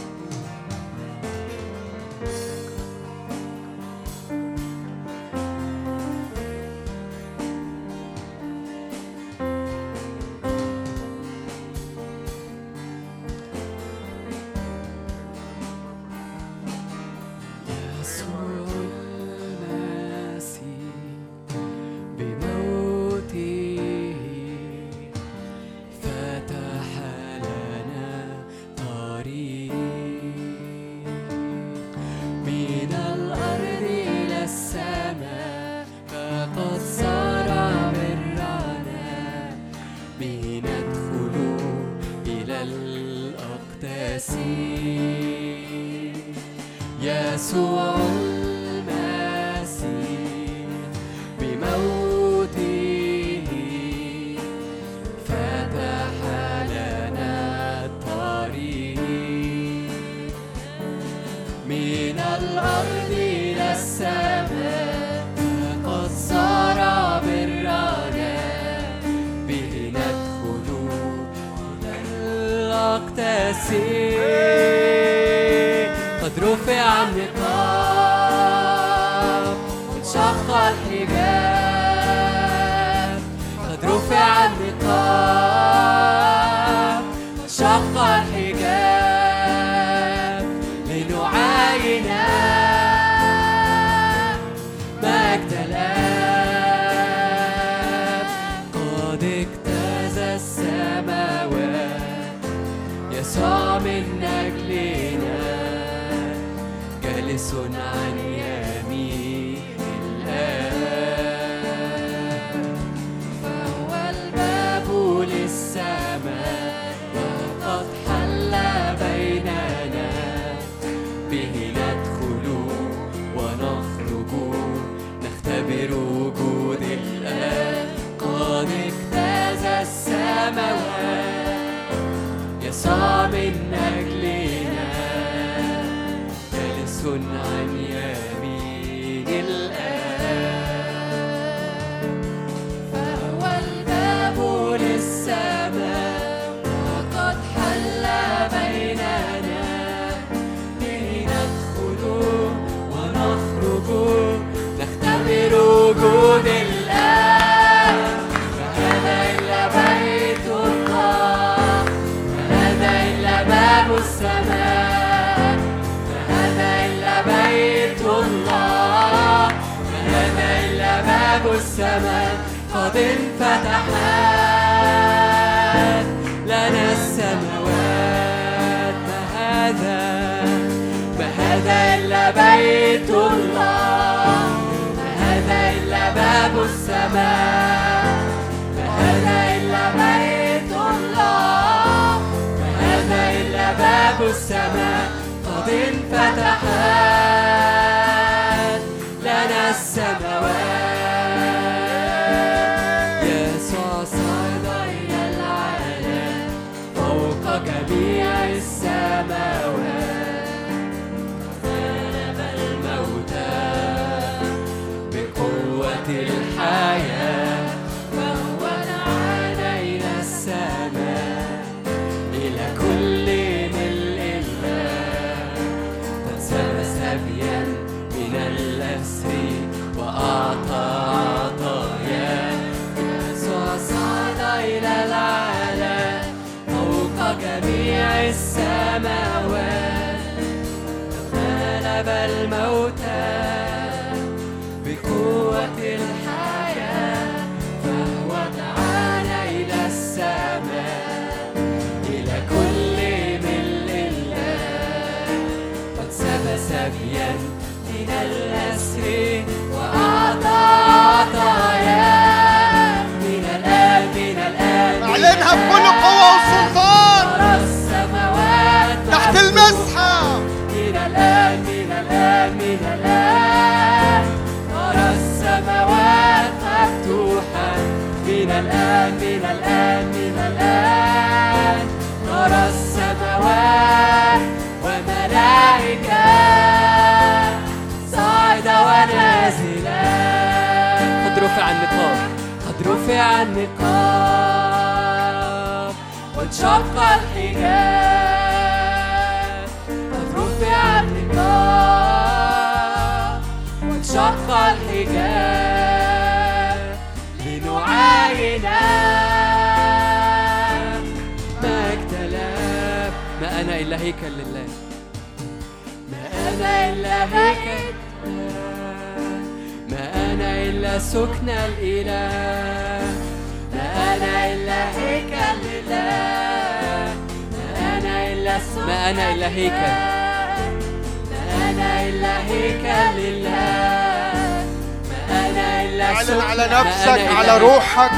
يسوع المسيح بموته فتح لنا الطريق من الأرض إلى السماء، قد صار برنا به تسير. قد رفع النقاب انشق الحجاب. قد رفع النقاب انشق الحجاب لنعاين مجد الآب. قد اجتاز السماوات يسوع من أجلنا جالس عن يمين الآب. فهو الباب للسماء وقد حل بيننا. به ندخل ونخرج نختبر وجود الآب. قد اجتاز السماوات يسوع من أجلنا جالس عن يمين الآب. فهو الباب للسماء وقد حل بيننا. به ندخل ونخرج نختبر وجود الآب. فهذا إلا بيت الله، فهذا إلا باب السماء، فهذا إلا بيت الله، فهذا إلا باب السماء. قد انفتحت لنا السماوات. فهذا إلا بيت الله، فهذا إلا باب السماء، فهذا إلا بيت الله، فهذا إلا باب السماء. قد انفتحت لنا السماوات. يسوع صعد إلى العالم فوق جميع السماوات. غلب الموتى بقوة الحياة. فهو دعانا إلى السماء إلى كل ملء الله. فانسب سبيا من الأسر وأعطى عطايا. يسوع صعد إلى العالم فوق جميع السماوات. غلب الموتى بقوة الحياة. فهو دعانا إلى السماء إلى كل ملء الله. فانسب سبيا من الأسر وأعطى عطايا. من الآن اعلنها بكل قوة وسلطان نرى السماوات تحت المسحة. من الآن نرى السماوات مفتوحة. من الآن نرى السماوات وملائكة صاعدة ونازلة. قد رفع النقاب وانشق الحجاب. قد رفع النقاب وانشق الحجاب لنعاين مجد الآب. ما أنا إلا هيكل لله، ما أنا إلا هيكل، ما أنا إلا سكن الإله. ما أنا إلا هيكل لله، ما أنا إلا سكن، ما أنا إلا هيكل، ما أنا إلا هيكل لله. ما أنا إلا اعلن على نفسك، على روحك.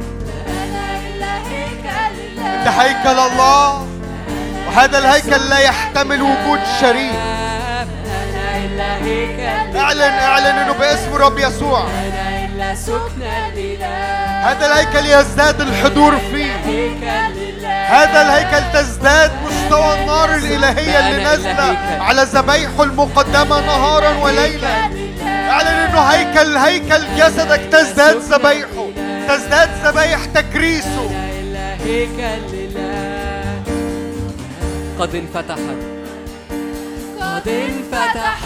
انت هيكل الله، وهذا الهيكل لا يحتمل وجود شريك. اعلن انه باسم رب يسوع هذا الهيكل يزداد الحضور فيه. هذا الهيكل تزداد مستوى النار الإلهية اللي نازلة على ذبايحه المقدمة نهارا وليلا. اعلن انه هيكل جسدك تزداد ذبايحه، تزداد ذبايح تكريسه. قد انفتحت قد انفتحت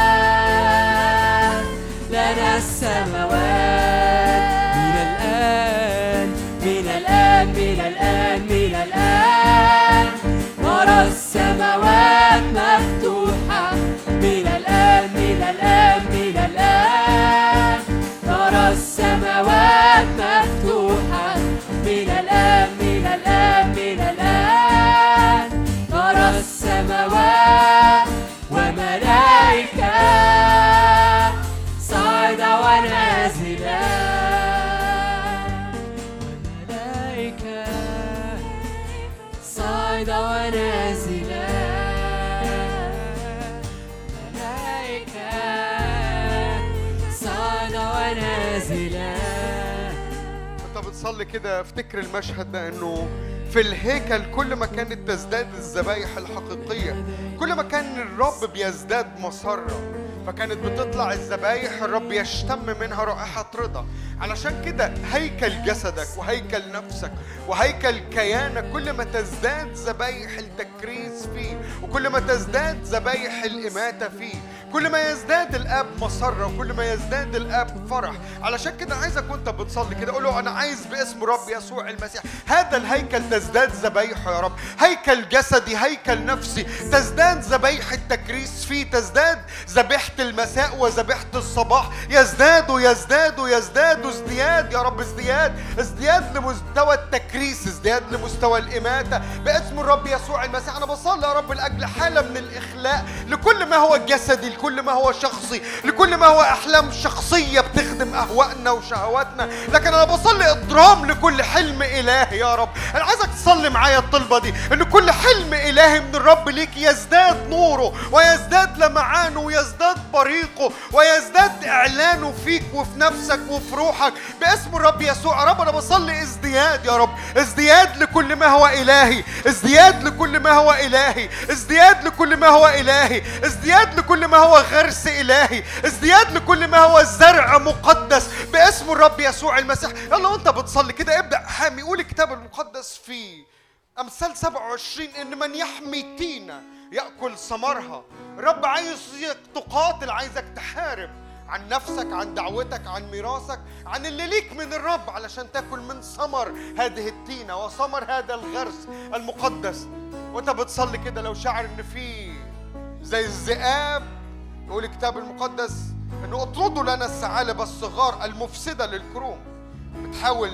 لنا السماوات من الآن من الآن من الآن من الآن نرى السماوات مفتوحة من الآن من الآن من الآن نرى السماوات مفتوحة من الآن من الآن من الآن نرى السماوات وملائكة صاعدة ونازلة وملائكة صاعدة ونازلة ملائكة صاعدة ونازلة. انت بتصلي كده افتكر المشهد ده انه في الهيكل كل ما كانت تزداد الذبايح الحقيقية كل ما كان الرب بيزداد مسرة، فكانت بتطلع الذبايح الرب يشتم منها رائحة رضا. علشان كده هيكل جسدك وهيكل نفسك وهيكل كيانك كل ما تزداد ذبايح التكريس فيه وكل ما تزداد ذبايح الإماتة فيه كل ما يزداد الآب مسرة وكل ما يزداد الآب فرح. علشان كده عايزك وانت بتصلي كده قول له أنا عايز باسم رب يسوع المسيح هذا الهيكل تزداد ذبايحه يا رب، هيكل جسدي هيكل نفسي تزداد ذبايح التكريس فيه، تزداد ذبيحة المساء وذبيحة الصباح، يزداد ويزداد ويزداد ازدياد يا رب، ازدياد لمستوى التكريس، ازدياد لمستوى الإماتة باسم الرب يسوع المسيح. أنا بصلي يا رب لأجل حالة من الإخلاء لكل ما هو جسدي، لكل ما هو شخصي، لكل ما هو أحلام شخصية بتخدم أهوائنا وشهواتنا، لكن أنا بصلي إضرام لكل حلم إلهي يا رب. أنا عايزك تصلي معايا الطلبة دي إن كل حلم إلهي من الرب ليك يزداد نوره ويزداد لمعانه ويزداد بريقه ويزداد إعلانه فيك وفي نفسك وفي روحك باسم الرب يسوع. يا رب أنا بصلي ازدياد يا رب، ازدياد لكل ما هو إلهي، ازدياد لكل ما هو إلهي، ازدياد لكل ما هو إلهي، ازدياد لكل ما هو غرس إلهي، ازدياد لكل ما هو زرع مقدس باسم الرب يسوع المسيح. يلا وانت بتصلي كده ابدأ حامي، قول الكتاب المقدس في أمثال 27 إن من يحمي تينة يأكل ثمرها. رب عايزك تقاتل، عايزك تحارب عن نفسك، عن دعوتك، عن ميراثك، عن اللي ليك من الرب علشان تاكل من ثمر هذه التينة وثمر هذا الغرس المقدس. وانت بتصلي كده لو شعر ان في زي الذئاب، يقول الكتاب المقدس انه اطردوا لنا الثعالب الصغار المفسدة للكروم، بتحاول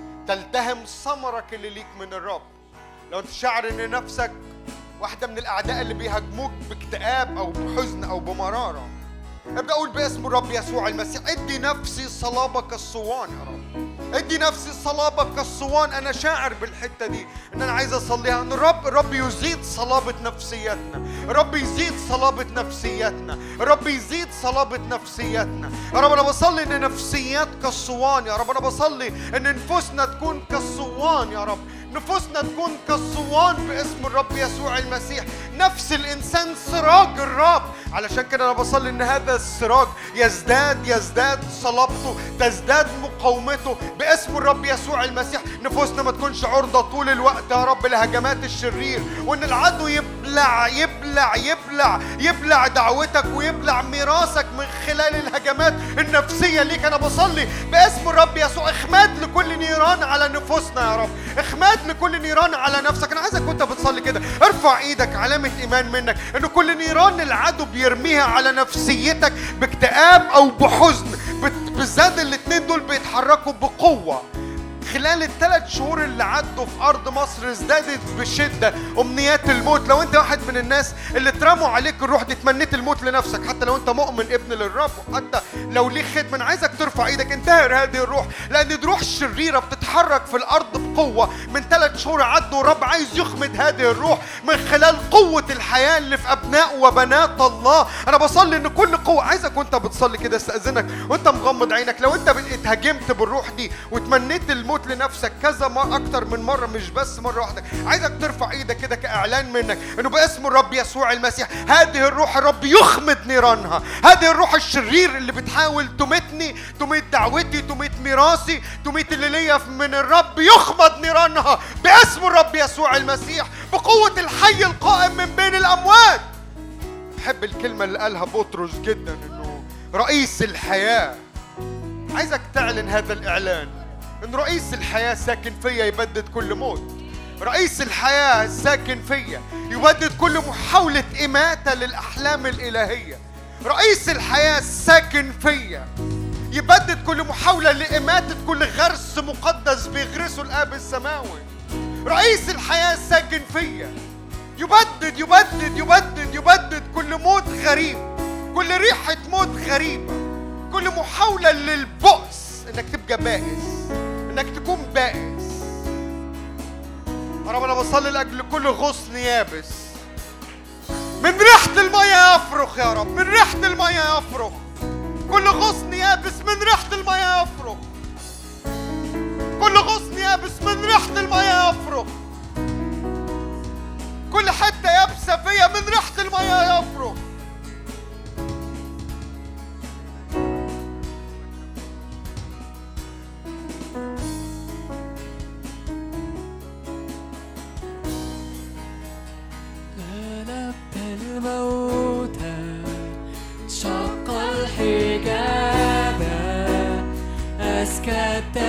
تلتهم ثمرك اللي ليك من الرب. لو انت شعر ان نفسك واحدة من الأعداء اللي بيهاجموك باكتئاب أو بحزن أو بمرارة، ابدأ أقول باسم الرب يسوع المسيح ادي نفسي صلابة كالصوان يا رب، ادي نفسي صلابة كالصوان. أنا شاعر بالحتة دي إن أنا عايز أصليها إن الرب يزيد صلابة نفسياتنا، الرب يزيد صلابة نفسياتنا، الرب يزيد صلابة نفسياتنا يا رب. أنا بصلي إن نفسيات كالصوان يا رب، أنا بصلي إن نفوسنا تكون كالصوان يا رب، نفوسنا تكون كالصوان باسم الرب يسوع المسيح. نفس الإنسان سراج الرب، علشان كده أنا بصلي إن هذا السراج يزداد صلابته، تزداد مقاومته باسم الرب يسوع المسيح. نفوسنا ما تكونش عرضة طول الوقت يا رب لهجمات الشرير، وإن العدو يبلع دعوتك ويبلع ميراثك من خلال الهجمات النفسية ليك. أنا بصلي باسم الرب يسوع إخماد لكل نيران على نفوسنا يا رب، إخماد لكل نيران على نفسك. أنا عايزك وأنت بتصلي كده ارفع إيدك، علامة إيمان منك إن كل نيران العدو بيرميها على نفسيتك باكتئاب أو بحزن، بالذات الاتنين دول بيتحركوا بقوة. خلال ال3 شهور اللي عدوا في أرض مصر ازدادت بشدة أمنيات الموت. لو أنت واحد من الناس اللي اترموا عليك الروح دي، تمنيت الموت لنفسك، حتى لو أنت مؤمن ابن للرب وحتى لو ليه خدمة، أنا عايزك ترفع إيدك انتهر هذه الروح، لأن دي روح شريرة بتتحرك في الأرض بقوة. من 3 شهور عدوا الرب عايز يخمد هذه الروح من خلال قوة الحياة اللي في أبناء وبنات الله. أنا بصلي إن كل قوة، عايزك وأنت بتصلي كده استأذنك وأنت مغمض عينك، لو أنت اتهاجمت بالروح دي وتمنيت الموت تثبت لنفسك كذا مرة، أكتر من مرة، مش بس مرة واحدة. عايزك ترفع إيدك كده كإعلان منك إنه باسم الرب يسوع المسيح هذه الروح الرب يخمد نيرانها. هذه الروح الشرير اللي بتحاول تميتني، تميت دعوتي، تميت ميراثي، تميت اللي ليا من الرب، يخمد نيرانها باسم الرب يسوع المسيح بقوة الحي القائم من بين الأموات. بحب الكلمة اللي قالها بطرس جدا إنه رئيس الحياة. عايزك تعلن هذا الإعلان إن رئيس الحياة ساكن فيا يبدد كل موت. رئيس الحياة ساكن فيا يبدد كل محاولة إماتة للأحلام الإلهية. رئيس الحياة ساكن فيا يبدد كل محاولة لإماتة كل غرس مقدس بيغرسه الآب السماوي. رئيس الحياة ساكن فيا يبدد يبدد يبدد يبدد كل موت غريب، كل ريحة موت غريبة، كل محاولة للبؤس، انك تبقى بائس، انك تكون بائس. يا رب انا بصلي لاجل كل غصن يابس من ريحة المية يفرخ يا رب، من ريحة المية يفرخ. كل غصن يابس من ريحة المية يفرخ، كل غصن يابس من ريحة المية يفرخ، كل حتة يابسة فيا من ريحة المية يفرخ. غلبت الموت، شق الحجاب، أسكت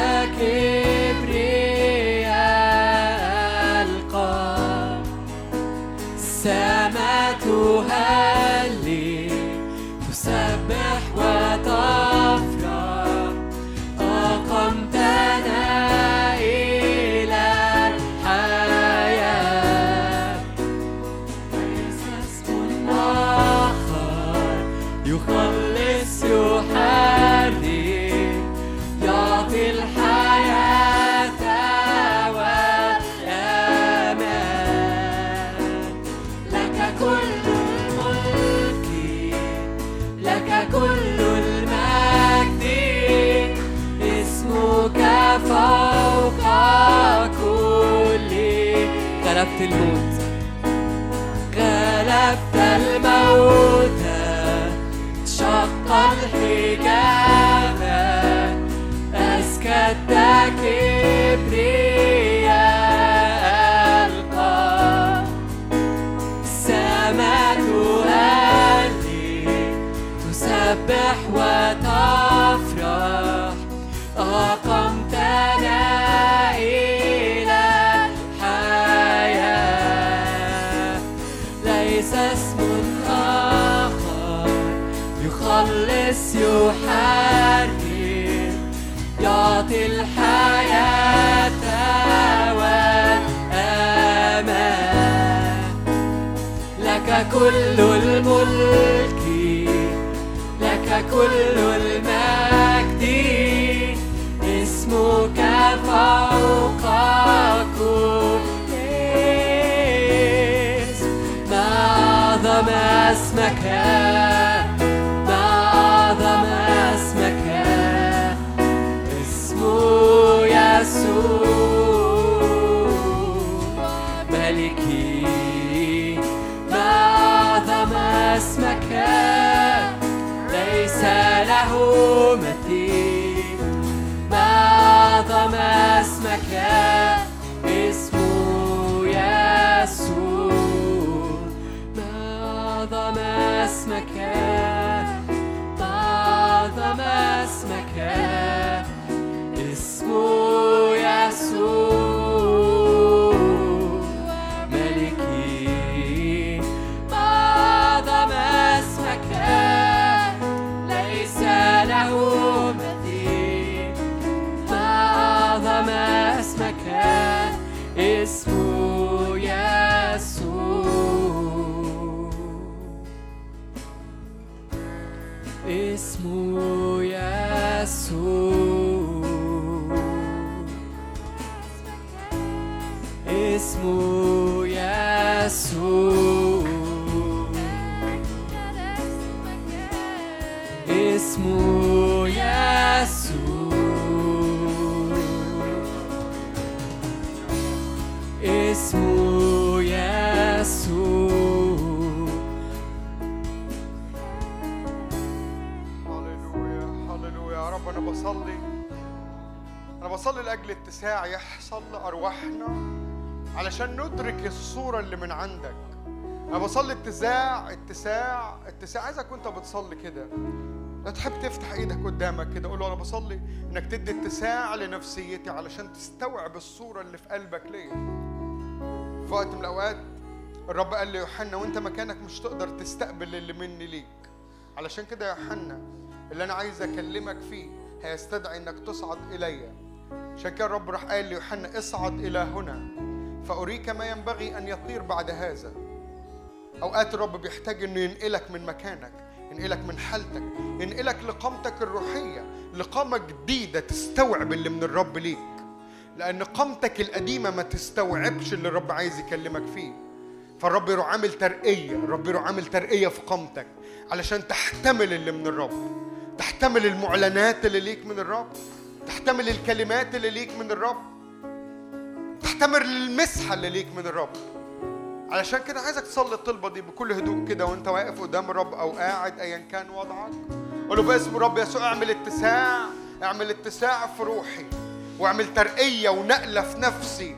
كبرياء القلب. السماء تهلل تسبح وتفرح، أقمتنا إلى الحياة. ليس اسم آخر يخلص يحرر، يعطي الحياة والأمان. لك كل الملك، لك كل المجد، اسمك فوق كل. غلبت الموت، غلبت الموت، شق الحجاب، أسكت كبرياء القلب. السماء تهلل تسبح وتفرح، أقمتنا إلى الحياة. ليس اسم آخر يخلص يحرر، يعطي الحياة والأمان. لك كل الملك، لك كل المجد، اسمك فوق كل اسم. ما أعظم اسمك، ما أعظم اسمك، يسوع ملكي. ما أعظم اسمك، ليس له مثيل. ما أعظم اسمك، اسمه يسوع. ما أعظم اسمك، ما أعظم اسمك، اسمه يسوع ملكي. ما أعظم اسمك، ليس له مثيل. ما أعظم اسمك، اسمه يسوع، اسمه يسوع، اسمه يسوع، اسمه يسوع، اسمه يسوع. هللويا هللويا يا رب. أنا بصلي لأجل اتساع يحصل لأرواحنا علشان ندرك الصورة اللي من عندك. أنا بصلي اتساع. عايزك وأنت بتصلي كده لو تحب تفتح ايدك قدامك كده قول له انا بصلي انك تدي اتساع لنفسيتي علشان تستوعب الصورة اللي في قلبك ليا. في وقت من الاوقات الرب قال ليوحنا وانت مكانك مش تقدر تستقبل اللي مني ليك، علشان كده يا يوحنا اللي انا عايز اكلمك فيه هيستدعي انك تصعد الي. عشان كده الرب راح قال ليوحنا اصعد الى هنا فاريك ما ينبغي ان يطير بعد هذا. اوقات الرب بيحتاج انه ينقلك من مكانك، ينقلك من حالتك، ينقلك لقامتك الروحية، لقامة جديدة تستوعب اللي من الرب ليك، لأن قامتك القديمة ما تستوعبش اللي الرب عايز يكلمك فيه. فالرب يروح عامل ترقية في قامتك علشان تحتمل اللي من الرب، تحتمل المعلنات اللي ليك من الرب، تحتمل الكلمات اللي ليك من الرب، تحتمل المسحة اللي ليك من الرب. علشان كده عايزك تصلي الطلبة دي بكل هدوء كده وانت واقف قدام الرب او قاعد ايا كان وضعك. قول له باسم الرب يسوع اعمل اتساع في روحي، واعمل ترقية ونقلة في نفسي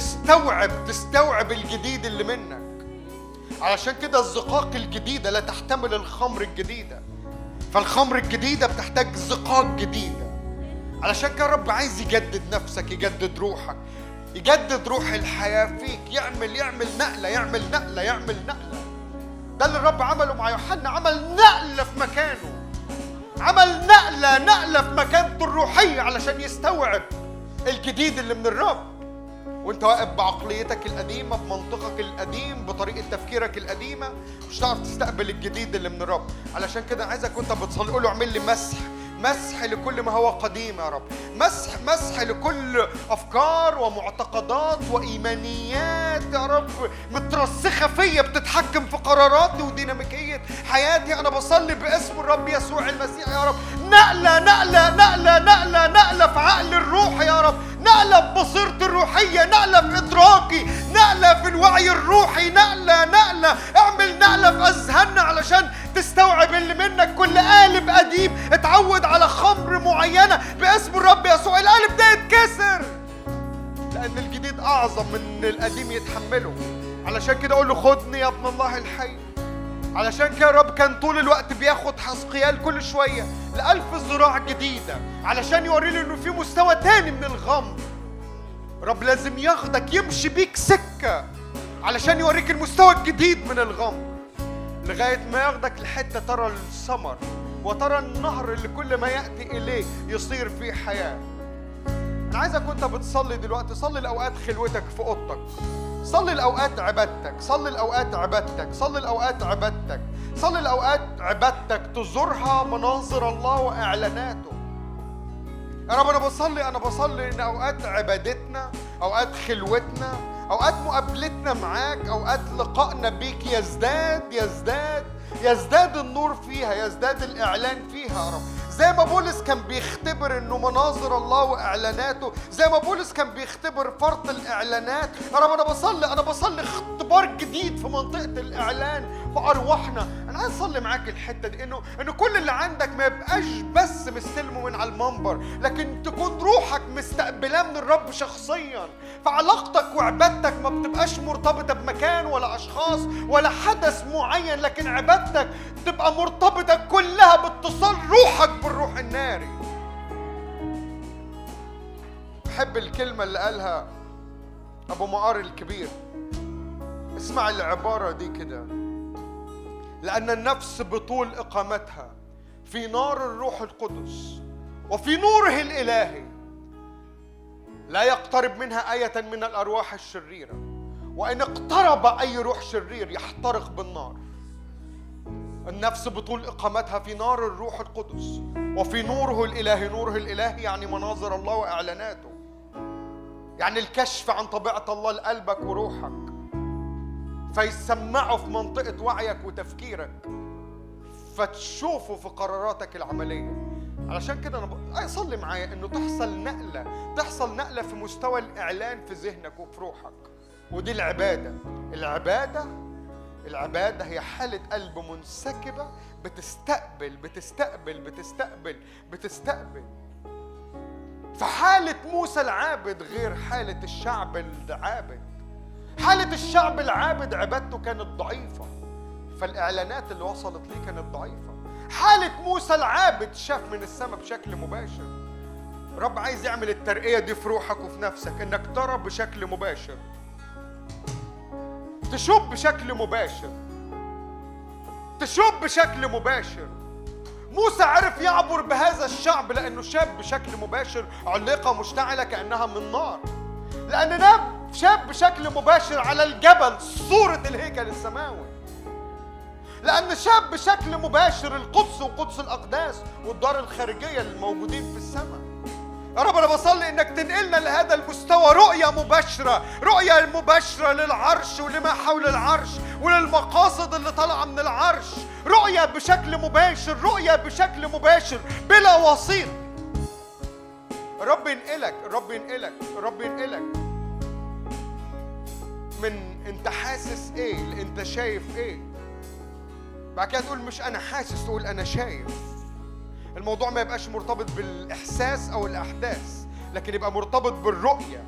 تستوعب الجديد اللي منك. علشان كده الزقاق الجديدة لا تحتمل الخمر الجديدة، فالخمر الجديدة بتحتاج زقاق جديدة. علشان كده الرب عايز يجدد نفسك، يجدد روحك، يجدد روح الحياة فيك، يعمل نقلة. ده اللي الرب عمله مع يوحنا، عمل نقلة في مكانه، عمل نقلة في مكانته الروحية علشان يستوعب الجديد اللي من الرب. وانت واقف بعقليتك القديمة، بمنطقك القديم، بطريقة تفكيرك القديمة، مش هتعرف تستقبل الجديد اللي من الرب. علشان كده عايزك وانت بتصلي قول له اعمل لي مسح لكل ما هو قديم يا رب، مسح لكل أفكار ومعتقدات وإيمانيات يا رب مترسخة فيا بتتحكم في قراراتي وديناميكية حياتي. أنا بصلي باسم الرب يسوع المسيح يا رب نقلة في عقل الروح يا رب، نقلة في بصيرتي الروحية، نقلة في إدراكي، نقلة في الوعي الروحي، نقلة اعمل نقلة في أذهاننا علشان تستوعب اللي منك. كل قالب قديم اتعود على خمر معينة باسم الرب يسوع القالب ده يتكسر، لأن الجديد أعظم من القديم يتحمله. علشان كده أقول له خدني يا ابن الله الحي. علشان كده الرب كان طول الوقت بياخد حسقيال كل شوية ل1000 ذراع جديدة علشان يوريله إنه في مستوى تاني من الغمر. رب لازم ياخدك يمشي بيك سكة علشان يوريك المستوى الجديد من الغمر، لغاية ما ياخدك لحتة ترى الثمر وترى النهر اللي كل ما يأتي إليه يصير فيه حياة. أنا عايزك وأنت بتصلي دلوقتي صلي الأوقات خلوتك في أوضتك، صلي الأوقات عبادتك، صلي الأوقات عبادتك تزورها مناظر الله وإعلاناته. يا رب أنا بصلي إن أوقات عبادتنا، أوقات خلوتنا، أوقات مقابلتنا معاك، أوقات لقائنا بيك يزداد النور فيها، يزداد الإعلان فيها يا رب. زي ما بولس كان بيختبر إنه مناظر الله وإعلاناته، زي ما بولس كان بيختبر فرط الإعلانات. يا رب أنا بصلي اختبار جديد في منطقة الإعلان في أرواحنا. أنا عايز أصلي معاك الحتة دي إنه كل اللي عندك ما يبقاش بس مستلمه من على المنبر، لكن تكون روحك مستقبلاه من الرب شخصيا. فعلاقتك وعبادتك ما بتبقاش مرتبطة بمكان ولا أشخاص ولا حدث معين، لكن عبادتك تبقى مرتبطة كلها باتصال روحك بالروح الناري. بحب الكلمة اللي قالها أبو مقار الكبير، اسمع العبارة دي كده: لأن النفس بطول إقامتها في نار الروح القدس وفي نوره الإلهي لا يقترب منها آية من الأرواح الشريرة، وإن اقترب أي روح شرير يحترق بالنار. النفس بطول إقامتها في نار الروح القدس وفي نوره الإلهي. نوره الإلهي يعني مناظر الله وإعلاناته، يعني الكشف عن طبيعة الله لقلبك وروحك، فيسمعه في منطقة وعيك وتفكيرك، فتشوفه في قراراتك العملية. علشان كده أنا أصلي معايا إنه تحصل نقلة في مستوى الإعلان في ذهنك وفي روحك. ودي العبادة هي حالة قلب منسكبة بتستقبل. فحالة موسى العابد غير حالة الشعب العابد. حالة الشعب العابد عبادته كانت ضعيفة، فالإعلانات اللي وصلت ليه كانت ضعيفة. حالة موسى العابد شاف من السماء بشكل مباشر. رب عايز يعمل الترقية دي في روحك وفي نفسك، انك ترى بشكل مباشر، تشوف بشكل مباشر. موسى عرف يعبر بهذا الشعب لأنه شاف بشكل مباشر علقة مشتعلة كأنها من نار، لأن شاف بشكل مباشر على الجبل صورة الهيكل السماوي، لأن شاف بشكل مباشر القدس وقدس الأقداس والدار الخارجية الموجودين في السماء. يا رب أنا بصلي إنك تنقلنا لهذا المستوى، رؤية مباشرة للعرش ولما حول العرش وللمقاصد اللي طالعة من العرش، رؤية بشكل مباشر بلا وسيط. رب ينقلك من أنت حاسس إيه لأنت شايف إيه. بعد كده تقول مش أنا حاسس، تقول أنا شايف. الموضوع ما يبقاش مرتبط بالإحساس أو الأحداث، لكن يبقى مرتبط بالرؤية،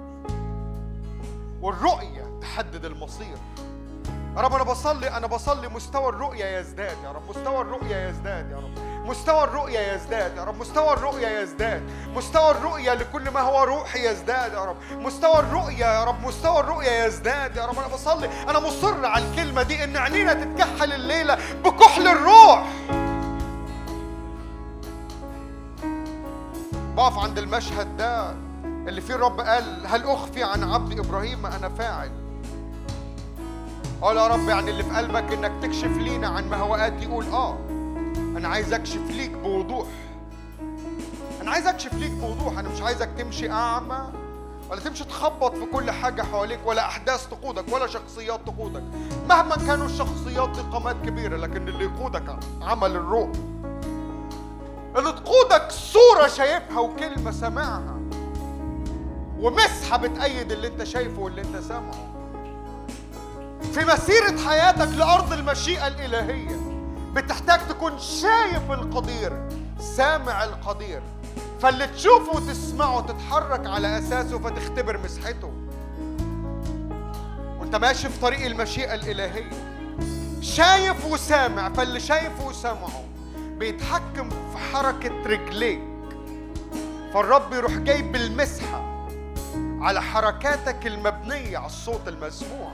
والرؤية تحدد المصير. يا رب أنا بصلي مستوى الرؤية يزداد يا رب، مستوى الرؤية يزداد يا رب، مستوى الرؤية يزداد يا رب، مستوى الرؤية يزداد، مستوى الرؤية لكل ما هو روحي يزداد يا رب، مستوى الرؤية يا رب، مستوى الرؤية يزداد يا رب. أنا بصلي، أنا مصر على الكلمة دي، إن عينينا تتكحل الليلة بكحل الروح. بقف عند المشهد ده اللي فيه الرب قال هل أخفي عن عبد إبراهيم ما أنا فاعل. قال يا رب يعني اللي في قلبك إنك تكشف لينا عن ما هو آتي. يقول أنا عايز أكشف ليك بوضوح، أنا مش عايزك تمشي أعمى ولا تمشي تخبط في كل حاجة حواليك، ولا أحداث تقودك ولا شخصيات تقودك. مهما كانوا الشخصيات دي قامات كبيرة، لكن اللي يقودك عمل الروح، اللي تقودك صورة شايفها وكلمة سمعها ومسحة بتأيد اللي انت شايفه واللي انت سامعه. في مسيرة حياتك لأرض المشيئة الإلهية بتحتاج تكون شايف القدير، سامع القدير، فاللي تشوفه وتسمعه تتحرك على أساسه فتختبر مسحته وانت ماشي في طريق المشيئة الإلهية. شايف وسامع، فاللي شايفه وسامعه بيتحكم في حركة رجليك، فالرب يروح جايب بالمسحة على حركاتك المبنية على الصوت المسموع.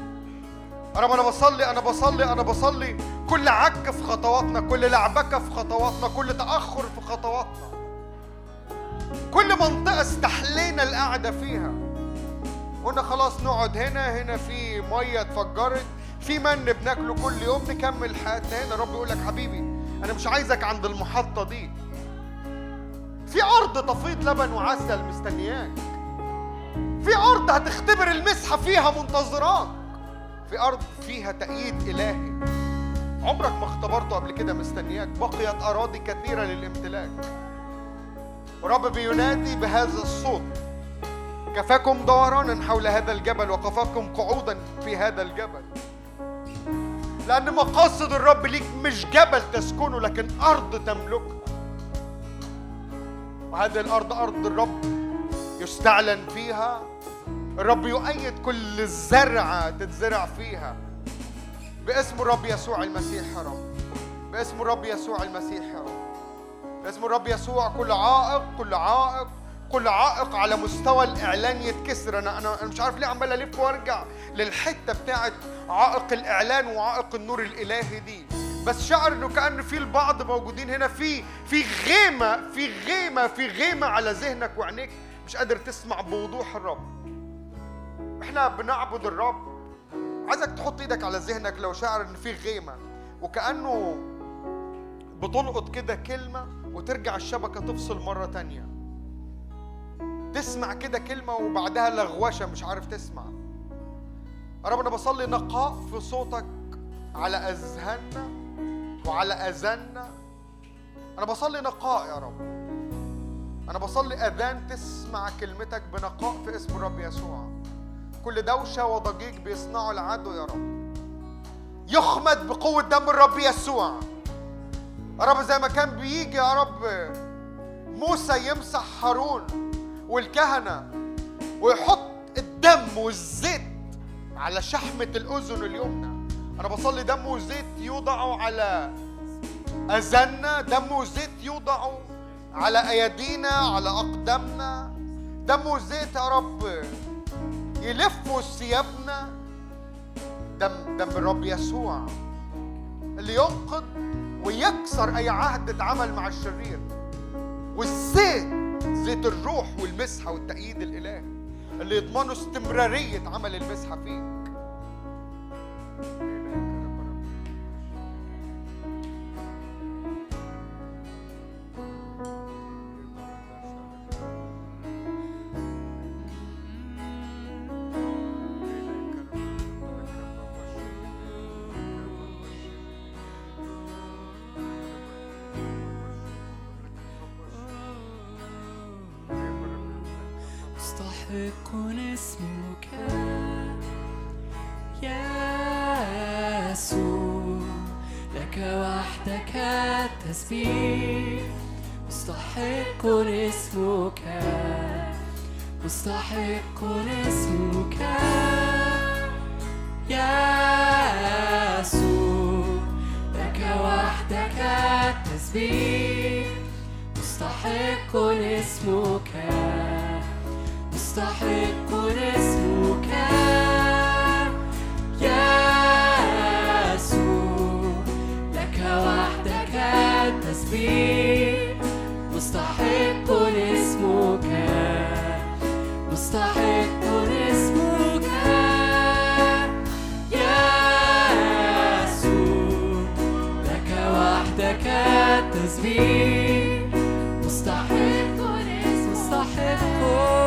أنا بصلي كل عك في خطواتنا، كل لعبكة في خطواتنا، كل تأخر في خطواتنا، كل منطقة استحلينا القعدة فيها قلنا خلاص نقعد هنا في مية اتفجرت، في من بناكله كل يوم، نكمل حياتنا هنا. رب يقول لك حبيبي أنا مش عايزك عند المحطة دي، في أرض تفيض لبن وعسل مستنياك، في أرض هتختبر المسحة فيها منتظراك، في أرض فيها تأييد إلهي عمرك ما اختبرته قبل كده مستنياك. بقيت أراضي كثيرة للامتلاك، ورب بينادي بهذا الصوت كفاكم دورانا حول هذا الجبل وكفاكم قعودا في هذا الجبل، لأن مقاصد الرب ليك مش جبل تسكنه لكن أرض تملكها، وهذه الأرض أرض الرب يستعلن فيها. الرب يؤيد كل زرعة تتزرع فيها باسم الرب يسوع المسيح يا رب، باسم الرب يسوع المسيح يا رب، باسم الرب يسوع. كل عائق على مستوى الإعلان يتكسر. أنا مش عارف ليه عمال ألف وأرجع للحتة بتاعت عائق الإعلان وعائق النور الإلهي دي، بس شعر إنه كأن في البعض موجودين هنا في غيمة على ذهنك وعينيك، مش قادر تسمع بوضوح الرب. إحنا بنعبد الرب، عايزك تحط إيدك على ذهنك لو شعر إن في غيمة وكأنه بتلقط كده كلمة وترجع الشبكة تفصل مرة تانية، تسمع كده كلمة وبعدها لغوشة مش عارف تسمع. يا رب أنا بصلي نقاء في صوتك على أذهاننا وعلى أذاننا. أنا بصلي نقاء يا رب، أنا بصلي أذان تسمع كلمتك بنقاء في اسم الرب يسوع. كل دوشة وضجيج بيصنعوا العدو يا رب يخمد بقوة دم الرب يسوع. يا رب زي ما كان بيجي يا رب موسى يمسح هارون والكهنة ويحط الدم والزيت على شحمة الأذن اليمنى، أنا بصلي دم وزيت يوضعوا على أذاننا، دم وزيت يوضعوا على أيدينا، على أقدامنا، دم وزيت يا رب يلفوا ثيابنا. دم الرب يسوع اللي ينقض ويكسر أي عهد اتعمل مع الشرير، والزيت زيت الروح والمسحة والتأييد الإلهي اللي يضمنوا استمرارية عمل المسحة فيك. مستحق اسمك يسوع، لك وحدك التسبيح. مستحق اسمك، مستحق اسمك يسوع، لك وحدك التسبيح. مستحق اسمك، مستحق اسمك يسوع، لك وحدك التسبيح. مستحق اسمك، مستحق اسمك يسوع، لك وحدك التسبيح. مستحق مستحق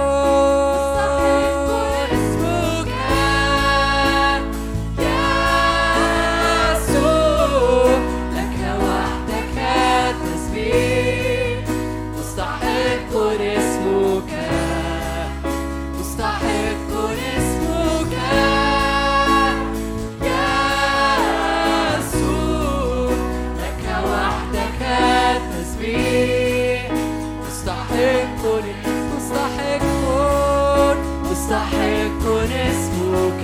مستحق اسمك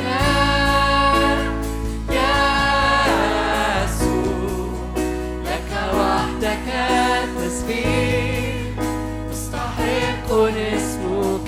يسوع، لك وحدك التسبيح. مستحق اسمك،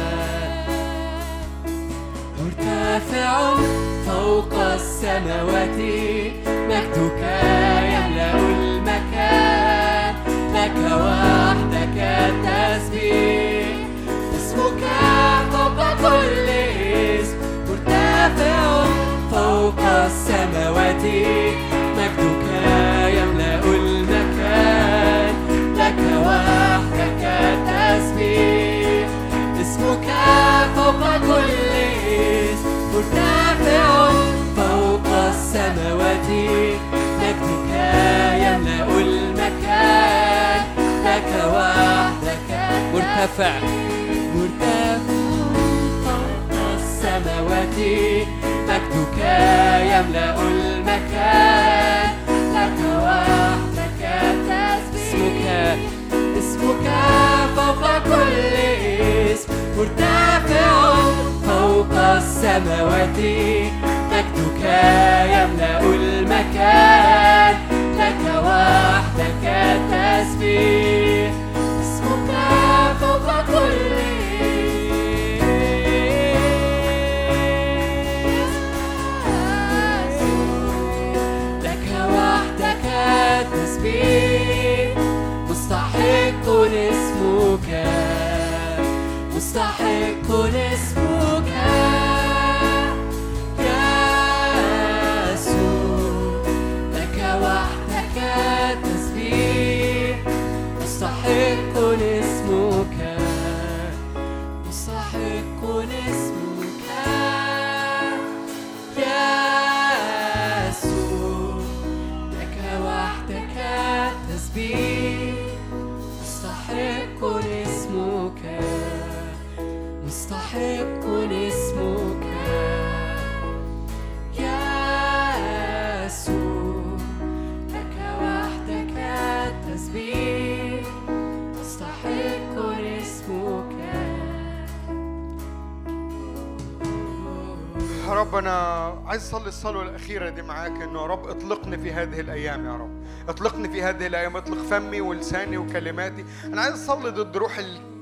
مرتفع فوق السماوات، مجدك يملأ المكان. لك وحدك التسبيح، اسمك فوق كل اسم. مرتفع فوق السماوات، مجدك يملأ المكان. لك وحدك التسبيح، اسمك فوق كل اسم. مرتفع فوق السماوات، مجدك يملأ المكان. لك وحدك مرتفع فوق السماوات، مجدك يملأ المكان. لك وحدك التسبيح، اسمك فوق كل اسم. مرتفع فوق السماوات، مجدك يملأ المكان. لك وحدك التسبيح، اسمك فوق كل مستحق اسمك، مستحق اسمك يسوع، لك وحدك التسبيح. مستحق اسمك، يا رب أنا عايز أصلي الصلاة الأخيرة دي معاك، إنه يا رب اطلقني في هذه الأيام يا رب، اطلقني في هذه الأيام، اطلق فمي ولساني وكلماتي. أنا عايز أصلي ضد روح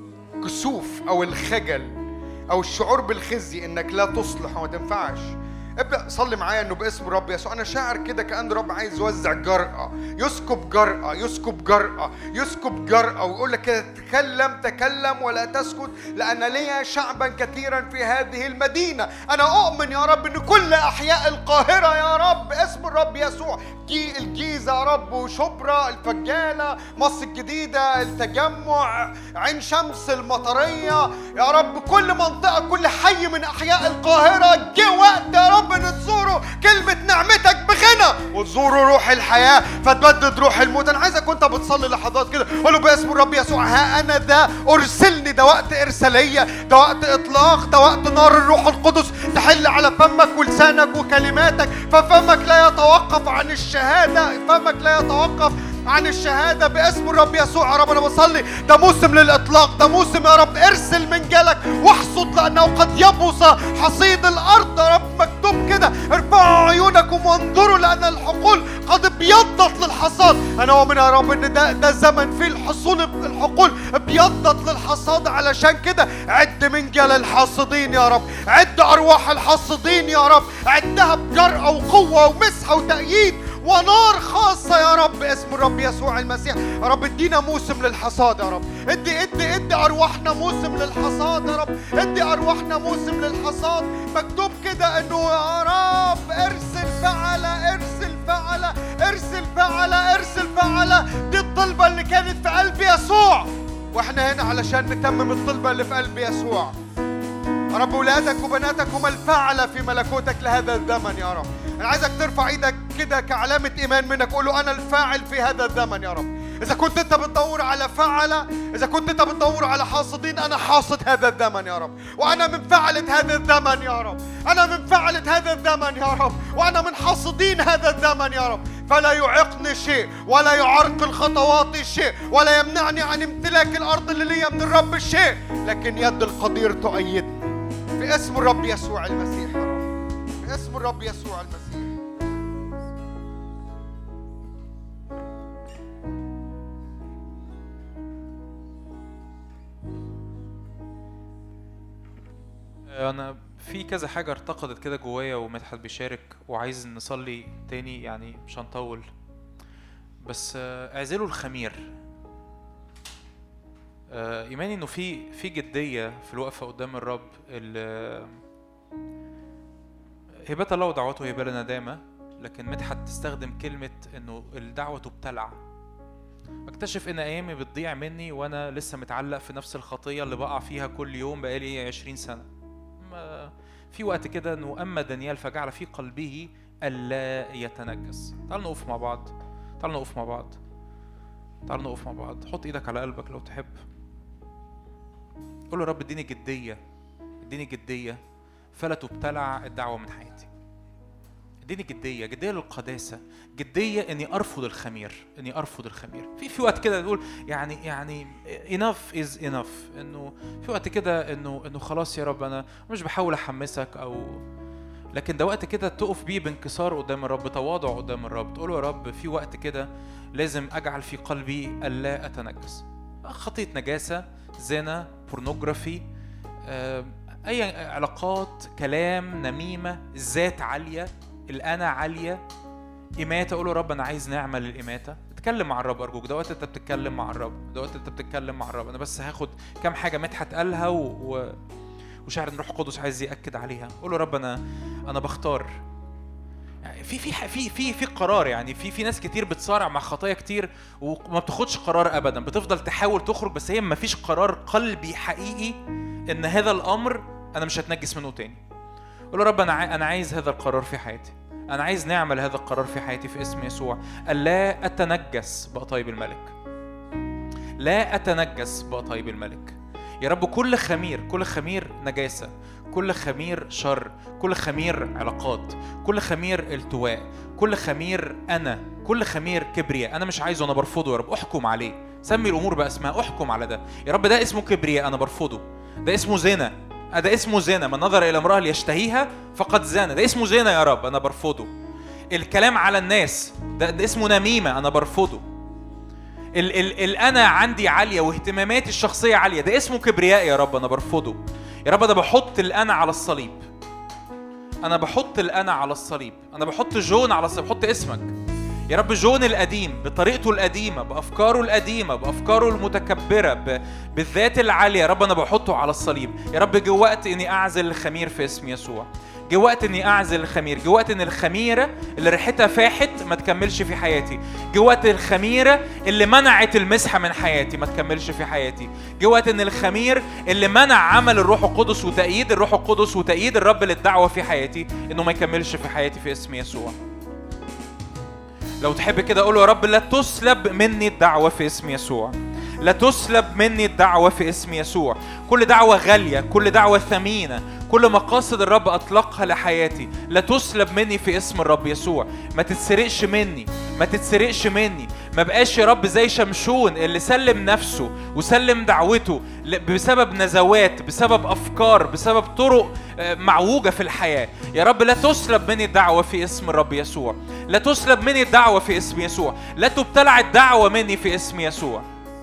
الكسوف أو الخجل أو الشعور بالخزي، إنك لا تصلح وما تنفعش. ابدأ صلي معايا إنه باسم الرب يسوع أنا شاعر كده كأن الرب عايز يوزع جرأة، يسكب جرأة، يسكب جرأة، يسكب جرأة، ويقول لك كده تكلم تكلم ولا تسكت، لأن لي شعبا كثيرا في هذه المدينة. أنا أؤمن يا رب إن كل أحياء القاهرة يا رب باسم الرب يسوع، الجيزة يا رب، وشبرا، الفجالة، مصر الجديدة، التجمع، عين شمس، المطرية يا رب، كل منطقة، كل حي من أحياء القاهرة، جه وقت يا رب إن تزوروا كلمة نعمتك بغنى، وتزوروا روح الحياة فتبدد روح الموت. أنا عايزك وأنت بتصلي لحظات كده قول له باسم الرب يسوع ها أنا ذا أرسلني. ده وقت إرسالية، ده وقت إطلاق، ده وقت نار الروح القدس تحل على فمك ولسانك وكلماتك، ففمك لا يتوقف عن الشهادة، فمك لا يتوقف عن الشهادة باسم الرب يسوع. يا رب أنا بصلي ده موسم للإطلاق، ده موسم يا رب ارسل من جلك واحصد، لأنه قد يبوس حصيد الأرض. يا رب مكتوب كده ارفعوا عيونكم وانظروا لأن الحقول قد ابيضت للحصاد. أنا أؤمن يا رب إن ده زمن فيه الحقول ابيضت للحصاد، علشان كده عد من جل الحاصدين يا رب، عد أرواح الحاصدين يا رب، عدها بجرأة وقوة ومسحة وتأييد ونار خاصة يا رب باسم الرب يسوع المسيح. يا رب ادينا موسم للحصاد يا رب، ادي أرواحنا موسم للحصاد يا رب، ادي أرواحنا موسم للحصاد. مكتوب كده انه يا رب ارسل فعلة، ارسل فعلة، ارسل فعلة، ارسل فعلة. دي الطلبة اللي كانت في قلب يسوع، واحنا هنا علشان نتمم الطلبة اللي في قلب يسوع. يا رب ولادك وبناتك هم الفاعلة في ملكوتك لهذا الزمن يا رب. أنا عايزك ترفع إيدك كده كعلامة إيمان منك، قول له أنا الفاعل في هذا الزمن يا رب. إذا كنت أنت بتدور على فعلة، إذا كنت أنت بتدور على حاصدين، أنا حاصد هذا الزمن يا رب، وأنا من فعلة هذا الزمن يا رب، أنا من فعلة هذا الزمن يا رب، وأنا من حاصدين هذا الزمن يا رب. فلا يعيقني شيء ولا يعرقل خطواتي شيء ولا يمنعني عن امتلاك الأرض اللي ليا من الرب شيء، لكن يد القدير تؤيدني في اسم الرب يسوع المسيح يا رب، في اسم الرب يسوع المسيح. أنا في كذا حاجة ارتقدت كده جوايا ومدحت بيشارك وعايز نصلي تاني، يعني مش هنطول، بس اعزلوا الخمير. إيماني إنه في جدية في الوقفة قدام الرب. هبة الله ودعوته هبة لندامة، لكن مدحت تستخدم كلمة إنه الدعوة تبتلع. اكتشف إن أيامي بتضيع مني وأنا لسه متعلق في نفس الخطية اللي بقع فيها كل يوم بقالي 20 سنة. في وقت كده إنه أما دانيال فجعل في قلبه ألا يتنجس. تعالوا نقف مع بعض، تعالوا نقف مع بعض، تعالوا نقف مع بعض. حط إيدك على قلبك لو تحب، قول له رب اديني جدية، اديني جدية فلا تبتلع الدعوة من حياتي. اديني جدية، جدية للقداسة، جدية اني ارفض الخمير، اني ارفض الخمير. في وقت كده نقول يعني enough is enough، انه في وقت كده انه خلاص يا رب انا مش بحاول احمسك، او لكن ده وقت كده تقف بيه بانكسار قدام الرب، تواضع قدام الرب، تقول له يا رب في وقت كده لازم اجعل في قلبي الا اتنجس. خطية نجاسة، زنا، بورنوغرافي، اي علاقات، كلام، نميمة، الذات عالية، الأنا عالية، إماتة. أقول له رب أنا عايز نعمة للإماتة. اتكلم مع الرب أرجوك، ده وقت أنت بتتكلم مع الرب، ده وقت أنت بتتكلم مع الرب. أنا بس هاخد كام حاجة مدحت قالها وشاعر إن روح القدس عايز يأكد عليها. أقول له رب أنا بختار. يعني في قرار، يعني في ناس كتير بتصارع مع خطايا كتير وما بتاخدش قرار أبدا، بتفضل تحاول تخرج بس هي ما فيش قرار قلبي حقيقي إن هذا الأمر أنا مش هتنجس منه تاني. قول له رب أنا عايز هذا القرار في حياتي، أنا عايز نعمل هذا القرار في حياتي في اسم يسوع. ألا أتنجس بقطايب الملك، لا أتنجس بقطايب الملك يا رب. كل خمير نجاسة، كل خمير شر، كل خمير علاقات، كل خمير التواء، كل خمير كل خمير كبرياء أنا مش عايزه، أنا برفضه يا رب. أحكم عليه، سمي الأمور باسمها، أحكم على ده يا رب. ده اسمه كبرياء أنا برفضه، ده اسمه زنا ده اسمه زنا، من نظر إلى امرأة ليشتهيها فقد زنى. ده اسمه زنا يا رب، أنا برفضه. الكلام على الناس ده اسمه نميمة، أنا برفضه. الأنا عندي عالية واهتماماتي الشخصية عالية، ده اسمه كبرياء يا رب، أنا برفضه. يا رب أنا بحط الأنا على الصليب، أنا بحط الأنا على الصليب، أنا بحط جون على الصليب، بحط اسمك يا رب. جون القديم بطريقته القديمة، بأفكاره القديمة، بأفكاره المتكبرة، بالذات العالية يا رب، أنا بحطه على الصليب يا رب. جه وقت إني أعزل الخمير في اسم يسوع. جه وقت إني أعزل الخمير. جه وقت إن الخميرة اللي ريحتها فاحت ما تكملش في حياتي. جه وقت الخميرة اللي منعت المسحة من حياتي ما تكملش في حياتي. جه وقت إن الخمير اللي منع عمل الروح القدس وتأييد الروح القدس وتأييد الرب للدعوة في حياتي إنه ما يكملش في حياتي في اسم يسوع. لو تحب كده قول يا رب لا تسلب مني الدعوة في اسم يسوع. لا تسلب مني الدعوة في اسم يسوع. كل دعوة غالية، كل دعوة ثمينة، كل مقاصد الرب أطلقها لحياتي لا تسلب مني في اسم الرب يسوع. ما تتسرقش مني، ما تتسرقش مني. ما بقاش يا رب زي شمشون اللي سلم نفسه وسلم دعوته بسبب نزوات، بسبب أفكار، بسبب طرق معوجة في الحياة. يا رب لا تسلب مني الدعوة في اسم الرب يسوع. لا تسلب مني الدعوة في اسم يسوع. لا تبتلع الدعوة مني في اسم يسوع.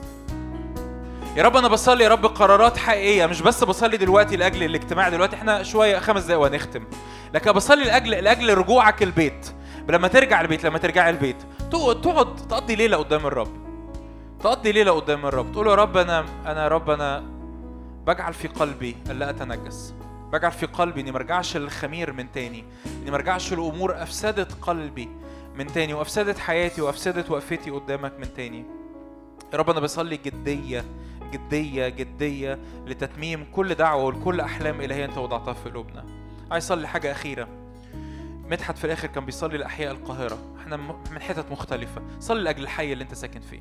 يا رب أنا بصلي يا رب قرارات حقيقية، مش بس بصلي دلوقتي لأجل الاجتماع دلوقتي، احنا شوية 5 دقايق وهنختم، لكن بصلي لأجل رجوعك البيت. لما ترجع البيت، لما ترجع البيت تقعد تقضي ليلة قدام الرب، تقضي ليلة قدام الرب، تقول يا رب أنا بجعل في قلبي ألا أتنجس، بجعل في قلبي إني مرجعش للخمير من تاني، إني مرجعش لأمور أفسدت قلبي من تاني وأفسدت حياتي وأفسدت وقفتي قدامك من تاني. يا رب أنا بصلي جدية جدية جدية لتتميم كل دعوة ولكل أحلام إلهية أنت وضعتها في قلوبنا. عايز أصلي حاجة أخيرة. مدحت في الآخر كان بيصلي لأحياء القاهرة، احنا من حتت مختلفة. صلي لأجل الحي اللي أنت ساكن فيه،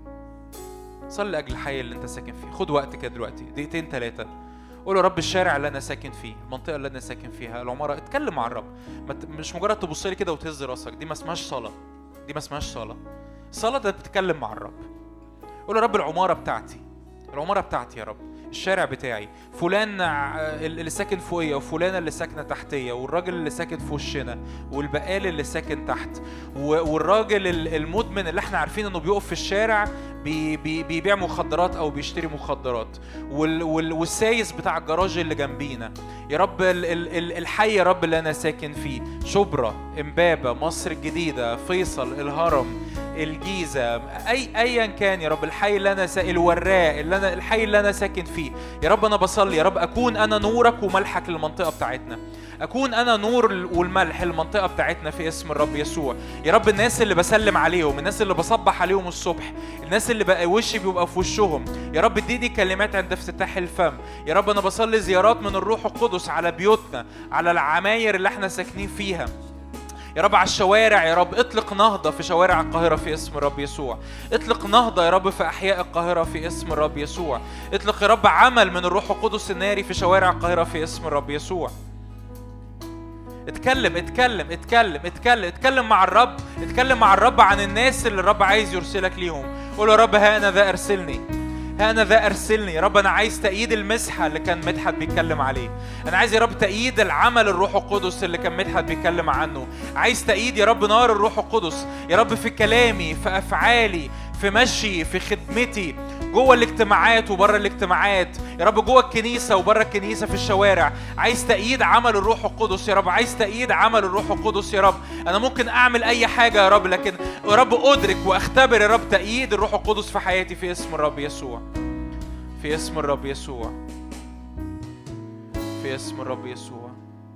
صلي لأجل الحي اللي أنت ساكن فيه. خد وقت كده دلوقتي 2 3 قول يا رب الشارع اللي أنا ساكن فيه، المنطقة اللي أنا ساكن فيها، العمارة. اتكلم مع الرب، مش مجرد تبص لي كده وتهز راسك، دي ما اسمهاش صلاة، دي ما اسمهاش صلاة. الصلاة ده بتتكلم مع الرب. قول يا رب العمارة بتاعتي، العمارة بتاعتي يا رب، الشارع بتاعي، فلان اللي ساكن فوقيا وفلانة اللي ساكنة تحتيا، والراجل اللي ساكن في وشنا، والبقال اللي ساكن تحت، والراجل المدمن اللي احنا عارفين انه بيقف في الشارع بيبيع مخدرات او بيشتري مخدرات، والسايس بتاع الجراج اللي جنبينا. يا رب الحي يا رب اللي انا ساكن فيه، شبرا، امبابة، مصر الجديدة، فيصل، الهرم، الجيزة، ايا كان يا رب الحي اللي انا الوراق الحي اللي انا ساكن فيه. يا رب انا بصلي يا رب اكون انا نورك وملحك للمنطقة بتاعتنا، أكون أنا نور والملح المنطقة بتاعتنا في اسم الرب يسوع. يا رب الناس اللي بسلم عليهم، الناس اللي بصبح عليهم الصبح، الناس اللي بقى وشي بيبقى في وشهم، يا رب اديني كلمات عند افتتاح الفم. يا رب أنا بصلي زيارات من الروح القدس على بيوتنا، على العماير اللي احنا ساكنين فيها يا رب، على الشوارع. يا رب اطلق نهضة في شوارع القاهرة في اسم الرب يسوع. اطلق نهضة يا رب في أحياء القاهرة في اسم الرب يسوع. اطلق يا رب عمل من الروح القدس الناري في شوارع القاهرة في اسم الرب يسوع. اتكلم اتكلم اتكلم اتكلم اتكلم مع الرب، اتكلم مع الرب عن الناس اللي الرب عايز يرسلك ليهم. قول يا رب ها أنا ذا أرسلني، ها أنا ذا أرسلني. يا رب أنا عايز تأييد المسحة اللي كان مدحت بيتكلم عليه. أنا عايز يا رب تأييد العمل الروح القدس اللي كان مدحت بيتكلم عنه. عايز تأييد يا رب نار الروح القدس يا رب في كلامي، في أفعالي، في مشي، في خدمتي، جوه الاجتماعات وبره الاجتماعات يا رب، جوه الكنيسة وبره الكنيسة، في الشوارع. عايز تأييد عمل الروح القدس يا رب، عايز تأييد عمل الروح القدس يا رب. أنا ممكن أعمل أي حاجة يا رب، لكن يا رب أدرك وأختبر يا رب تأييد الروح القدس في حياتي في اسم الرب يسوع، في اسم الرب يسوع، في اسم الرب يسوع.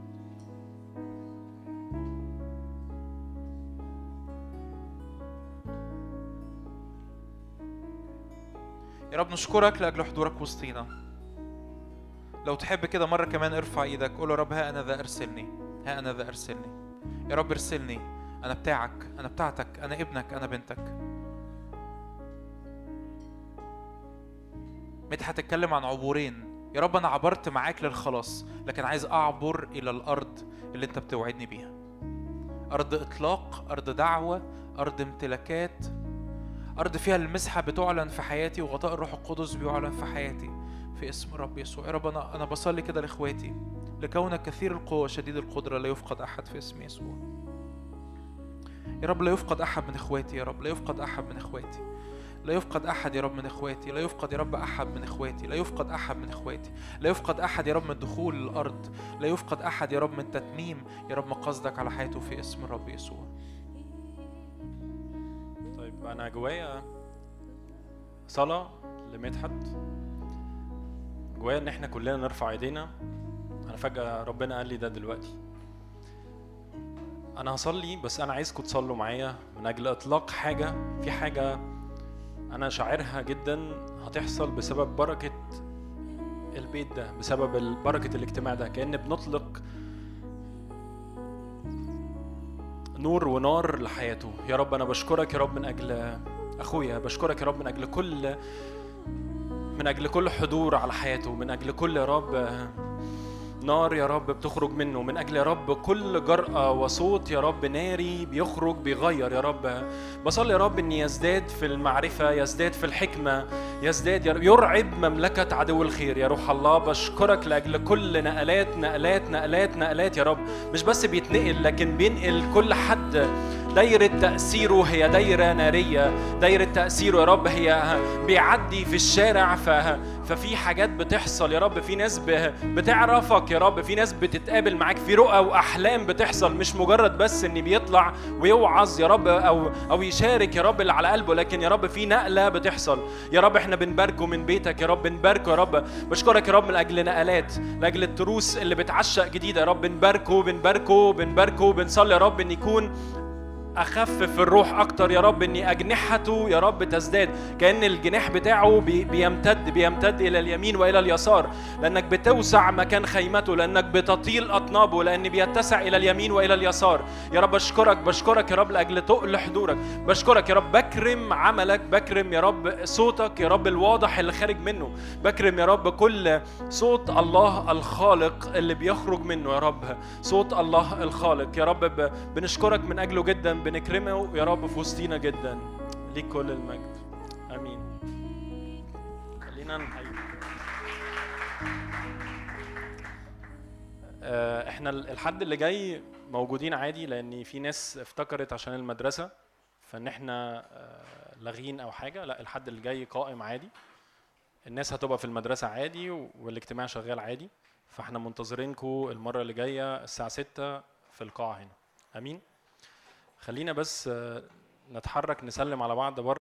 يا رب نشكرك لأجل حضورك وسطينا. لو تحب كده مرة كمان ارفع ايدك، قول يا رب ها أنا ذا أرسلني، ها أنا ذا أرسلني. يا رب ارسلني، أنا بتاعك، أنا بتاعتك، أنا ابنك، أنا بنتك. مدحت اتكلم عن عبورين. يا رب أنا عبرت معاك للخلاص، لكن عايز أعبر إلى الأرض اللي أنت بتوعدني بيها. أرض إطلاق، أرض دعوة، أرض امتلاكات، أرض فيها المسحة بتعلن في حياتي وغطاء الروح القدس بيعلن في حياتي في اسم الرب يسوع. يا رب أنا بصلي كده لإخواتي، لكونك كثير القوة شديد القدرة لا يفقد أحد في اسم يسوع. يا رب لا يفقد أحد من إخواتي، يا رب لا يفقد أحد من إخواتي، لا يفقد أحد يا رب من إخواتي، لا يفقد يا رب أحد من إخواتي، لا يفقد أحد من إخواتي، لا يفقد أحد يا رب من دخول الأرض، لا يفقد أحد يا رب من تتميم يا رب مقصدك على حياته في اسم الرب يسوع. طيب أنا جوايا صلاة لمدحت، جوايا إن إحنا كلنا نرفع إيدينا. أنا فجأة ربنا قال لي ده دلوقتي. أنا هصلي بس أنا عايزكم تصلوا معايا من أجل إطلاق حاجة، في حاجة أنا شاعرها جدا هتحصل بسبب بركة البيت ده، بسبب بركة الاجتماع ده، كأن بنطلق نور ونار لحياته. يا رب أنا بشكرك يا رب من أجل أخويا، بشكرك يا رب من أجل كل حضور على حياته، من أجل كل يا رب نار يا رب بتخرج منه، من أجل يا رب كل جرأة وصوت يا رب ناري بيخرج بيغير. يا رب بصلي يا رب أن يزداد في المعرفة، يزداد في الحكمة، يزداد يا رب يرعب مملكة عدو الخير. يا روح الله بشكرك لأجل كل نقلات نقلات نقلات نقلات يا رب، مش بس بيتنقل لكن بينقل كل حد. دايرة تأثيره هي دايرة نارية، دايرة تأثيره يا رب هي بيعدي في الشارع، ففي حاجات بتحصل يا رب، في ناس بتعرفك يا رب، في ناس بتتقابل معاك في رؤى وأحلام بتحصل، مش مجرد بس إن بيطلع ويوعظ يا رب أو يشارك يا رب اللي على قلبه، لكن يا رب في نقلة بتحصل. يا رب احنا بنباركه من بيتك يا رب، بنباركه يا رب. بشكرك يا رب من أجل نقلات، لأجل التروس اللي بتعشق جديدة يا رب، بنباركه. بنصلي يا رب إن يكون أخفف الروح أكتر يا رب، إني أجنحته يا رب تزداد، كأن الجناح بتاعه بيمتد إلى اليمين وإلى اليسار، لأنك بتوسع مكان خيمته، لأنك بتطيل أطنابه، لأن بيتسع إلى اليمين وإلى اليسار. يا رب بشكرك يا رب لأجل تقل حضورك، بشكرك يا رب، بكرم عملك، بكرم يا رب صوتك يا رب الواضح اللي خارج منه، بكرم يا رب كل صوت الله الخالق اللي بيخرج منه يا رب، صوت الله الخالق يا رب. بنشكرك من أجله جدا، بنكرمه يا رب في وسطينا جدا. ليك كل المجد، امين. خلينا نحيي. احنا الحد اللي جاي موجودين عادي، لان في ناس افتكرت عشان المدرسه فان احنا لاغين او حاجه. لا، الحد اللي جاي قائم عادي، الناس هتبقى في المدرسه عادي والاجتماع شغال عادي، فاحنا منتظرينكم المره اللي جايه الساعه 6 في القاعه هنا. امين. خلينا بس نتحرك نسلم على بعض بره.